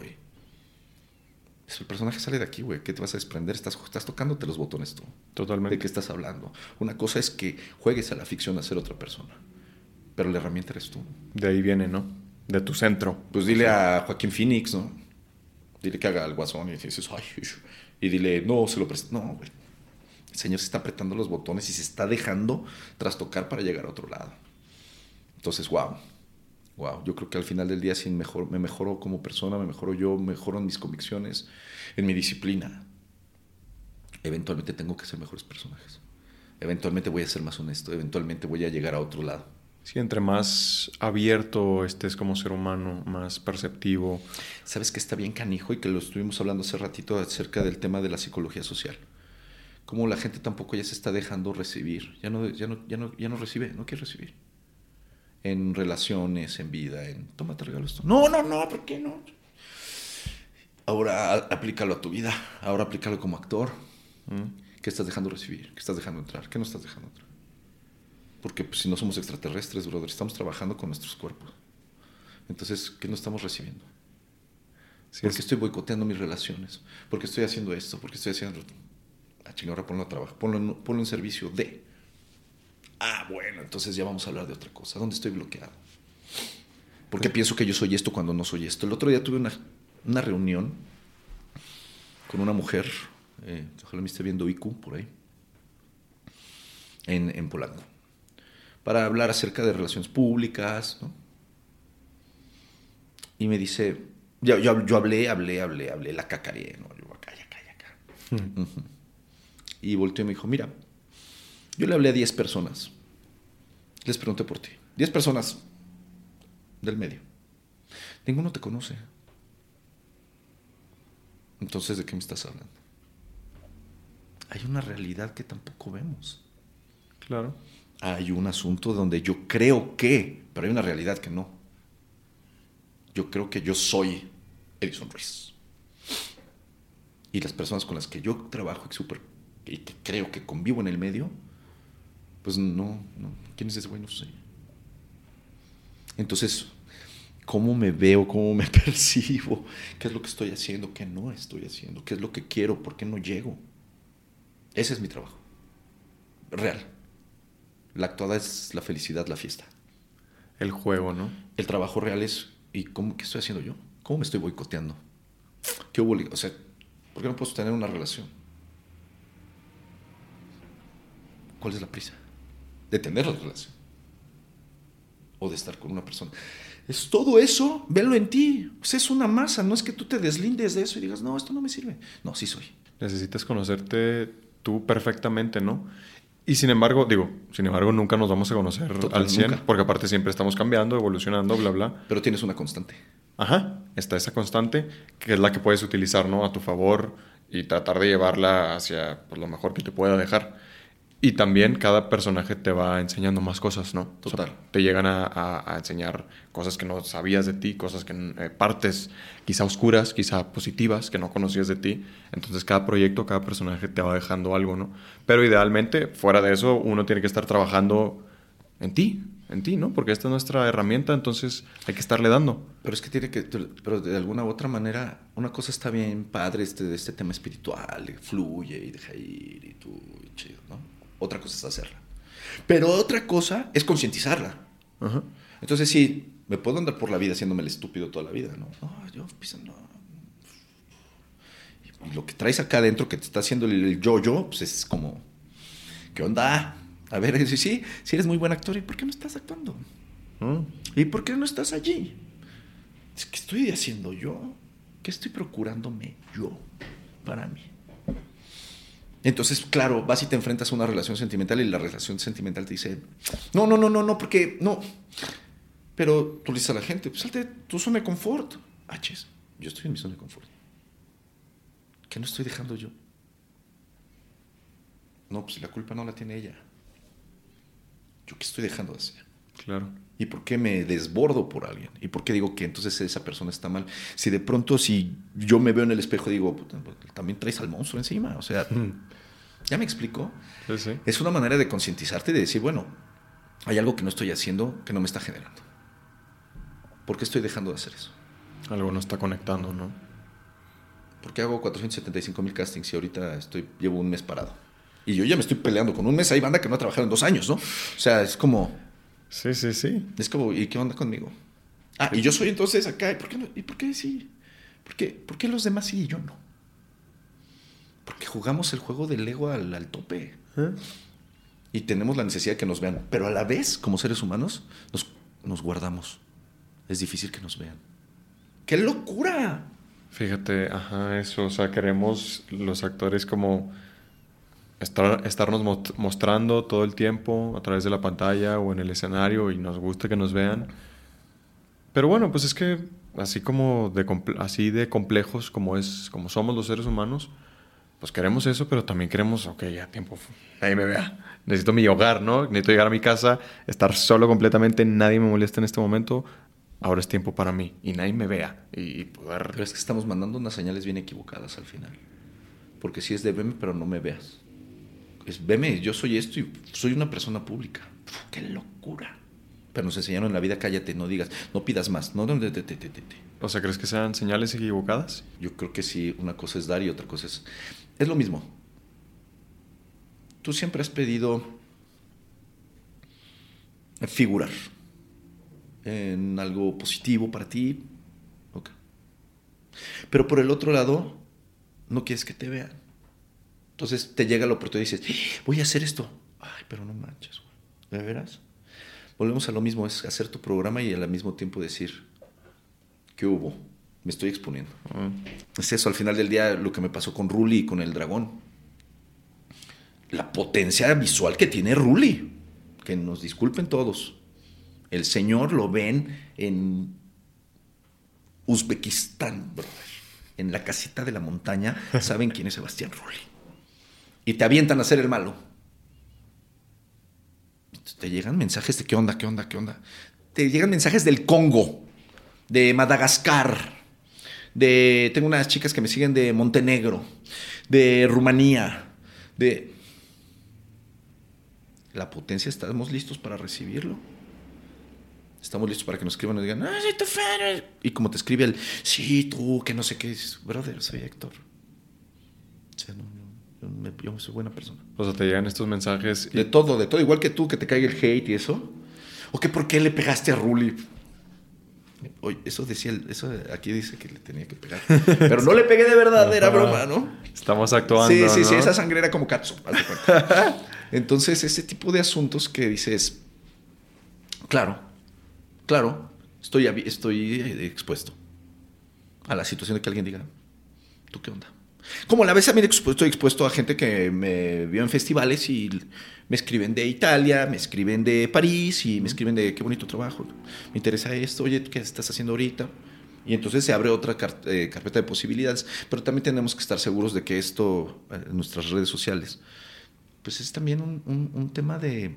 Si el personaje sale de aquí, güey, ¿qué te vas a desprender? Estás, estás tocándote los botones tú. Totalmente. ¿De qué estás hablando? Una cosa es que juegues a la ficción a ser otra persona, pero la herramienta eres tú. De ahí viene, ¿no? De tu centro. Pues dile a Joaquín Phoenix, ¿no? Dile que haga el guasón y dices, ay, y dile, no, se lo presta. No, güey. El señor se está apretando los botones y se está dejando trastocar para llegar a otro lado. Entonces, wow. Wow. Yo creo que al final del día sí mejor, me mejoro como persona, me mejoro yo, mejoro en mis convicciones, en mi disciplina. Eventualmente tengo que ser mejores personajes. Eventualmente voy a ser más honesto. Eventualmente voy a llegar a otro lado. Sí, entre más abierto estés como ser humano, más perceptivo. ¿Sabes que está bien canijo? Y que lo estuvimos hablando hace ratito acerca del tema de la psicología social. Cómo la gente tampoco ya se está dejando recibir. Ya no, ya no, ya no, ya no recibe, no quiere recibir. En relaciones, en vida, en... Tómate regalo esto. No, no, no, ¿por qué no? Ahora aplícalo a tu vida. Ahora aplícalo como actor. ¿Mm? ¿Qué estás dejando recibir? ¿Qué estás dejando entrar? ¿Qué no estás dejando entrar? Porque pues, si no somos extraterrestres, brother, estamos trabajando con nuestros cuerpos. Entonces, ¿qué no estamos recibiendo? Sí, ¿por qué estoy boicoteando mis relaciones? ¿Por qué estoy haciendo esto? ¿Por qué estoy haciendo... Ah, chingada, ahora ponlo a trabajar. Ponlo en, ponlo en servicio de... Ah, bueno, entonces ya vamos a hablar de otra cosa. ¿Dónde estoy bloqueado? Porque pienso que yo soy esto cuando no soy esto. El otro día tuve una, una reunión con una mujer, eh, ojalá me esté viendo I Q por ahí, en, en Polanco, para hablar acerca de relaciones públicas, ¿no? Y me dice, yo, yo, yo hablé, hablé, hablé, hablé, la cacareé, ¿no? Yo acá, acá, acá. Hmm. Uh-huh. Y volteó y me dijo, mira, yo le hablé a diez personas. Les pregunté por ti. diez personas del medio. Ninguno te conoce. Entonces, ¿de qué me estás hablando? Hay una realidad que tampoco vemos. Claro. Hay un asunto donde yo creo que, pero hay una realidad que no. Yo creo que yo soy Edison Ruiz. Y las personas con las que yo trabajo y, super, y que creo que convivo en el medio, pues no, no. ¿Quién es ese güey? No sé. Entonces, ¿cómo me veo? ¿Cómo me percibo? ¿Qué es lo que estoy haciendo? ¿Qué no estoy haciendo? ¿Qué es lo que quiero? ¿Por qué no llego? Ese es mi trabajo. Real. La actuada es la felicidad, la fiesta. El juego, ¿no? El trabajo real es, ¿y cómo, qué estoy haciendo yo? ¿Cómo me estoy boicoteando? ¿Qué hubo? O sea, ¿por qué no puedo tener una relación? ¿Cuál es la prisa? De tener la relación. O de estar con una persona. Es todo eso, velo en ti. O sea, es una masa, no es que tú te deslindes de eso y digas, no, esto no me sirve. No, sí soy. Necesitas conocerte tú perfectamente, ¿no? Y sin embargo, digo, sin embargo, nunca nos vamos a conocer Total, al cien, nunca. Porque aparte siempre estamos cambiando, evolucionando, bla, bla. Pero tienes una constante. Ajá, está esa constante que es la que puedes utilizar, ¿no? A tu favor y tratar de llevarla hacia pues, lo mejor que te pueda dejar. Y también cada personaje te va enseñando más cosas, ¿no? Total. O sea, te llegan a, a, a enseñar cosas que no sabías de ti, cosas que eh, partes quizá oscuras, quizá positivas, que no conocías de ti. Entonces cada proyecto, cada personaje te va dejando algo, ¿no? Pero idealmente, fuera de eso, uno tiene que estar trabajando en ti, en ti, ¿no? Porque esta es nuestra herramienta, entonces hay que estarle dando. Pero es que tiene que, pero de alguna u otra manera, una cosa está bien padre, este, este tema espiritual, fluye y deja ir y tú, y chido, ¿no? Otra cosa es hacerla. Pero otra cosa es concientizarla. Uh-huh. Entonces, sí, me puedo andar por la vida haciéndome el estúpido toda la vida, ¿no? No, yo pisando. Y lo que traes acá adentro que te está haciendo el yo-yo, pues es como, ¿qué onda? A ver, sí, sí, sí eres muy buen actor, ¿y por qué no estás actuando? Uh-huh. ¿Y por qué no estás allí? ¿Qué estoy haciendo yo? ¿Qué estoy procurándome yo para mí? Entonces, claro, vas y te enfrentas a una relación sentimental y la relación sentimental te dice, no, no, no, no, no, porque no. Pero tú le dices a la gente, pues salte de tu zona de confort. Ah, ches, yo estoy en mi zona de confort. ¿Qué no estoy dejando yo? No, pues la culpa no la tiene ella. ¿Yo qué estoy dejando de hacer? Claro. ¿Y por qué me desbordo por alguien? ¿Y por qué digo que entonces esa persona está mal? Si de pronto, si yo me veo en el espejo y digo, puta, también traes al monstruo encima. O sea, ¿ya me explico? Sí, sí. Es una manera de concientizarte y de decir, bueno, hay algo que no estoy haciendo que no me está generando. ¿Por qué estoy dejando de hacer eso? Algo no está conectando, ¿no? ¿Por qué hago cuatrocientos setenta y cinco mil castings y ahorita estoy, llevo un mes parado? Y yo ya me estoy peleando con un mes. Hay banda que no ha trabajado en dos años, ¿no? O sea, es como... Sí, sí, sí. Es como, ¿y qué onda conmigo? Ah, y yo soy entonces acá. ¿Y por qué, no? ¿Y por qué sí? ¿Por qué, ¿Por qué los demás sí y yo no? Porque jugamos el juego del ego al, al tope. ¿Eh? Y tenemos la necesidad de que nos vean. Pero a la vez, como seres humanos, nos, nos guardamos. Es difícil que nos vean. ¡Qué locura! Fíjate, ajá, eso. O sea, queremos los actores como... Estar, estarnos mostrando todo el tiempo a través de la pantalla o en el escenario y nos gusta que nos vean. Pero bueno, pues es que así como de, así de complejos como, es, como somos los seres humanos, pues queremos eso, pero también queremos, ok, ya tiempo, nadie me vea. Necesito mi hogar, ¿no? Necesito llegar a mi casa, estar solo completamente, nadie me molesta en este momento. Ahora es tiempo para mí y nadie me vea y poder... Pero es que estamos mandando unas señales bien equivocadas al final. Porque si es de veme, pero no me veas. Es veme, yo soy esto y soy una persona pública. Uf, ¡qué locura! Pero nos enseñaron en la vida, cállate, no digas, no pidas más. No, no, te, te, te, te, te. O sea, ¿crees que sean señales equivocadas? Yo creo que sí, una cosa es dar y otra cosa es... Es lo mismo. Tú siempre has pedido figurar en algo positivo para ti. Okay. Pero por el otro lado, no quieres que te vean. Entonces te llega la oportunidad y dices, voy a hacer esto. Ay, pero no manches, güey. ¿De veras? Volvemos a lo mismo, es hacer tu programa y al mismo tiempo decir, ¿qué hubo? Me estoy exponiendo. Uh-huh. Es eso, al final del día, lo que me pasó con Ruli y con el dragón. La potencia visual que tiene Ruli. Que nos disculpen todos. El señor lo ven en Uzbekistán, brother. En la casita de la montaña, saben quién es Sebastián Rulli. Y te avientan a hacer el malo. Te llegan mensajes de qué onda, qué onda, qué onda. Te llegan mensajes del Congo, de Madagascar, de... Tengo unas chicas que me siguen de Montenegro, de Rumanía, de... La potencia, estamos listos para recibirlo. Estamos listos para que nos escriban y nos digan, ¡ah, soy tu fan! Y como te escribe el, sí, tú, que no sé qué, dices, brother, soy Héctor. O sea, no, no, yo, yo soy buena persona. O sea, te llegan estos mensajes. Y... De todo, de todo. Igual que tú, que te caiga el hate y eso. O que por qué le pegaste a Ruli. Oye, eso decía, el, eso aquí dice que le tenía que pegar. Pero no le pegué de verdad, era broma, ¿no? Estamos actuando, Sí, sí, ¿no? sí, esa sangre era como katsu. Entonces, ese tipo de asuntos que dices, claro, claro, estoy, estoy expuesto a la situación de que alguien diga, ¿tú qué onda? Como a la vez también estoy expuesto a gente que me vio en festivales y me escriben de Italia, me escriben de París y me escriben de qué bonito trabajo, me interesa esto, oye, ¿qué estás haciendo ahorita? Y entonces se abre otra car- eh, carpeta de posibilidades, pero también tenemos que estar seguros de que esto, en nuestras redes sociales, pues es también un, un, un tema de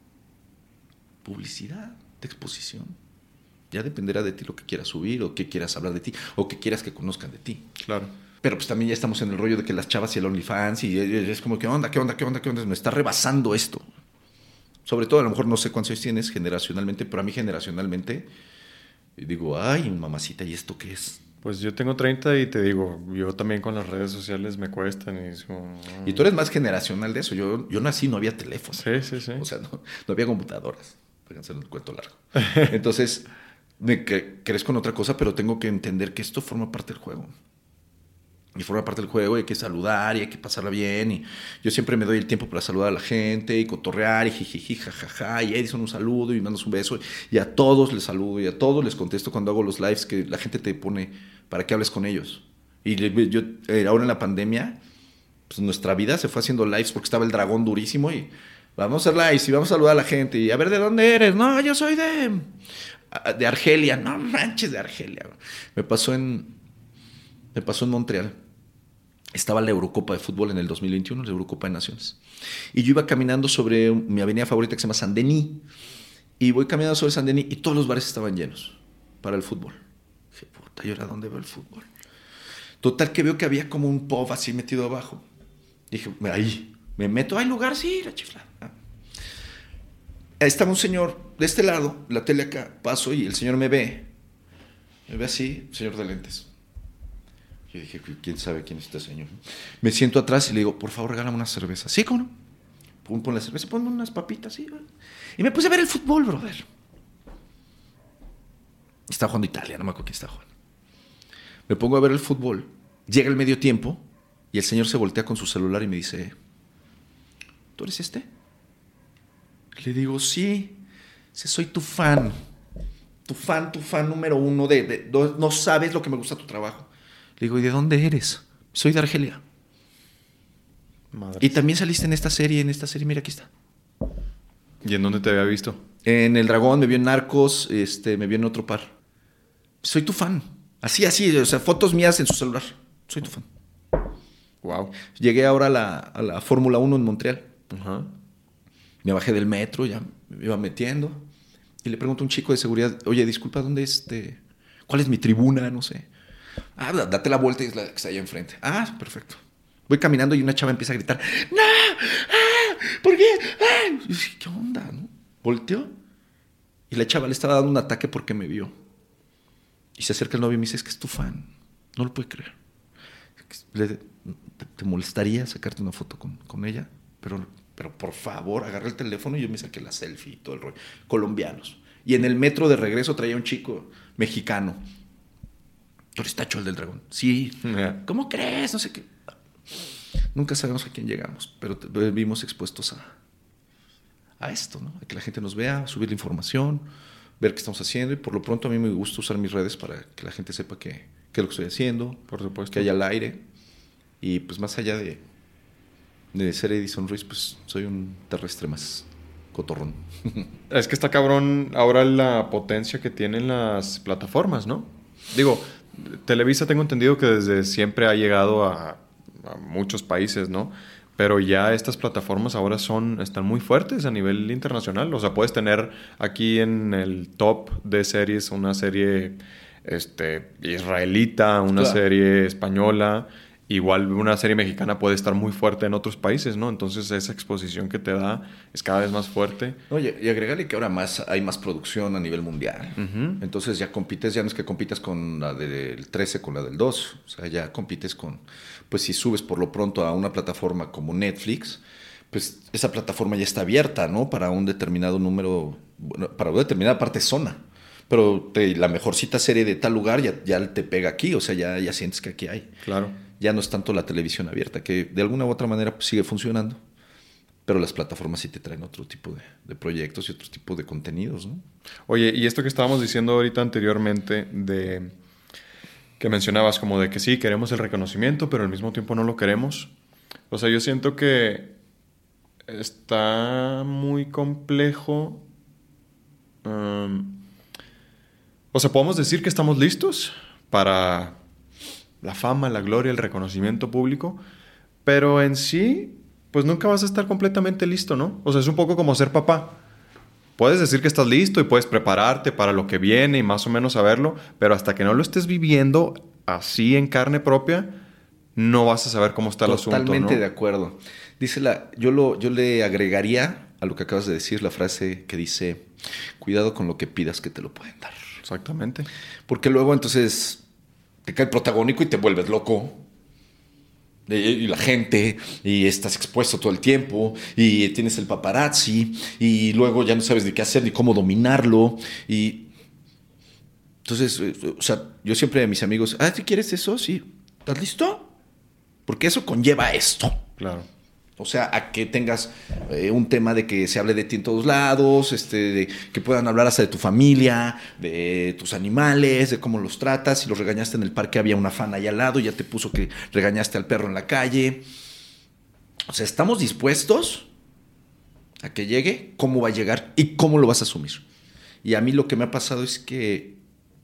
publicidad, de exposición. Ya dependerá de ti lo que quieras subir o qué quieras hablar de ti o qué quieras que conozcan de ti. Claro. Pero pues también ya estamos en el rollo de que las chavas y el OnlyFans y es como, ¿qué onda, qué onda, qué onda, qué onda? Me está rebasando esto. Sobre todo, a lo mejor no sé cuántos años tienes generacionalmente, pero a mí generacionalmente digo, ay, mamacita, ¿y esto qué es? Pues yo tengo treinta y te digo, yo también con las redes sociales me cuestan. Y, como... y tú eres más generacional de eso. Yo, yo nací, no había teléfono. Sí, sí, sí. O sea, no, no había computadoras. Fíjense en el cuento largo. Entonces, me cre- crezco en otra cosa, pero tengo que entender que esto forma parte del juego. Y forma parte del juego y hay que saludar y hay que pasarla bien. Y yo siempre me doy el tiempo para saludar a la gente y cotorrear y jijiji, jajaja. Y Edison un saludo y mandas un beso. Y a todos les saludo y a todos les contesto cuando hago los lives que la gente te pone para que hables con ellos. Y yo, eh, ahora en la pandemia, pues nuestra vida se fue haciendo lives porque estaba el dragón durísimo y vamos a hacer lives y vamos a saludar a la gente. Y a ver, ¿de dónde eres? No, yo soy de, de Argelia. No manches, de Argelia. Me pasó en, me pasó en Montreal. Estaba la Eurocopa de fútbol en el dos mil veintiuno, la Eurocopa de Naciones. Y yo iba caminando sobre mi avenida favorita que se llama Saint-Denis. Y voy caminando sobre Saint-Denis y todos los bares estaban llenos para el fútbol. Dije, puta, ¿y ahora dónde veo el fútbol? Total que veo que había como un pub así metido abajo. Dije, ahí, me meto, ¿hay lugar? Sí, la chiflada. Ah. Estaba un señor de este lado, la tele acá, paso y el señor me ve. Me ve así, señor de lentes. Yo dije, ¿quién sabe quién es este señor? Me siento atrás y le digo, por favor, regálame una cerveza. ¿Sí, cómo no? Pon, pon la cerveza, ponme unas papitas, sí. Y me puse a ver el fútbol, brother. Estaba jugando Italia, no me acuerdo quién estaba jugando. Me pongo a ver el fútbol. Llega el medio tiempo y el señor se voltea con su celular y me dice, ¿tú eres este? Le digo, sí, sí soy tu fan. Tu fan, tu fan número uno. De, de, de, no sabes lo que me gusta tu trabajo. Le digo, ¿y de dónde eres? Soy de Argelia. Madre. Y también saliste en esta serie, en esta serie, mira, aquí está. ¿Y en dónde te había visto? En El Dragón, me vio en Narcos, este, me vio en otro par. Soy tu fan. Así, así, o sea, fotos mías en su celular. Soy tu fan. Wow. Llegué ahora a la, a la Fórmula uno en Montreal. Ajá. Me bajé del metro, ya me iba metiendo. Y le pregunto a un chico de seguridad, oye, disculpa, ¿dónde es este? ¿Cuál es mi tribuna? No sé. Ah, date la vuelta y es la que está allá enfrente. Ah, perfecto. Voy caminando y una chava empieza a gritar, ¡no! ¡Ah! ¿Por qué? ¡Ah! Y yo dije, ¿qué onda? ¿No? Volteó y la chava le estaba dando un ataque porque me vio. Y se acerca el novio y me dice, es que es tu fan. No lo puede creer. Le, te, ¿Te molestaría sacarte una foto con, con ella? Pero, pero por favor, agarré el teléfono y yo me saqué la selfie y todo el rollo. Colombianos. Y en el metro de regreso traía un chico mexicano. Oristacho, el del dragón. Sí. Yeah. ¿Cómo crees? No sé qué. Nunca sabemos a quién llegamos, pero vivimos expuestos a, a esto, ¿no? A que la gente nos vea, subir la información, ver qué estamos haciendo. Y por lo pronto a mí me gusta usar mis redes para que la gente sepa qué, qué es lo que estoy haciendo. Por supuesto. Que haya al aire. Y pues más allá de, de ser Edison Ruiz, pues soy un terrestre más cotorrón. Es que está cabrón ahora la potencia que tienen las plataformas, ¿no? Digo, Televisa tengo entendido que desde siempre ha llegado a, a muchos países, ¿no? Pero ya estas plataformas ahora son, están muy fuertes a nivel internacional. O sea, puedes tener aquí en el top de series una serie este, israelita, una Claro. serie española. Igual una serie mexicana puede estar muy fuerte en otros países, ¿no? Entonces esa exposición que te da es cada vez más fuerte. Oye, y agregarle que ahora más hay más producción a nivel mundial. Uh-huh. Entonces ya compites, ya no es que compitas con la del trece, con la del dos. O sea, ya compites con... Pues si subes por lo pronto a una plataforma como Netflix, pues esa plataforma ya está abierta, ¿no? Para un determinado número, bueno, para una determinada parte zona. Pero te, la mejorcita serie de tal lugar ya, ya te pega aquí, o sea, ya, ya sientes que aquí hay. Claro. Ya no es tanto la televisión abierta, que de alguna u otra manera pues, sigue funcionando, pero las plataformas sí te traen otro tipo de, de proyectos y otro tipo de contenidos, ¿no? Oye, y esto que estábamos diciendo ahorita anteriormente, de que mencionabas como de que sí, queremos el reconocimiento, pero al mismo tiempo no lo queremos. O sea, yo siento que está muy complejo. Um, o sea, podemos decir que estamos listos para la fama, la gloria, el reconocimiento público, pero en sí, pues nunca vas a estar completamente listo, ¿no? O sea, es un poco como ser papá. Puedes decir que estás listo y puedes prepararte para lo que viene y más o menos saberlo, pero hasta que no lo estés viviendo así en carne propia, no vas a saber cómo está el asunto, ¿no? Totalmente de acuerdo. Dice la, yo, lo, yo le agregaría a lo que acabas de decir la frase que dice, cuidado con lo que pidas que te lo pueden dar. Exactamente. Porque luego entonces te cae el protagónico y te vuelves loco. Y la gente, y estás expuesto todo el tiempo, y tienes el paparazzi, y luego ya no sabes de qué hacer ni cómo dominarlo. Y entonces, o sea, yo siempre a mis amigos, ah, ¿tú quieres eso? Sí. ¿Estás listo? Porque eso conlleva esto. Claro. O sea, a que tengas eh, un tema de que se hable de ti en todos lados, este, de que puedan hablar hasta de tu familia, de tus animales, de cómo los tratas. Si los regañaste en el parque, había una fan ahí al lado, ya te puso que regañaste al perro en la calle. O sea, ¿estamos dispuestos a que llegue? ¿Cómo va a llegar? ¿Y cómo lo vas a asumir? Y a mí lo que me ha pasado es que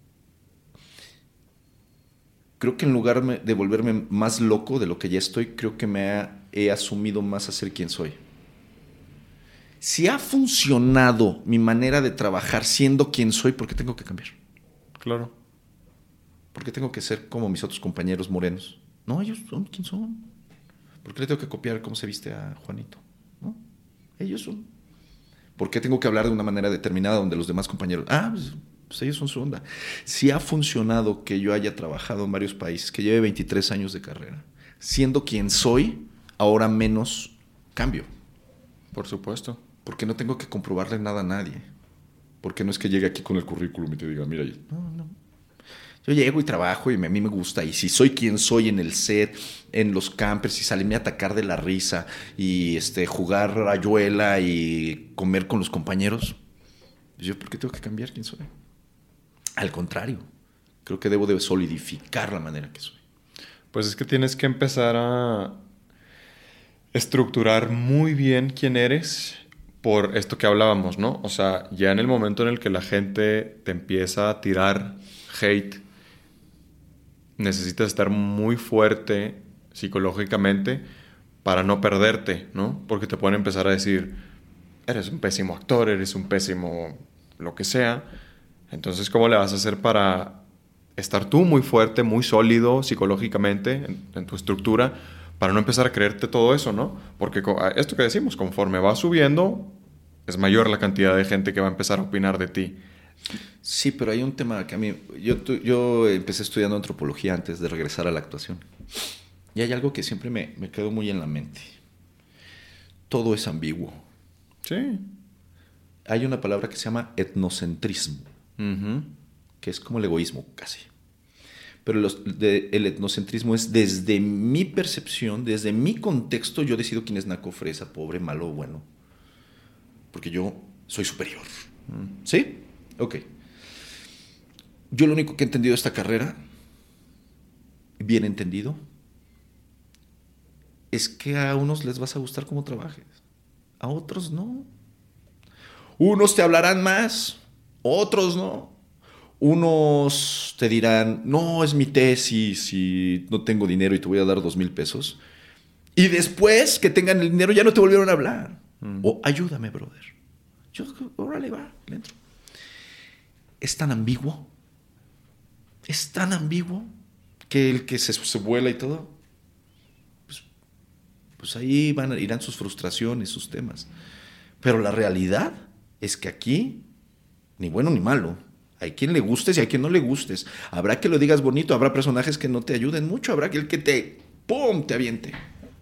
creo que en lugar de volverme más loco de lo que ya estoy, creo que me ha, he asumido más a ser quien soy. Si ha funcionado mi manera de trabajar siendo quien soy, ¿por qué tengo que cambiar? Claro. ¿Por qué tengo que ser como mis otros compañeros morenos? No, ellos son quien son. ¿Por qué le tengo que copiar cómo se viste a Juanito? ¿No? Ellos son. ¿Por qué tengo que hablar de una manera determinada donde los demás compañeros... Ah, pues... pues ellos son su onda. Si ha funcionado que yo haya trabajado en varios países, que lleve veintitrés años de carrera, siendo quien soy, ahora menos cambio. Por supuesto. Porque no tengo que comprobarle nada a nadie. Porque no es que llegue aquí con el currículum y te diga, mira, no, no. Yo llego y trabajo y a mí me gusta. Y si soy quien soy en el set, en los campers, y salirme a atacar de la risa y este, jugar rayuela y comer con los compañeros, ¿yo por qué tengo que cambiar quién soy? Al contrario, creo que debo de solidificar la manera que soy. Pues es que tienes que empezar a estructurar muy bien quién eres por esto que hablábamos, ¿no? O sea, ya en el momento en el que la gente te empieza a tirar hate, necesitas estar muy fuerte psicológicamente para no perderte, ¿no? Porque te pueden empezar a decir, eres un pésimo actor, eres un pésimo lo que sea. Entonces, ¿cómo le vas a hacer para estar tú muy fuerte, muy sólido psicológicamente en, en tu estructura, para no empezar a creerte todo eso, ¿no? Porque esto que decimos, conforme va subiendo, es mayor la cantidad de gente que va a empezar a opinar de ti. Sí, pero hay un tema que a mí... Yo, yo empecé estudiando antropología antes de regresar a la actuación. Y hay algo que siempre me, me quedó muy en la mente. Todo es ambiguo. Sí. Hay una palabra que se llama etnocentrismo, Uh-huh. que es como el egoísmo casi. Pero los, de, el etnocentrismo es desde mi percepción, desde mi contexto, yo decido quién es naco, fresa, pobre, malo o bueno. Porque yo soy superior. Mm. ¿Sí? Ok. Yo lo único que he entendido de esta carrera, bien entendido, es que a unos les vas a gustar cómo trabajes, a otros no. Unos te hablarán más, otros no. Unos te dirán, no, es mi tesis y no tengo dinero y te voy a dar dos mil pesos. Y después que tengan el dinero ya no te volvieron a hablar. Mm. O ayúdame, brother. Yo, órale, va, le entro. Es tan ambiguo, es tan ambiguo que el que se, se vuela y todo, pues, pues ahí van, irán sus frustraciones, sus temas. Pero la realidad es que aquí, ni bueno ni malo, hay quien le gustes y hay quien no le gustes. Habrá que lo digas bonito, habrá personajes que no te ayuden mucho, habrá el que te, ¡pum!, te aviente.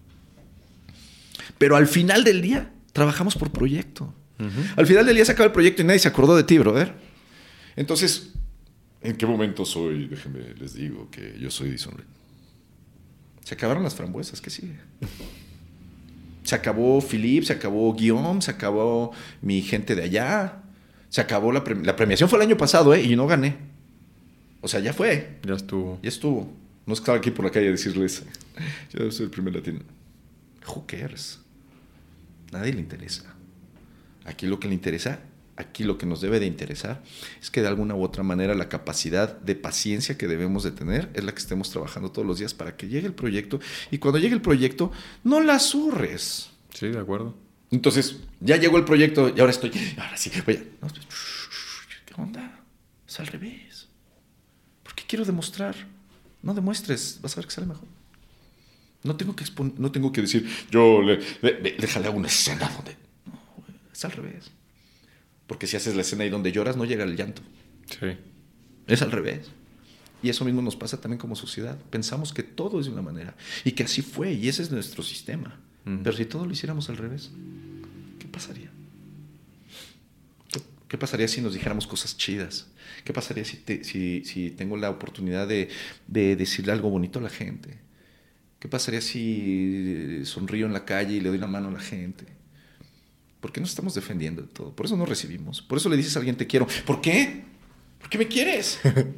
Pero al final del día, trabajamos por proyecto. Uh-huh. Al final del día se acaba el proyecto y nadie se acordó de ti, brother. Entonces, ¿en qué momento soy? Déjenme, les digo que yo soy Edison. Se acabaron las frambuesas, ¿qué sigue? Se acabó Philippe, se acabó Guillaume, se acabó mi gente de allá. Se acabó la, pre- la premiación, fue el año pasado, ¿eh? Y no gané. O sea, ya fue. Ya estuvo. Ya estuvo. No estaba aquí por la calle a decirles, yo soy el primer latino. Who cares? Nadie le interesa. Aquí lo que le interesa, aquí lo que nos debe de interesar, es que de alguna u otra manera la capacidad de paciencia que debemos de tener es la que estemos trabajando todos los días para que llegue el proyecto. Y cuando llegue el proyecto, no la zurres. Sí, de acuerdo. Entonces, ya llegó el proyecto y ahora estoy, ahora sí, oye, no, ¿qué onda? Es al revés. ¿Por qué quiero demostrar? No demuestres, vas a ver que sale mejor. No tengo que expon- no tengo que decir, yo le, le, le, le jalé a una escena donde... No, es al revés. Porque si haces la escena ahí donde lloras, no llega el llanto. Sí. Es al revés. Y eso mismo nos pasa también como sociedad. Pensamos que todo es de una manera y que así fue y ese es nuestro sistema. Mm. Pero si todo lo hiciéramos al revés, ¿qué pasaría? ¿Qué, qué pasaría si nos dijéramos cosas chidas? ¿Qué pasaría si, te, si, si tengo la oportunidad de, de decirle algo bonito a la gente? ¿Qué pasaría si sonrío en la calle y le doy la mano a la gente? ¿Por qué nos estamos defendiendo de todo? Por eso no recibimos. Por eso le dices a alguien te quiero. ¿Por qué? ¿Por qué me quieres?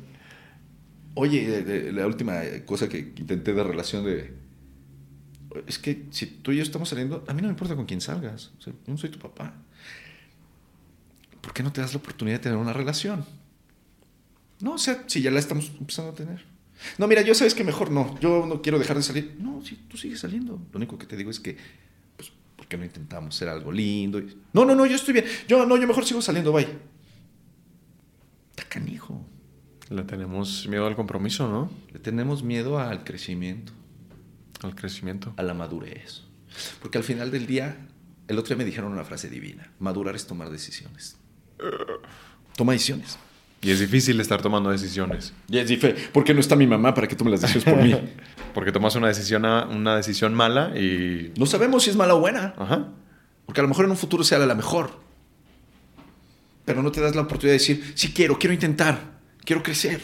Oye, la última cosa que intenté de relación de... Es que si tú y yo estamos saliendo, a mí no me importa con quién salgas. O sea, yo no soy tu papá. ¿Por qué no te das la oportunidad de tener una relación? No, o sea, si ya la estamos empezando a tener. No, mira, yo sabes que mejor no. Yo no quiero dejar de salir. No, sí, tú sigues saliendo. Lo único que te digo es que, pues, ¿por qué no intentamos hacer algo lindo? No, no, no, yo estoy bien. Yo no, yo mejor sigo saliendo, bye. Está canijo. Le tenemos miedo al compromiso, ¿no? Le tenemos miedo al crecimiento. Al crecimiento. A la madurez. Porque al final del día, el otro día me dijeron una frase divina. Madurar es tomar decisiones. Toma decisiones. Y es difícil estar tomando decisiones. Y es difícil. ¿Por qué no está mi mamá para que tome las decisiones por mí? Porque tomas una decisión, una decisión mala y... No sabemos si es mala o buena. Ajá. Porque a lo mejor en un futuro sea la mejor. Pero no te das la oportunidad de decir, sí quiero, quiero intentar, quiero crecer.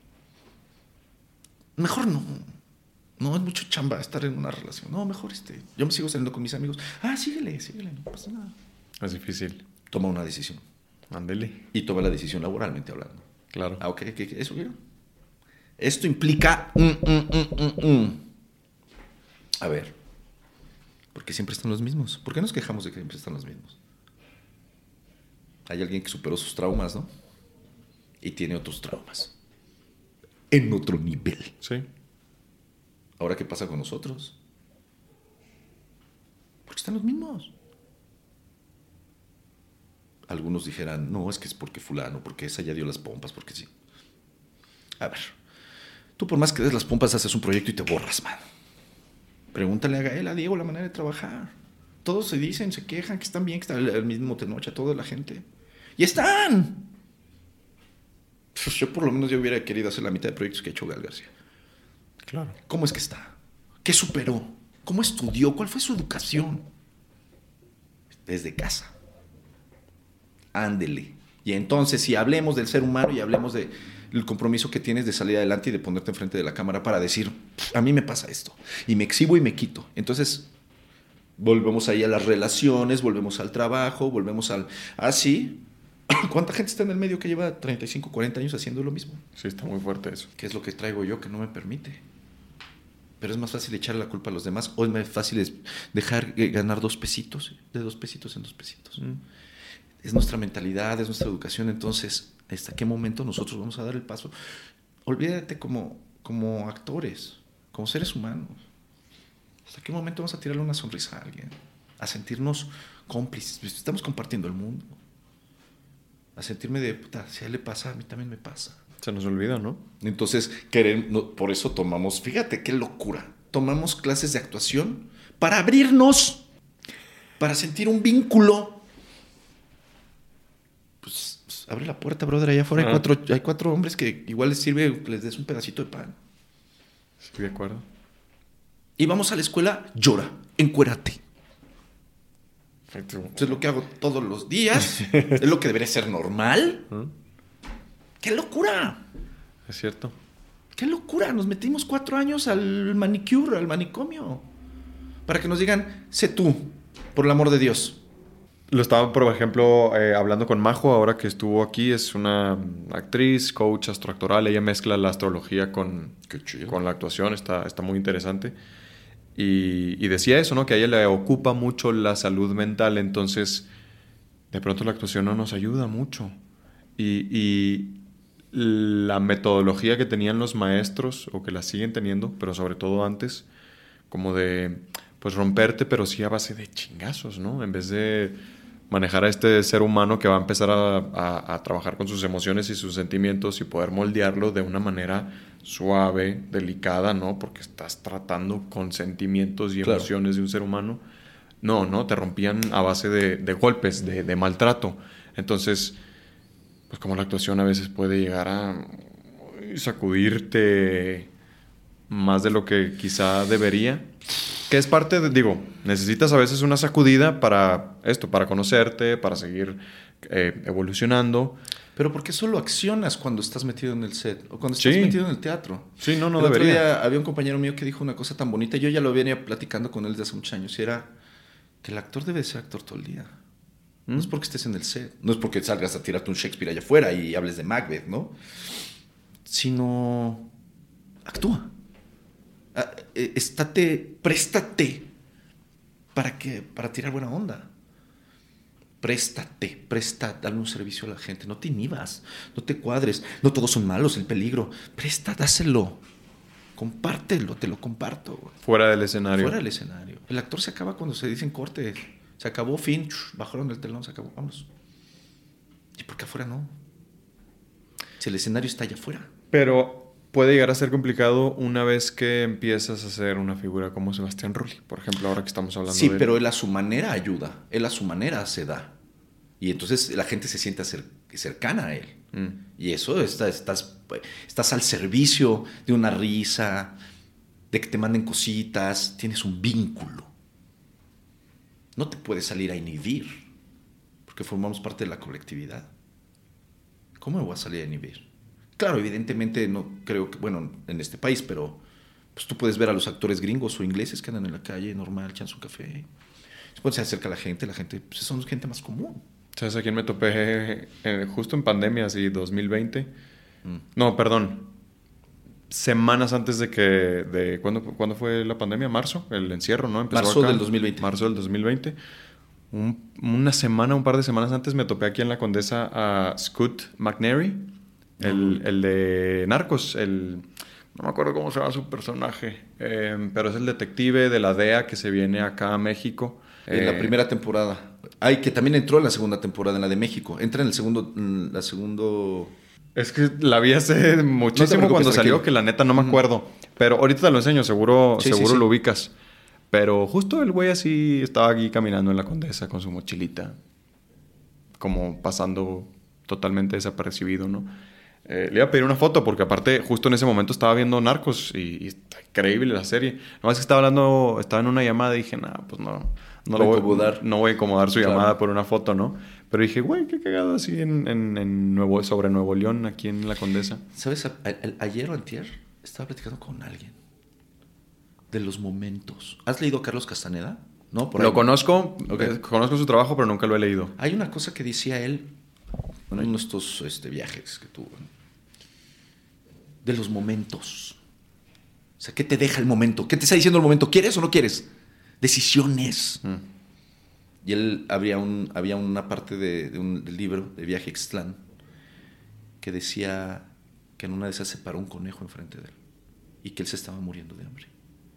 Mejor no. No es mucho chamba estar en una relación. No, mejor este. Yo me sigo saliendo con mis amigos. Ah, síguele, síguele, no pasa nada. Es difícil. Toma una decisión. Ándele. Y toma la decisión laboralmente hablando. Claro. Ah, ok, okay, okay. Eso quiero. Esto implica... Mm, mm, mm, mm, mm. A ver. ¿Por qué siempre están los mismos? ¿Por qué nos quejamos de que siempre están los mismos? Hay alguien que superó sus traumas, ¿no? Y tiene otros traumas. En otro nivel. Sí. Ahora, ¿qué pasa con nosotros? Porque están los mismos. Algunos dijeran, no, es que es porque fulano, porque esa ya dio las pompas, porque sí. A ver, tú por más que des las pompas haces un proyecto y te borras, man. Pregúntale a Gael, a Diego, la manera de trabajar. Todos se dicen, se quejan, que están bien, que está el mismo Tenoch, toda la gente. ¡Y están! Pues yo por lo menos yo hubiera querido hacer la mitad de proyectos que ha hecho Gael García. Claro. ¿Cómo es que está? ¿Qué superó? ¿Cómo estudió? ¿Cuál fue su educación? Desde casa. Ándele. Y entonces, si hablemos del ser humano y hablemos del compromiso que tienes de salir adelante y de ponerte enfrente de la cámara para decir, a mí me pasa esto. Y me exhibo y me quito. Entonces, volvemos ahí a las relaciones, volvemos al trabajo, volvemos al... Ah, sí. ¿Cuánta gente está en el medio que lleva treinta y cinco, cuarenta años haciendo lo mismo? Sí, está muy fuerte eso. ¿Qué es lo que traigo yo que no me permite? Pero es más fácil echarle la culpa a los demás. O es más fácil dejar ganar dos pesitos, de dos pesitos en dos pesitos. Mm. Es nuestra mentalidad, es nuestra educación. Entonces, ¿hasta qué momento nosotros vamos a dar el paso? Olvídate como, como actores, como seres humanos. ¿Hasta qué momento vamos a tirarle una sonrisa a alguien? A sentirnos cómplices. Estamos compartiendo el mundo. A sentirme de, puta, si a él le pasa, a mí también me pasa. Se nos olvida, ¿no? Entonces, querer, no, por eso tomamos, fíjate qué locura, tomamos clases de actuación para abrirnos, para sentir un vínculo. Pues, pues abre la puerta, brother, allá afuera hay cuatro, hay cuatro hombres que igual les sirve que les des un pedacito de pan. Estoy de acuerdo. Y vamos a la escuela, llora, encuérate. Eso es lo que hago todos los días. Es lo que debería ser normal. ¿Mm? ¡Qué locura! Es cierto. ¡Qué locura! Nos metimos cuatro años al manicure, al manicomio. Para que nos digan, sé tú, por el amor de Dios. Lo estaba, por ejemplo, eh, hablando con Majo, ahora que estuvo aquí. Es una actriz, coach astroactoral. Ella mezcla la astrología con, con la actuación. Está, está muy interesante. Y, y decía eso, ¿no? Que a ella le ocupa mucho la salud mental. Entonces, de pronto la actuación no nos ayuda mucho. Y, y la metodología que tenían los maestros, o que la siguen teniendo, pero sobre todo antes, como de, pues, romperte, pero sí a base de chingazos, ¿no? En vez de manejar a este ser humano que va a empezar a, a, a trabajar con sus emociones y sus sentimientos y poder moldearlo de una manera suave, delicada, ¿no? Porque estás tratando con sentimientos y claro. emociones de un ser humano. No, no, te rompían a base de, de golpes, de, de maltrato. Entonces, pues como la actuación a veces puede llegar a sacudirte más de lo que quizá debería. Que es parte de, digo, necesitas a veces una sacudida para esto, para conocerte, para seguir eh, evolucionando. Pero ¿por qué solo accionas cuando estás metido en el set? O cuando estás sí. metido en el teatro. Sí, no, no el debería. Otro día había un compañero mío que dijo una cosa tan bonita. Yo ya lo venía platicando con él desde hace muchos años. Y era que el actor debe ser actor todo el día. ¿Mm? No es porque estés en el set. No es porque salgas a tirarte un Shakespeare allá afuera y hables de Macbeth, ¿no? Sino actúa. Estate, préstate para, que, para tirar buena onda. Préstate, presta, dale un servicio a la gente. No te inhibas, no te cuadres. No todos son malos, el peligro. Presta, dáselo. Compártelo, te lo comparto. Fuera del escenario. Fuera del escenario. El actor se acaba cuando se dicen corte. Se acabó, fin, bajaron el telón, se acabó, vámonos. ¿Y por qué afuera no? Si el escenario está allá afuera. Pero puede llegar a ser complicado una vez que empiezas a hacer una figura como Sebastián Rulli, por ejemplo, ahora que estamos hablando sí, de él. Sí, pero él a su manera ayuda, él a su manera se da. Y entonces la gente se siente cer- cercana a él. Mm. Y eso, está, estás, estás al servicio de una risa, de que te manden cositas, tienes un vínculo. No te puedes salir a inhibir, porque formamos parte de la colectividad. ¿Cómo me voy a salir a inhibir? Claro, evidentemente no creo que, bueno, en este país, pero pues tú puedes ver a los actores gringos o ingleses que andan en la calle normal, echan su café. Después se acerca la gente, la gente, pues son gente más común. ¿Sabes a quién me topé eh, justo en pandemia, así, dos mil veinte? Mm. No, perdón. Semanas antes de que, de, ¿cuándo, ¿cuándo fue la pandemia? ¿Marzo? El encierro, ¿no? Empezó Marzo acá, del dos mil veinte. Marzo del dos mil veinte. Un, una semana, un par de semanas antes me topé aquí en la Condesa a Scoot McNairy. El, el de Narcos, el... No me acuerdo cómo se llama su personaje, eh, pero es el detective de la D E A que se viene acá a México. En Eh, la primera temporada. Ay, que también entró en la segunda temporada, en la de México. Entra en el segundo, en la segundo... Es que la vi hace muchísimo preocupes, cuando salió, tranquilo. que la neta no me Ujú. acuerdo. Pero ahorita te lo enseño, seguro, Sí, sí, seguro sí. lo ubicas. Pero justo el güey así estaba aquí caminando en la Condesa con su mochilita. Como pasando totalmente desapercibido, ¿no? Eh, le iba a pedir una foto porque aparte justo en ese momento estaba viendo Narcos y, y está increíble la serie. Nada más que estaba hablando, estaba en una llamada y dije, nah, pues no, no, Voy lo a voy, incomodar. no voy a incomodar su Claro. llamada por una foto, ¿no? Pero dije, güey, qué cagado así en, en, en Nuevo, sobre Nuevo León, aquí en la Condesa. ¿Sabes? A- a- ayer o antier estaba platicando con alguien de los momentos. ¿Has leído a Carlos Castaneda? No, por ahí. Lo conozco, Ok. eh, conozco su trabajo, pero nunca lo he leído. Hay una cosa que decía él en uno de estos este, viajes que tuvo. De los momentos. O sea, ¿qué te deja el momento? ¿Qué te está diciendo el momento? ¿Quieres o no quieres? Decisiones. Mm. Y él había, un, había una parte de, de un, del libro de Viaje a Ixtlán que decía que en una de esas se paró un conejo enfrente de él y que él se estaba muriendo de hambre.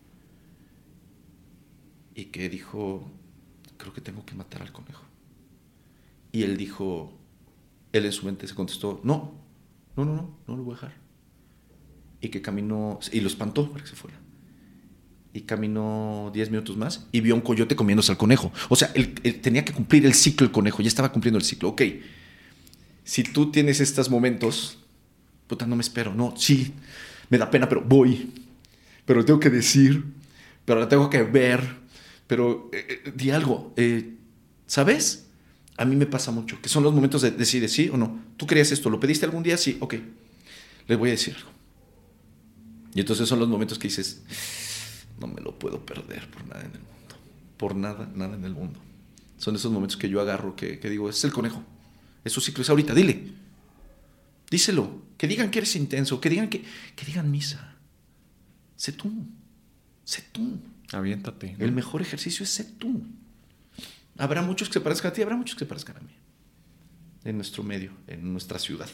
Y que dijo, creo que tengo que matar al conejo. Y él dijo, él en su mente se contestó, no, no, no, no, no lo voy a dejar. Y que caminó, y lo espantó para que se fuera. Y caminó diez minutos más y vio a un coyote comiéndose al conejo. O sea, él, él tenía que cumplir el ciclo el conejo, ya estaba cumpliendo el ciclo. Ok, si tú tienes estos momentos, puta, no me espero, no, sí, me da pena, pero voy. Pero lo tengo que decir, pero lo tengo que ver, pero eh, eh, di algo, eh, ¿sabes? A mí me pasa mucho, que son los momentos de decir sí o no. ¿Tú querías esto? ¿Lo pediste algún día? Sí, ok, les voy a decir algo. Y entonces son los momentos que dices, no me lo puedo perder por nada en el mundo. Por nada, nada en el mundo. Son esos momentos que yo agarro que, que digo, es el conejo. Es su ciclo, es ahorita, dile. Díselo. Que digan que eres intenso, que digan que, que digan misa. Sé tú. Sé tú. Aviéntate, ¿no? El mejor ejercicio es sé tú. Habrá muchos que se parezcan a ti, habrá muchos que se parezcan a mí. En nuestro medio, en nuestra ciudad.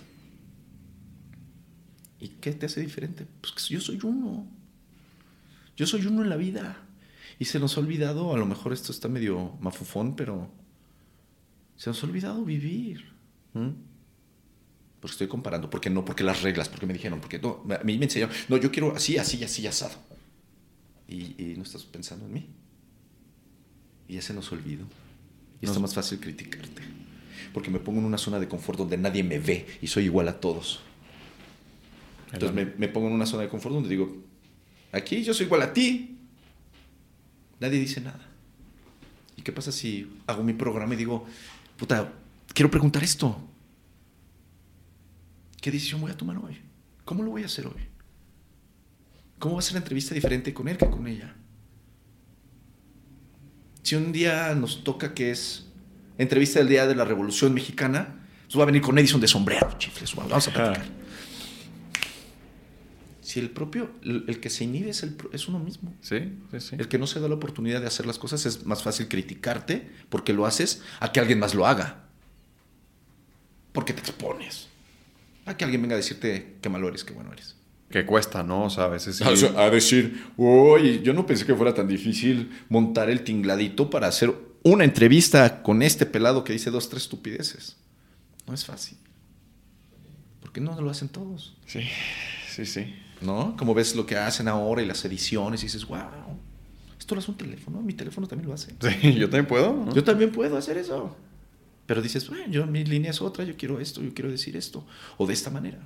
¿Y qué te hace diferente? Pues que yo soy uno. Yo soy uno en la vida. Y se nos ha olvidado, a lo mejor esto está medio mafufón, pero se nos ha olvidado vivir. ¿Mm? Porque estoy comparando, porque no, porque las reglas, porque me dijeron, porque no, a mí me enseñaron, no, yo quiero así, así, así, asado. Y, y no estás pensando en mí. Y ya se nos olvidó. Y No. está más fácil criticarte. Porque me pongo en una zona de confort donde nadie me ve y soy igual a todos. Entonces me, me pongo en una zona de confort donde digo, aquí yo soy igual a ti. Nadie dice nada. ¿Y qué pasa si hago mi programa y digo, puta, quiero preguntar esto? ¿Qué decisión voy a tomar hoy? ¿Cómo lo voy a hacer hoy? ¿Cómo va a ser la entrevista diferente con él que con ella? Si un día nos toca que es entrevista del Día de la Revolución Mexicana, pues va a venir con Edison de sombrero, chifles, vamos a platicar. Si el propio, el, el que se inhibe es, el, es uno mismo. Sí, sí, sí. El que no se da la oportunidad de hacer las cosas, es más fácil criticarte porque lo haces a que alguien más lo haga. Porque te expones. A que alguien venga a decirte qué malo eres, qué bueno eres. Que cuesta, ¿no? O sea, a veces sí. O sea, a decir, oye, yo no pensé que fuera tan difícil montar el tingladito para hacer una entrevista con este pelado que dice dos, tres estupideces. No es fácil. ¿Por qué no lo hacen todos? Sí, sí, sí. ¿No? Como ves lo que hacen ahora y las ediciones y dices, wow, esto lo hace un teléfono, mi teléfono también lo hace. Sí, yo también puedo, ¿no? Yo también puedo hacer eso. Pero dices, bueno, yo, mi línea es otra, yo quiero esto, yo quiero decir esto. O de esta manera.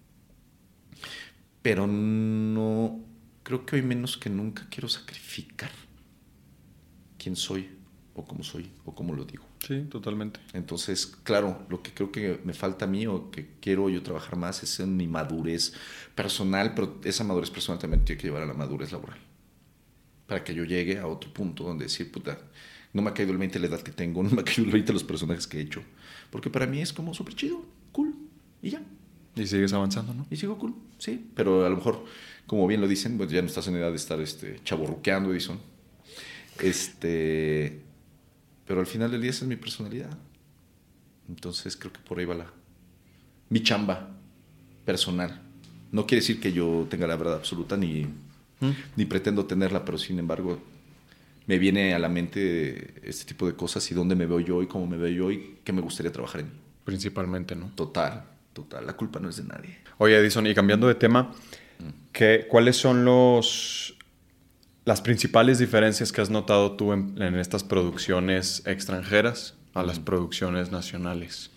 Pero no, creo que hoy menos que nunca quiero sacrificar quién soy, o cómo soy, o cómo lo digo. Sí, totalmente. Entonces, claro, lo que creo que me falta a mí o que quiero yo trabajar más es en mi madurez personal, pero esa madurez personal también tiene que llevar a la madurez laboral. Para que yo llegue a otro punto donde decir, puta, no me ha caído el veinte la edad que tengo, no me ha caído el veinte los personajes que he hecho. Porque para mí es como súper chido, cool, y ya. Y sigues avanzando, ¿no? Y sigo cool, sí. Pero a lo mejor, como bien lo dicen, pues ya no estás en edad de estar este, chavorruqueando, Edison. Este... Pero al final del día esa es mi personalidad. Entonces creo que por ahí va la... mi chamba personal. No quiere decir que yo tenga la verdad absoluta ni, ¿Mm? ni pretendo tenerla, pero sin embargo me viene a la mente este tipo de cosas y dónde me veo yo y cómo me veo yo y qué me gustaría trabajar en mí. Principalmente, ¿no? Total, total. La culpa no es de nadie. Oye, Edison, y cambiando de tema, ¿qué, ¿cuáles son los, las principales diferencias que has notado tú en, en estas producciones extranjeras a las producciones nacionales?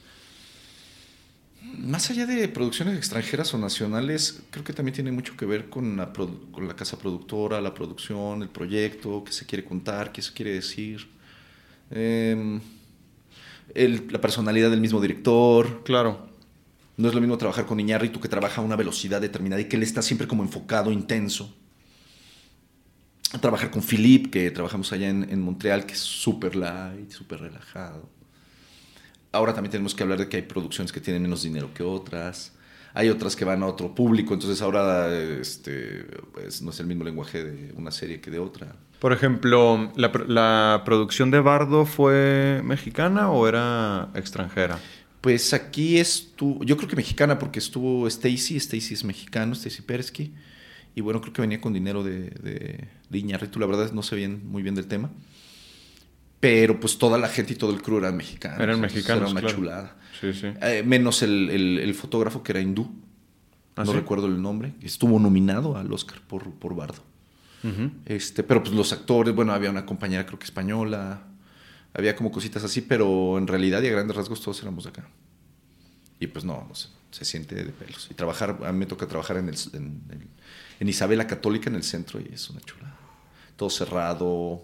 Más allá de producciones extranjeras o nacionales, creo que también tiene mucho que ver con la, produ- con la casa productora, la producción, el proyecto, qué se quiere contar, qué se quiere decir. Eh, el- la personalidad del mismo director. Claro. No es lo mismo trabajar con Iñárritu, que trabaja a una velocidad determinada y que él está siempre como enfocado, intenso. Trabajar con Philippe, que trabajamos allá en, en Montreal, que es súper light, súper relajado. Ahora también tenemos que hablar de que hay producciones que tienen menos dinero que otras. Hay otras que van a otro público, entonces ahora este, pues, no es el mismo lenguaje de una serie que de otra. Por ejemplo, ¿la, pr- la producción de Bardo fue mexicana o era extranjera? Pues aquí estuvo, yo creo que mexicana, porque estuvo Stacy, Stacy es mexicano, Stacy Persky, y bueno, creo que venía con dinero de, de, de Iñárritu, la verdad no sé bien, muy bien del tema, pero pues toda la gente y todo el crew eran mexicanos. Eran Entonces, mexicanos, era una claro. chulada. Sí, sí. Eh, menos el, el, el fotógrafo que era hindú, ¿Ah, no sí? recuerdo el nombre, estuvo nominado al Oscar por, por Bardo. Ujú. Este, pero pues los actores, bueno, había una compañera creo que española, había como cositas así, pero en realidad y a grandes rasgos todos éramos de acá. Y pues no, no sé, se siente de pelos. Y trabajar, a mí me toca trabajar en, el, en, el, en Isabela Católica, en el centro, y es una chulada. Todo cerrado,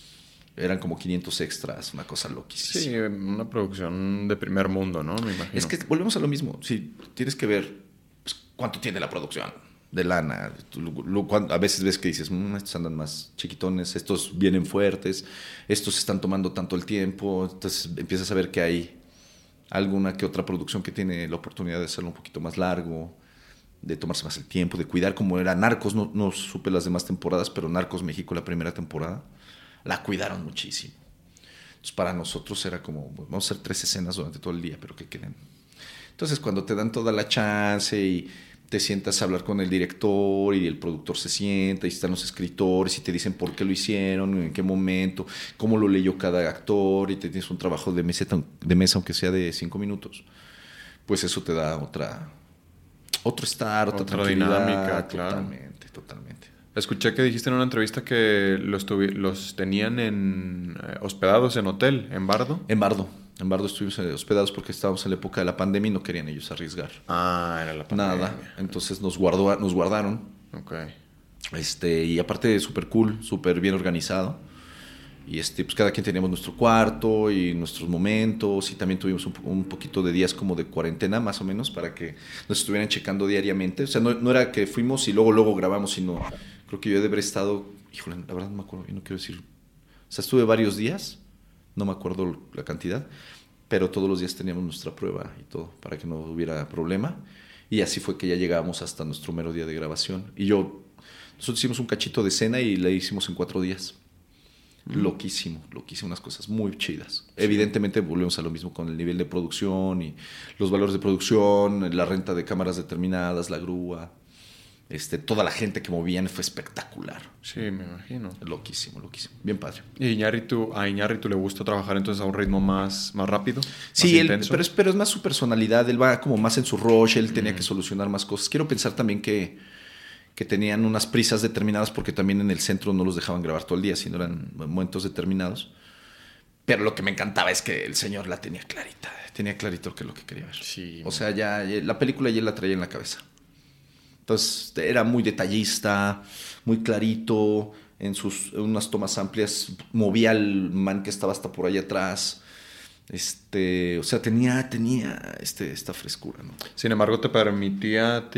eran como quinientos extras, una cosa loquísima. Sí, una producción de primer mundo, ¿no? Me imagino. Es que volvemos a lo mismo. Sí, tienes que ver pues, cuánto tiene la producción de lana. Lo- lo- cuan- a veces ves que dices, "Mm, estos andan más chiquitones, estos vienen fuertes, estos están tomando tanto el tiempo". Entonces empiezas a ver que hay alguna que otra producción que tiene la oportunidad de hacerlo un poquito más largo, de tomarse más el tiempo, de cuidar, como era Narcos. No, no supe las demás temporadas, pero Narcos México, la primera temporada, la cuidaron muchísimo. Entonces para nosotros era como, vamos a hacer tres escenas durante todo el día, pero que queden. Entonces cuando te dan toda la chance y te sientas a hablar con el director y el productor se sienta y están los escritores y te dicen por qué lo hicieron, en qué momento, cómo lo leyó cada actor y te tienes un trabajo de mesa, de mesa aunque sea de cinco minutos, pues eso te da otra, otro estar, otra, Otra tranquilidad. dinámica, claro. Totalmente, totalmente. Escuché que dijiste en una entrevista que los, tuvi- los tenían en, eh, hospedados en hotel, en Bardo. En Bardo, en Bardo estuvimos eh, hospedados porque estábamos en la época de la pandemia y no querían ellos arriesgar. Ah, era la pandemia. Nada, entonces nos, guardó, nos guardaron. Ok. Este, y aparte súper cool, súper bien organizado. Y este, pues cada quien teníamos nuestro cuarto y nuestros momentos. Y también tuvimos un, po- un poquito de días como de cuarentena, más o menos, para que nos estuvieran checando diariamente. O sea, no, no era que fuimos y luego, luego grabamos, sino creo que yo he de haber estado, híjole, la verdad no me acuerdo, yo no quiero decir. O sea, estuve varios días, no me acuerdo la cantidad, pero todos los días teníamos nuestra prueba y todo, para que no hubiera problema. Y así fue que ya llegábamos hasta nuestro mero día de grabación. Y yo, nosotros hicimos un cachito de escena y la hicimos en cuatro días. Mm. Loquísimo, loquísimo, unas cosas muy chidas. Sí. Evidentemente volvemos a lo mismo con el nivel de producción y los valores de producción, la renta de cámaras determinadas, la grúa. Este, toda la gente que movían fue espectacular. Sí, me imagino. Loquísimo, loquísimo. Bien padre. ¿Y Iñárritu, a Iñárritu le gusta trabajar entonces a un ritmo más, más rápido? Sí, más él, intenso? pero, es, pero es más su personalidad. Él va como más en su rush. Él tenía mm. que solucionar más cosas. Quiero pensar también que, que tenían unas prisas determinadas porque también en el centro no los dejaban grabar todo el día, sino eran momentos determinados. Pero lo que me encantaba es que el señor la tenía clarita. Tenía clarito que lo que quería ver. Sí, o sea, ya, ya la película ya la traía en la cabeza. Entonces era muy detallista, muy clarito, en sus en unas tomas amplias movía al man que estaba hasta por allá atrás. Este, o sea, tenía, tenía este, esta frescura, ¿no? Sin embargo, ¿te permitía a ti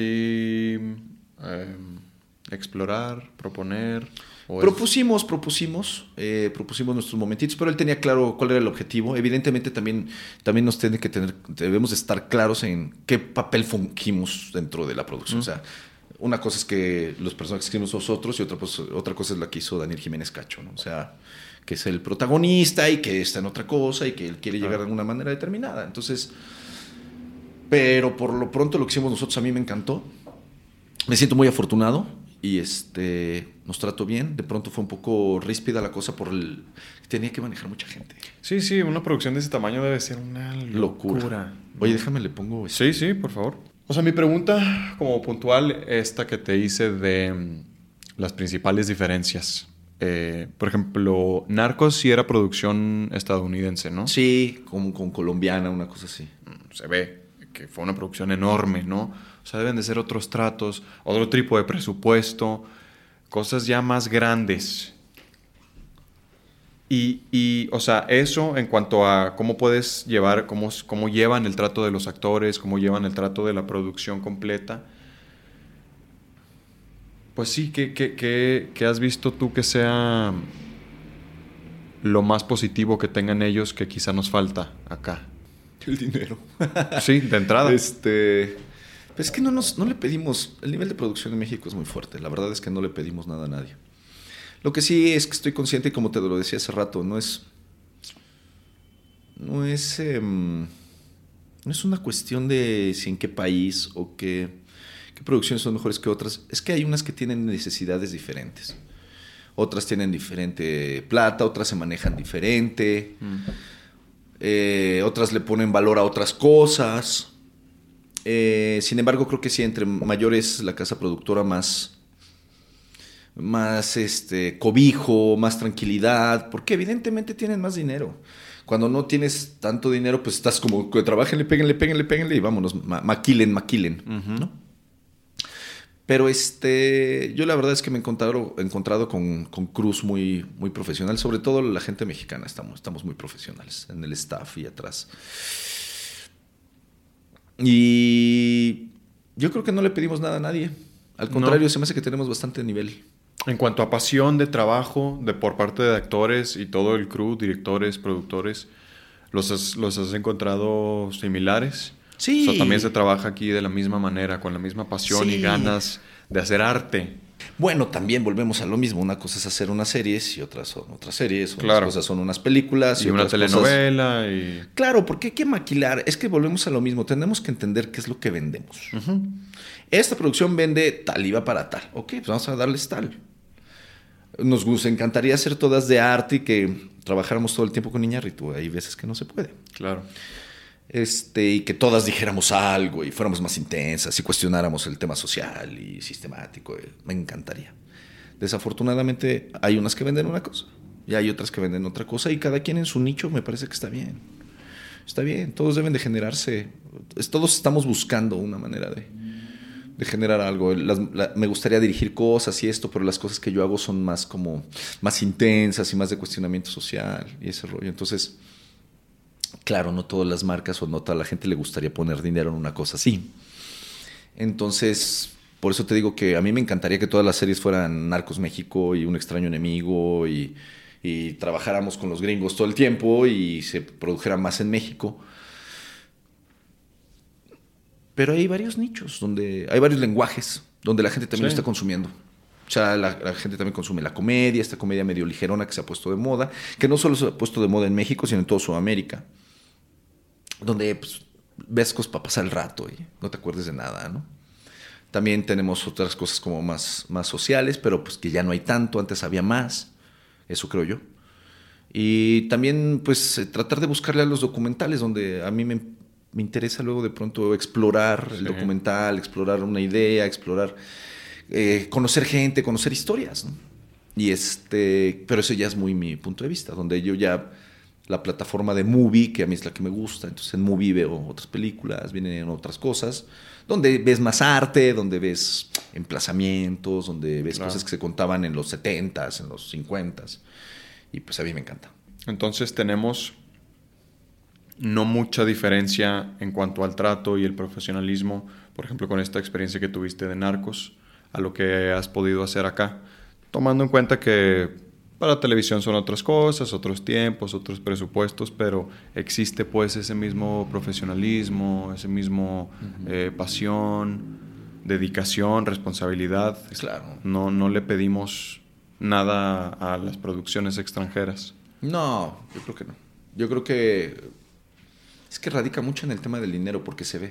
eh, explorar, proponer? ¿O propusimos, es... propusimos, eh, propusimos nuestros momentitos, pero él tenía claro cuál era el objetivo. Evidentemente también, también nos tiene que tener, debemos de estar claros en qué papel fungimos dentro de la producción. Mm. O sea, una cosa es que los personajes que hicimos nosotros y otra, pues, otra cosa es la que hizo Daniel Jiménez Cacho, ¿no? O sea, que es el protagonista y que está en otra cosa y que él quiere llegar ah. de alguna manera determinada. Entonces, pero por lo pronto lo que hicimos nosotros a mí me encantó. Me siento muy afortunado y este, nos trato bien. De pronto fue un poco ríspida la cosa por el... Tenía que manejar mucha gente. Sí, sí, una producción de ese tamaño debe ser una locura. Locura. Oye, déjame le pongo... Sí, sí, por favor. O sea, mi pregunta como puntual, esta que te hice de mm, las principales diferencias. Eh, por ejemplo, Narcos sí era producción estadounidense, ¿no? Sí, como con colombiana, una cosa así. Se ve que fue una producción enorme, ¿no? O sea, deben de ser otros tratos, otro tipo de presupuesto, cosas ya más grandes. Y, y, o sea, eso en cuanto a cómo puedes llevar, cómo, cómo llevan el trato de los actores, cómo llevan el trato de la producción completa. Pues sí, ¿qué, qué, qué, qué has visto tú que sea lo más positivo que tengan ellos que quizá nos falta acá? El dinero. Sí, de entrada. Este, pues es que no, nos, no le pedimos, el nivel de producción en México es muy fuerte, la verdad es que no le pedimos nada a nadie. Lo que sí es que estoy consciente, y como te lo decía hace rato, no es, no es, eh, no es una cuestión de si en qué país o qué, qué producciones son mejores que otras, es que hay unas que tienen necesidades diferentes. Otras tienen diferente plata, otras se manejan diferente. Mm. Eh, otras le ponen valor a otras cosas. Eh, sin embargo, creo que sí, entre mayor es la casa productora, más, más este, cobijo, más tranquilidad, porque evidentemente tienen más dinero. Cuando no tienes tanto dinero, pues estás como que trabajenle, péguenle, péguenle, péguenle y vámonos, ma maquilen, maquilen, uh-huh. ¿no? Pero este, yo la verdad es que me he encontrado, he encontrado con, con Cruz muy, muy profesional, sobre todo la gente mexicana, estamos, estamos muy profesionales en el staff y atrás. Y yo creo que no le pedimos nada a nadie. Al contrario, no. Se me hace que tenemos bastante nivel. En cuanto a pasión de trabajo de por parte de actores y todo el crew, directores, productores, ¿los has, los has encontrado similares? Sí. O sea, también se trabaja aquí de la misma manera, con la misma pasión sí. y ganas de hacer arte. Bueno, también volvemos a lo mismo. Una cosa es hacer unas series y otras son otras series. Claro. Unas cosas son unas películas. Y, y una otras telenovela. Cosas... Y... Claro, porque hay que maquilar. Es que volvemos a lo mismo. Tenemos que entender qué es lo que vendemos. Uh-huh. Esta producción vende tal y va para tal. Ok, pues vamos a darles tal. Nos, nos encantaría hacer todas de arte y que trabajáramos todo el tiempo con Iñárritu. Hay veces que no se puede. Claro. Este, y que todas dijéramos algo y fuéramos más intensas y cuestionáramos el tema social y sistemático. Me encantaría. Desafortunadamente hay unas que venden una cosa y hay otras que venden otra cosa y cada quien en su nicho me parece que está bien. Está bien, todos deben de generarse, todos estamos buscando una manera de, de generar algo. Las, la, me gustaría dirigir cosas y esto, pero las cosas que yo hago son más como, más intensas y más de cuestionamiento social y ese rollo. Entonces... Claro, no todas las marcas o no toda la gente le gustaría poner dinero en una cosa así. Entonces, por eso te digo que a mí me encantaría que todas las series fueran Narcos México y Un extraño enemigo y, y trabajáramos con los gringos todo el tiempo y se produjera más en México. Pero hay varios nichos, donde hay varios lenguajes, donde la gente también sí. lo está consumiendo. O sea, la, la gente también consume la comedia, esta comedia medio ligerona que se ha puesto de moda, que no solo se ha puesto de moda en México, sino en toda Sudamérica. Donde pues, ves cosas para pasar el rato y no te acuerdes de nada, ¿no? También tenemos otras cosas como más, más sociales, pero pues que ya no hay tanto, antes había más, eso creo yo. Y también pues tratar de buscarle a los documentales, donde a mí me, me interesa luego de pronto explorar sí. el documental, explorar una idea, explorar, eh, conocer gente, conocer historias, ¿no? Y este, pero eso ya es muy mi punto de vista, donde yo ya... La plataforma de Movie, que a mí es la que me gusta. Entonces en Movie veo otras películas, vienen otras cosas, donde ves más arte, donde ves emplazamientos, donde ves claro. cosas que se contaban en los setentas, en los cincuentas. Y pues a mí me encanta. Entonces tenemos no mucha diferencia en cuanto al trato y el profesionalismo, por ejemplo, con esta experiencia que tuviste de Narcos, a lo que has podido hacer acá. Tomando en cuenta que... Para televisión son otras cosas, otros tiempos, otros presupuestos, pero existe pues ese mismo profesionalismo, ese mismo uh-huh. eh, pasión, dedicación, responsabilidad. Claro. No, no le pedimos nada a las producciones extranjeras. No, yo creo que no. Yo creo que es que radica mucho en el tema del dinero porque se ve.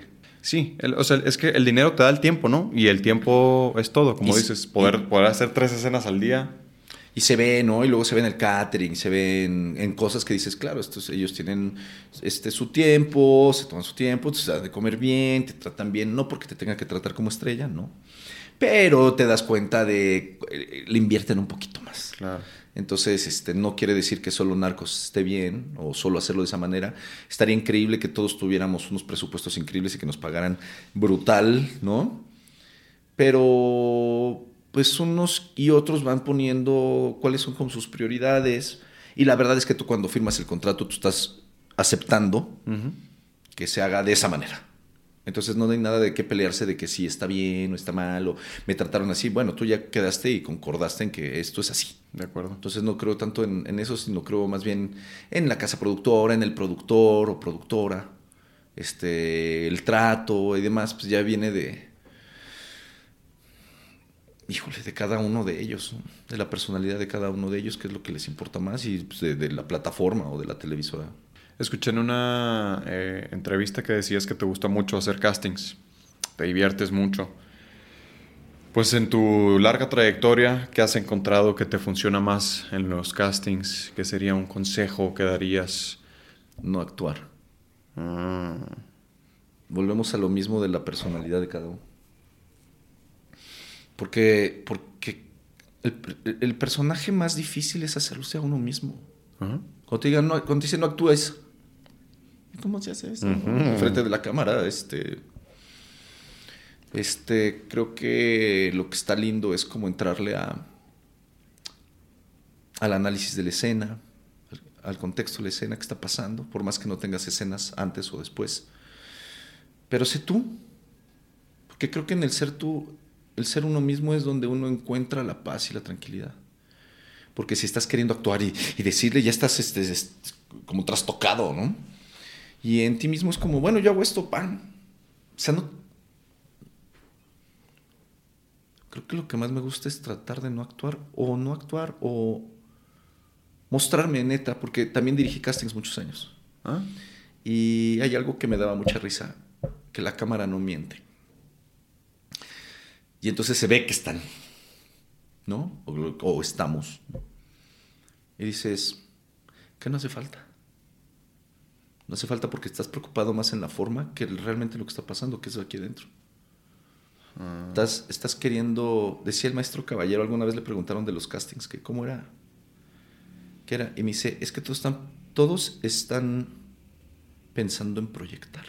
Sí, el- o sea, es que el dinero te da el tiempo, ¿no? Y el tiempo es todo, como Y, dices, poder, y, poder hacer tres escenas al día. y se ve, ¿no? Y luego se ve en el catering, se ve en, en cosas que dices, claro, estos, ellos tienen este, su tiempo, se toman su tiempo, te dan de comer bien, te tratan bien, no porque te tengan que tratar como estrella, ¿no? Pero te das cuenta de, eh, le invierten un poquito más. Claro. Entonces, este, no quiere decir que solo Narcos esté bien o solo hacerlo de esa manera. Estaría increíble que todos tuviéramos unos presupuestos increíbles y que nos pagaran brutal, ¿no? Pero, pues unos y otros van poniendo cuáles son como sus prioridades. Y la verdad es que tú cuando firmas el contrato, tú estás aceptando Ujú. que se haga de esa manera. Entonces no hay nada de qué pelearse de que si está bien o está mal o me trataron así. Bueno, tú ya quedaste y concordaste en que esto es así. De acuerdo. Entonces no creo tanto en, en eso, sino creo más bien en la casa productora, en el productor o productora, este, el trato y demás, pues ya viene de, híjole, de cada uno de ellos, ¿no? De la personalidad de cada uno de ellos, que es lo que les importa más, y pues, de, de la plataforma o de la televisora. Escuché en una eh, entrevista que decías que te gusta mucho hacer castings, te diviertes mucho. Pues en tu larga trayectoria, ¿qué has encontrado que te funciona más en los castings? ¿Qué sería un consejo que darías? No actuar. Ah, Volvemos a lo mismo de la personalidad de cada uno. Porque, porque el, el personaje más difícil es hacerlo a uno mismo. ajá. Cuando te digan, no, cuando te dicen no actúes, ¿cómo se hace eso? Ujú. Enfrente de la cámara, este, este, creo que lo que está lindo es como entrarle a, al análisis de la escena, al, al contexto de la escena que está pasando, por más que no tengas escenas antes o después. Pero sé tú, porque creo que en el ser tú, el ser uno mismo es donde uno encuentra la paz y la tranquilidad. Porque si estás queriendo actuar y, y decirle, ya estás este, este, como trastocado, ¿no? Y en ti mismo es como, bueno, yo hago esto, pan. O sea, no. Creo que lo que más me gusta es tratar de no actuar, o no actuar, o mostrarme neta, porque también dirigí castings muchos años. ¿Ah? Y hay algo que me daba mucha risa, que la cámara no miente. Y entonces se ve que están, ¿no? O, o estamos. Y dices, ¿qué no hace falta? No hace falta porque estás preocupado más en la forma que realmente lo que está pasando, que es aquí adentro. Ah. Estás, estás queriendo, decía el maestro Caballero, alguna vez le preguntaron de los castings, que cómo era, qué era, y me dice, es que todos están, todos están pensando en proyectar.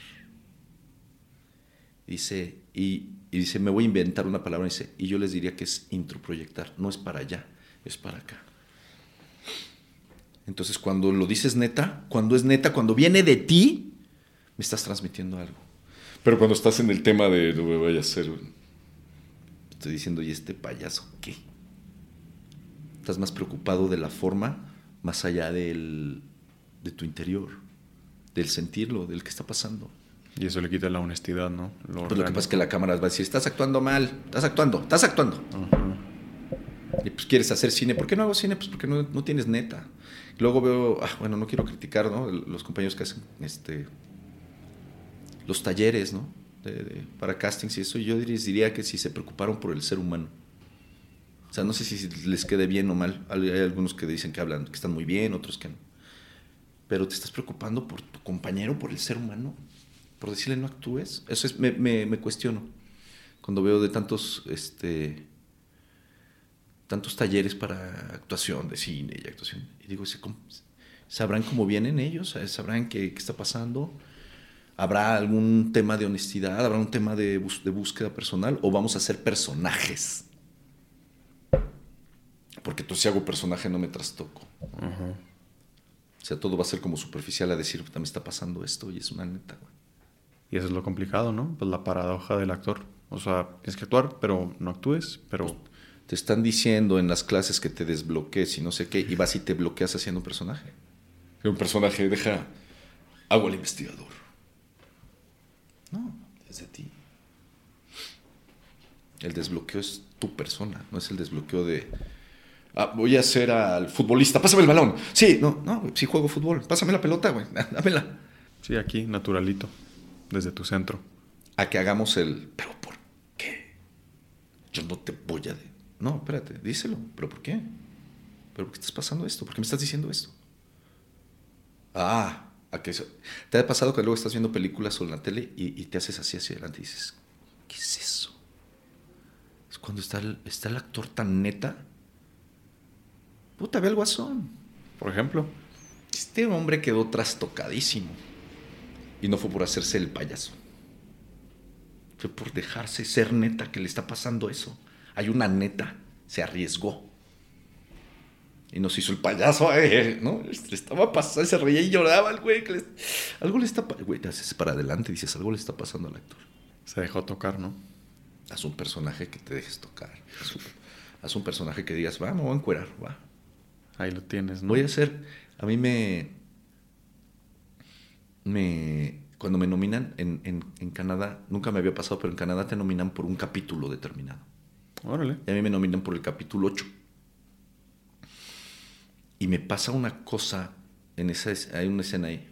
Dice, y, y dice, me voy a inventar una palabra, dice, y yo les diría que es introproyectar, no es para allá, es para acá. Entonces, cuando lo dices neta, cuando es neta, cuando viene de ti, me estás transmitiendo algo. Pero cuando estás en el tema de no me vaya a hacer, estoy diciendo, ¿y este payaso qué? Estás más preocupado de la forma, más allá del, de tu interior, del sentirlo, del que está pasando. Y eso le quita la honestidad, ¿no? Lo, pues lo que pasa es que la cámara va a decir, estás actuando mal, estás actuando, estás actuando. Uh-huh. Y pues quieres hacer cine. ¿Por qué no hago cine? Pues porque no, no tienes neta. Luego veo, ah, bueno, no quiero criticar, ¿no? Los compañeros que hacen este, los talleres, ¿no? De, de, para castings y eso, yo les diría que si se preocuparon por el ser humano. O sea, no sé si les quede bien o mal. Hay algunos que dicen que hablan, que están muy bien, otros que no. Pero te estás preocupando por tu compañero, por el ser humano, por decirle no actúes. Eso es, me, me, me cuestiono. Cuando veo de tantos, este, tantos talleres para actuación, de cine y actuación. Y digo, ¿sabrán cómo vienen ellos? ¿Sabrán qué, qué está pasando? ¿Habrá algún tema de honestidad? ¿Habrá un tema de, bus- de búsqueda personal? ¿O vamos a ser personajes? Porque tú si hago personaje no me trastoco. Uh-huh. O sea, todo va a ser como superficial a decir, me está pasando esto y es una neta, güey. Y eso es lo complicado, ¿no? Pues la paradoja del actor. O sea, tienes que actuar, pero no actúes, pero... Pues te están diciendo en las clases que te desbloquees y no sé qué, y vas y te bloqueas haciendo un personaje. Que un personaje deja, hago al investigador. No, es de ti. El desbloqueo es tu persona, no es el desbloqueo de... Ah, voy a hacer al futbolista, pásame el balón. Sí, no, no, güey, sí juego fútbol, pásame la pelota, güey, dámela. Sí, aquí, naturalito, desde tu centro. a que hagamos el, ¿pero por qué? Yo no te voy a... De... No, espérate, díselo. ¿Pero por qué? ¿Pero por qué estás pasando esto? ¿Por qué me estás diciendo esto? Ah, a que eso... ¿Te ha pasado que luego estás viendo películas o en la tele y, y te haces así hacia adelante y dices, ¿qué es eso? Es cuando está el, está el actor tan neta. Puta, ve al Guasón. Por ejemplo. Este hombre quedó trastocadísimo. Y no fue por hacerse el payaso. Fue por dejarse ser neta que le está pasando eso. Hay una neta, se arriesgó. Y nos hizo el payaso, eh, ¿no? Le estaba pasando, se reía y lloraba el güey. Que le, algo le está... Güey, te haces para adelante y dices, algo le está pasando al actor. Se dejó tocar, ¿no? Haz un personaje que te dejes tocar. Haz un, haz un personaje que digas, va, me voy a encuerar, va. Ahí lo tienes, ¿no? Voy a hacer... A mí me... me cuando me nominan en, en, en Canadá, nunca me había pasado, pero en Canadá te nominan por un capítulo determinado. Órale. Y a mí me nominan por el capítulo ocho. Y me pasa una cosa, en esa, hay una escena ahí,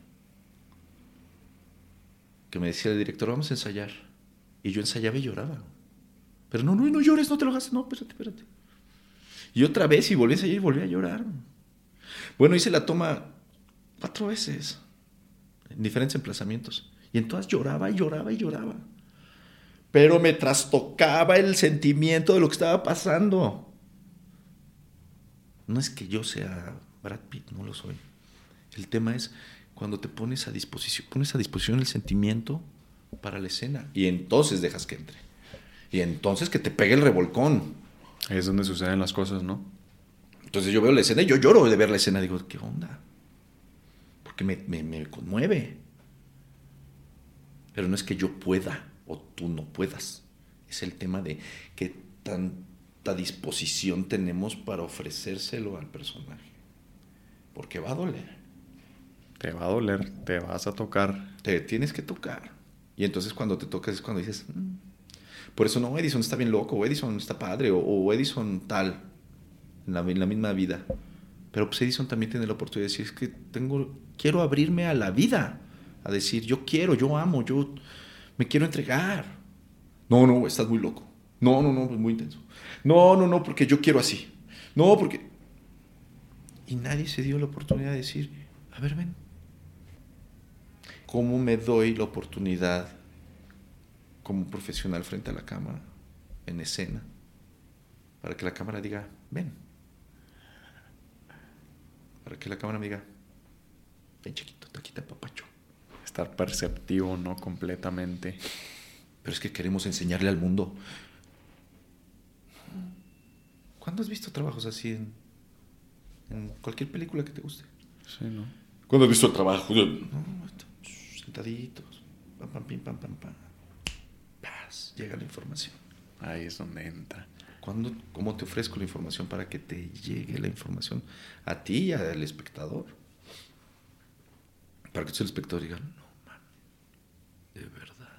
que me decía el director, vamos a ensayar. Y yo ensayaba y lloraba. Pero no, no, no llores, no te lo hagas. No, espérate, espérate. Y otra vez, y volví a ensayar y volví a llorar. Bueno, hice la toma cuatro veces, en diferentes emplazamientos. Y en todas lloraba y lloraba y lloraba. Pero me trastocaba el sentimiento de lo que estaba pasando. No es que yo sea Brad Pitt, no lo soy. El tema es cuando te pones a disposición, pones a disposición el sentimiento para la escena. Y entonces dejas que entre. Y entonces que te pegue el revolcón. Ahí es donde suceden las cosas, ¿no? Entonces yo veo la escena y yo lloro de ver la escena. Digo, ¿qué onda? Porque me, me, me conmueve. Pero no es que yo pueda o tú no puedas. Es el tema de qué tanta disposición tenemos para ofrecérselo al personaje. Porque va a doler. Te va a doler, te vas a tocar. Te tienes que tocar. Y entonces cuando te tocas es cuando dices... Mmm. Por eso no, Edison está bien loco, o Edison está padre, o, o Edison tal, en la, en la misma vida. Pero pues Edison también tiene la oportunidad de decir, es que tengo, quiero abrirme a la vida, a decir, yo quiero, yo amo, yo me quiero entregar. No, no, estás muy loco. No, no, no, es muy intenso. No, no, no, porque yo quiero así. No, porque... Y nadie se dio la oportunidad de decir, a ver, ven. ¿Cómo me doy la oportunidad como profesional frente a la cámara, en escena, para que la cámara diga, ven? Para que la cámara me diga, ven chiquito, te quita papacho. Estar perceptivo, ¿no? Completamente. Pero es que queremos enseñarle al mundo. ¿Cuándo has visto trabajos así en, en cualquier película que te guste? Sí, ¿no? ¿Cuándo has visto el trabajo? No, sentaditos, pam, pam, pim, pam, pam, pam. Paz, llega la información. Ahí es donde entra. ¿Cuándo, ¿Cómo te ofrezco la información para que te llegue la información a ti y al espectador? Para que el espectador diga, no, man, de verdad.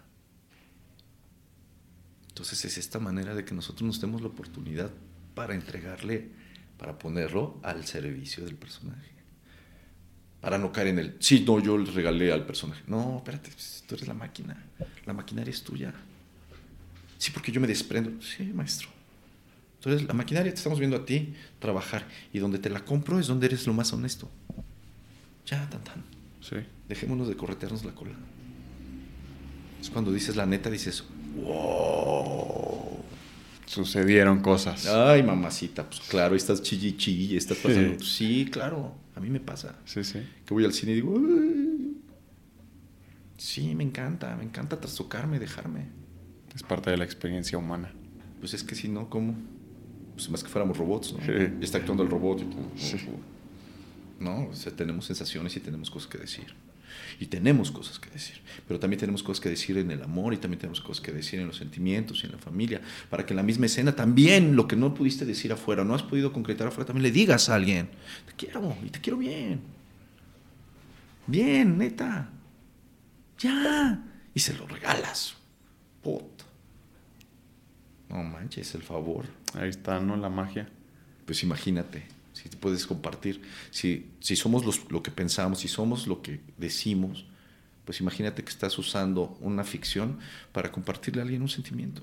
Entonces es esta manera de que nosotros nos demos la oportunidad para entregarle, para ponerlo al servicio del personaje. Para no caer en el, sí, no, yo le regalé al personaje. No, espérate, tú eres la máquina. La maquinaria es tuya. Sí, porque yo me desprendo. Sí, maestro. Entonces, la maquinaria te estamos viendo a ti trabajar. Y donde te la compro es donde eres lo más honesto. Ya, tan, tan. Sí. Dejémonos de corretearnos la cola. Es cuando dices la neta, dices, wow. Sucedieron cosas. Ay, mamacita, pues claro, estás chilli chilli, estás pasando. Sí. sí, claro, a mí me pasa. Sí, sí. Que voy al cine y digo, ay. Sí, me encanta, me encanta trastocarme, dejarme. Es parte de la experiencia humana. Pues es que si no, ¿cómo? Pues más que fuéramos robots, ¿no? Sí. Y está actuando el robot. Y todo. Sí. No, o sea, tenemos sensaciones y tenemos cosas que decir. Y tenemos cosas que decir. Pero también tenemos cosas que decir en el amor y también tenemos cosas que decir en los sentimientos y en la familia. Para que en la misma escena también lo que no pudiste decir afuera, no has podido concretar afuera, también le digas a alguien, te quiero y te quiero bien. Bien, neta. Ya. Y se lo regalas. Puta. No manches, el favor. Ahí está, ¿no? La magia. Pues imagínate, si te puedes compartir, si, si somos los, lo que pensamos, si somos lo que decimos, Pues imagínate que estás usando una ficción para compartirle a alguien un sentimiento.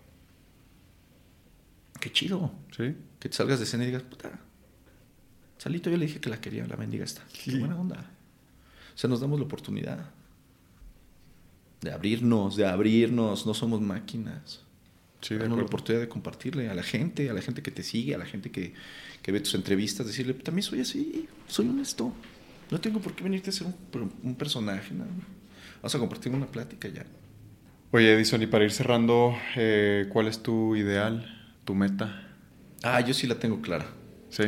Qué chido. Sí. Que te salgas de escena y digas, puta, Salito, yo le dije que la quería, la mendiga esta. Sí. Qué buena onda. O sea, nos damos la oportunidad de abrirnos, de abrirnos. No somos máquinas. Sí, de Damos la acuerdo. oportunidad de compartirle a la gente, a la gente que te sigue, a la gente que, que ve tus entrevistas, decirle, también soy así, soy honesto. No tengo por qué venirte a ser un, un personaje, nada. Vamos a compartir una plática ya. Oye, Edison, y para ir cerrando, eh, ¿cuál es tu ideal, tu meta? Ah, yo sí la tengo clara. ¿Sí?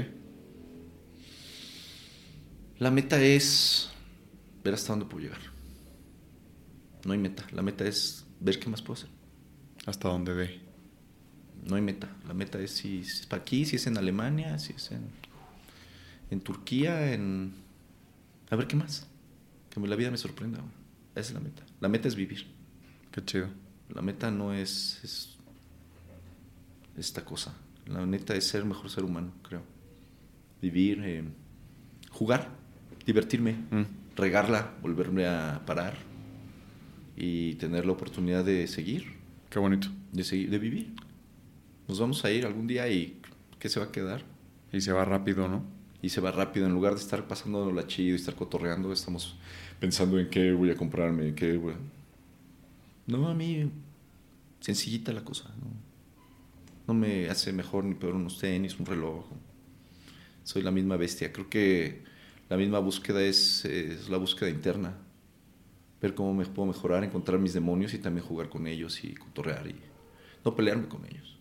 La meta es ver hasta dónde puedo llegar. No hay meta. La meta es ver qué más puedo hacer. Hasta dónde dé. No hay meta. La meta es si es para aquí, si es en Alemania, si es en, en Turquía, en... A ver qué más. Que la vida me sorprenda. Esa es la meta. La meta es vivir. Qué chido. La meta no es, es esta cosa. La neta es ser mejor ser humano, creo. Vivir, eh, jugar, divertirme, Mm. regarla, volverme a parar y tener la oportunidad de seguir, Qué bonito. de seguir, de vivir. Nos vamos a ir algún día y ¿qué se va a quedar? Y se va rápido, ¿no? Y se va rápido. En lugar de estar pasándola chido y estar cotorreando, estamos pensando en qué voy a comprarme, qué voy a... No, a mí, sencillita la cosa. No, no me hace mejor ni peor unos tenis, un reloj. Soy la misma bestia. Creo que la misma búsqueda es, es la búsqueda interna. Ver cómo me puedo mejorar, encontrar mis demonios y también jugar con ellos y cotorrear y no pelearme con ellos.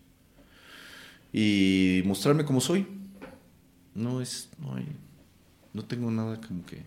Y mostrarme como soy. No es, no hay, no tengo nada como que,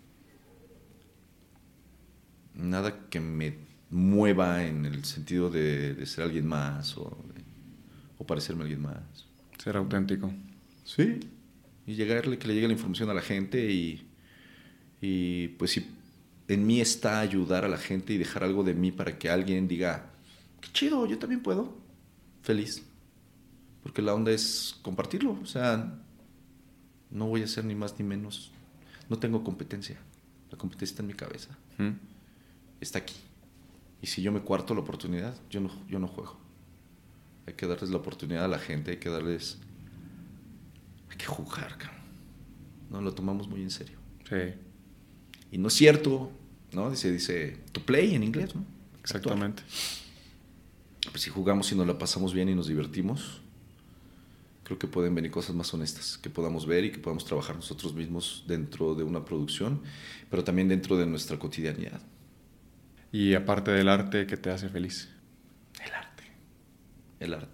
nada que me mueva en el sentido de, de ser alguien más o, de, o parecerme a alguien más. Ser auténtico. Sí. Y llegarle, que le llegue la información a la gente y, y pues si en mí está ayudar a la gente y dejar algo de mí para que alguien diga, qué chido, yo también puedo. Feliz. Porque la onda es compartirlo. O sea, no voy a ser ni más ni menos. No tengo competencia. La competencia está en mi cabeza. Mm. Está aquí. Y si yo me cuarto la oportunidad, yo no, yo no juego. Hay que darles la oportunidad a la gente, hay que darles... Hay que jugar, cabrón. No, lo tomamos muy en serio. Sí, Y no es cierto, ¿no? Dice, dice, to play en inglés, ¿no? exactamente. Actuar. Pues si jugamos y nos la pasamos bien y nos divertimos, creo que pueden venir cosas más honestas, que podamos ver y que podamos trabajar nosotros mismos dentro de una producción, pero también dentro de nuestra cotidianidad. Y aparte del arte, ¿qué te hace feliz? El arte. El arte.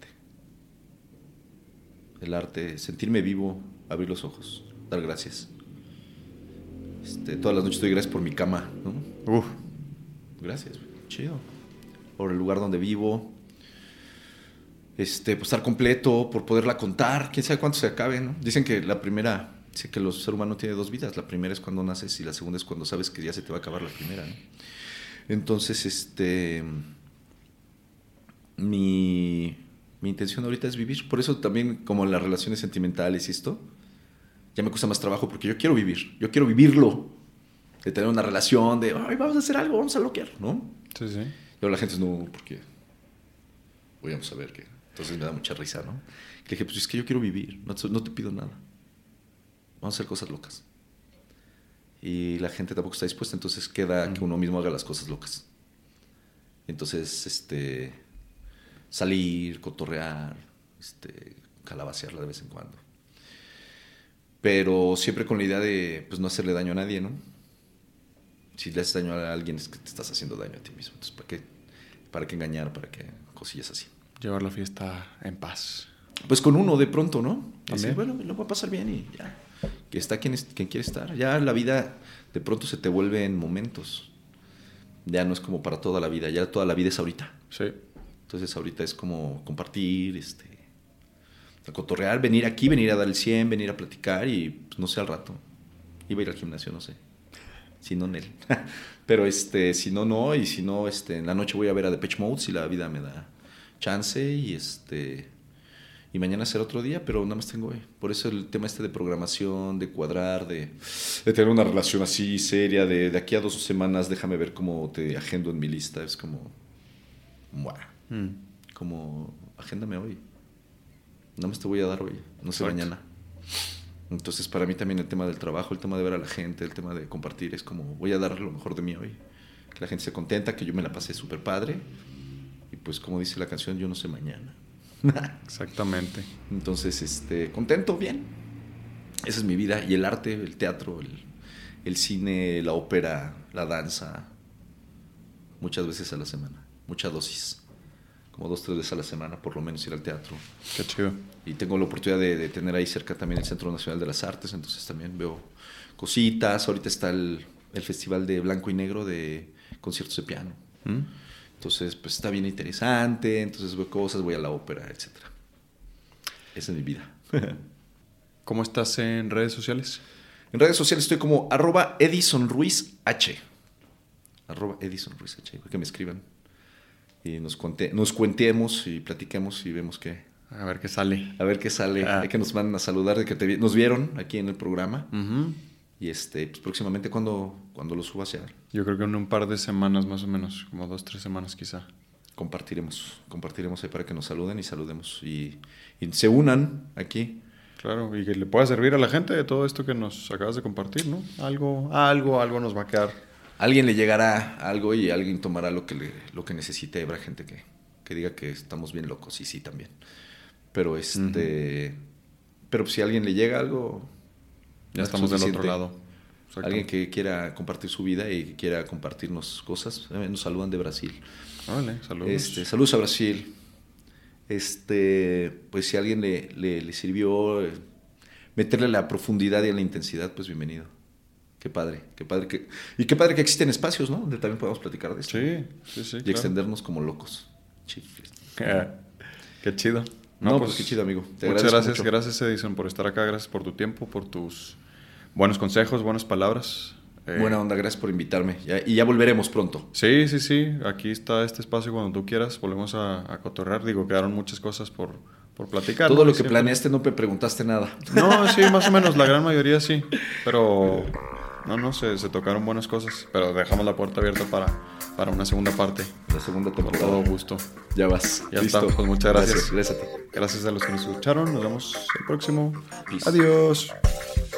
El arte, sentirme vivo, abrir los ojos, dar gracias. Este, todas las noches doy gracias por mi cama, ¿no? Uf, Gracias, chido. Por el lugar donde vivo. Este, por estar completo, por poderla contar. Quién sabe cuánto se acabe, ¿no? Dicen que la primera, dice que el ser humano tiene dos vidas. La primera es cuando naces y la segunda es cuando sabes que ya se te va a acabar la primera, ¿no? Entonces, este, mi, mi intención ahorita es vivir. Por eso también, como en las relaciones sentimentales y esto, ya me cuesta más trabajo porque yo quiero vivir. Yo quiero vivirlo. De tener una relación, de, ay, vamos a hacer algo, vamos a loquear, ¿no? sí, sí. Y ahora la gente es, no, porque voy a saber que... Entonces me da mucha risa, ¿no? Le dije, pues es que yo quiero vivir, no te, no te pido nada. Vamos a hacer cosas locas. Y la gente tampoco está dispuesta, entonces queda que uno mismo haga las cosas locas. Entonces, este, salir, cotorrear, este, calabacearla de vez en cuando. Pero siempre con la idea de, pues, no hacerle daño a nadie, ¿no? Si le haces daño a alguien es que te estás haciendo daño a ti mismo. Entonces, ¿para qué, para qué engañar? ¿Para qué cosillas así? Llevar la fiesta en paz. Pues con uno de pronto, ¿no? Y decir, También. bueno, lo va a pasar bien y ya. Que está quien, es, quien quiere estar. Ya la vida de pronto se te vuelve en momentos. Ya no es como para toda la vida. Ya toda la vida es ahorita. Sí. Entonces ahorita es como compartir, este, a cotorrear, venir aquí, venir a dar el cien, venir a platicar y pues, no sé al rato. Iba a ir al gimnasio, no sé. Si no, Nel. Pero este, si no, no. Y si no, este, en la noche voy a ver a Depeche Mode si la vida me da chance. Y este, y mañana será otro día, pero nada más tengo hoy. Por eso el tema este de programación, de cuadrar, de, de tener una relación así seria, de, de aquí a dos semanas déjame ver cómo te agendo en mi lista, es como, ¡buah! Mm. Como, agéndame hoy. Nada más te voy a dar hoy, no sé mañana. Entonces para mí también el tema del trabajo, el tema de ver a la gente, el tema de compartir, es como voy a dar lo mejor de mí hoy. Que la gente se contenta, que yo me la pasé súper padre. Y pues como dice la canción, yo no sé mañana. Exactamente. Entonces, este, contento, bien. Esa es mi vida. Y el arte, el teatro, el, el cine, la ópera, la danza. Muchas veces a la semana. Mucha dosis. Como dos, tres veces a la semana, por lo menos ir al teatro. Qué chido. Y tengo la oportunidad de, de tener ahí cerca también el Centro Nacional de las Artes, entonces también veo cositas. Ahorita está el, el Festival de Blanco y Negro de conciertos de piano. ¿Mm? Entonces, pues está bien interesante, entonces veo cosas, voy a la ópera, etcétera. Esa es mi vida. ¿Cómo estás en redes sociales? En redes sociales estoy como arroba Edison Ruiz H. Arroba Edison Ruiz H, que me escriban. Y nos, conté, nos cuentemos y platiquemos y vemos qué. A ver qué sale. A ver qué sale. Ah. Hay que nos manden a saludar de que te, nos vieron aquí en el programa. Uh-huh. Y este, pues próximamente, ¿cuándo, cuando lo subas ya? Yo creo que en un par de semanas más o menos, como dos, tres semanas quizá. Compartiremos, compartiremos ahí para que nos saluden y saludemos y, y se unan aquí. Claro, y que le pueda servir a la gente de todo esto que nos acabas de compartir, ¿no? Algo, algo, algo nos va a quedar. Alguien le llegará algo y alguien tomará lo que, le, lo que necesite. Habrá gente que, que diga que estamos bien locos, y sí, también. Pero este, uh-huh. pero si a alguien le llega algo, ya estamos del otro lado. Alguien que quiera compartir su vida y que quiera compartirnos cosas. Nos saludan de Brasil. Vale, saludos. Este, saludos a Brasil. Este, pues si a alguien le, le, le sirvió eh, meterle la profundidad y la intensidad, pues bienvenido. Qué padre, qué padre que y qué padre que existen espacios, ¿no? Donde también podemos platicar de esto. Sí, sí, sí. Y claro. extendernos como locos. Chifles. Eh, qué chido. No, no pues, pues qué chido, amigo. Te muchas gracias, mucho. gracias Edison por estar acá, gracias por tu tiempo, por tus buenos consejos, buenas palabras. Eh, Buena onda, gracias por invitarme. Ya, y ya volveremos pronto. Sí, sí, sí. Aquí está este espacio cuando tú quieras. Volvemos a, a cotorrear. Digo, quedaron muchas cosas por, por platicar. Todo ¿no? lo que siempre... planeaste no me preguntaste nada. No, sí, más o menos. La gran mayoría sí. Pero no, no, se, se tocaron buenas cosas. Pero dejamos la puerta abierta para, para una segunda parte. La segunda temporada. Con todo gusto. Ya vas. Ya Listo. está. Pues muchas gracias. Gracias, gracias a ti. Gracias a los que nos escucharon. Nos vemos el próximo. Peace. Adiós.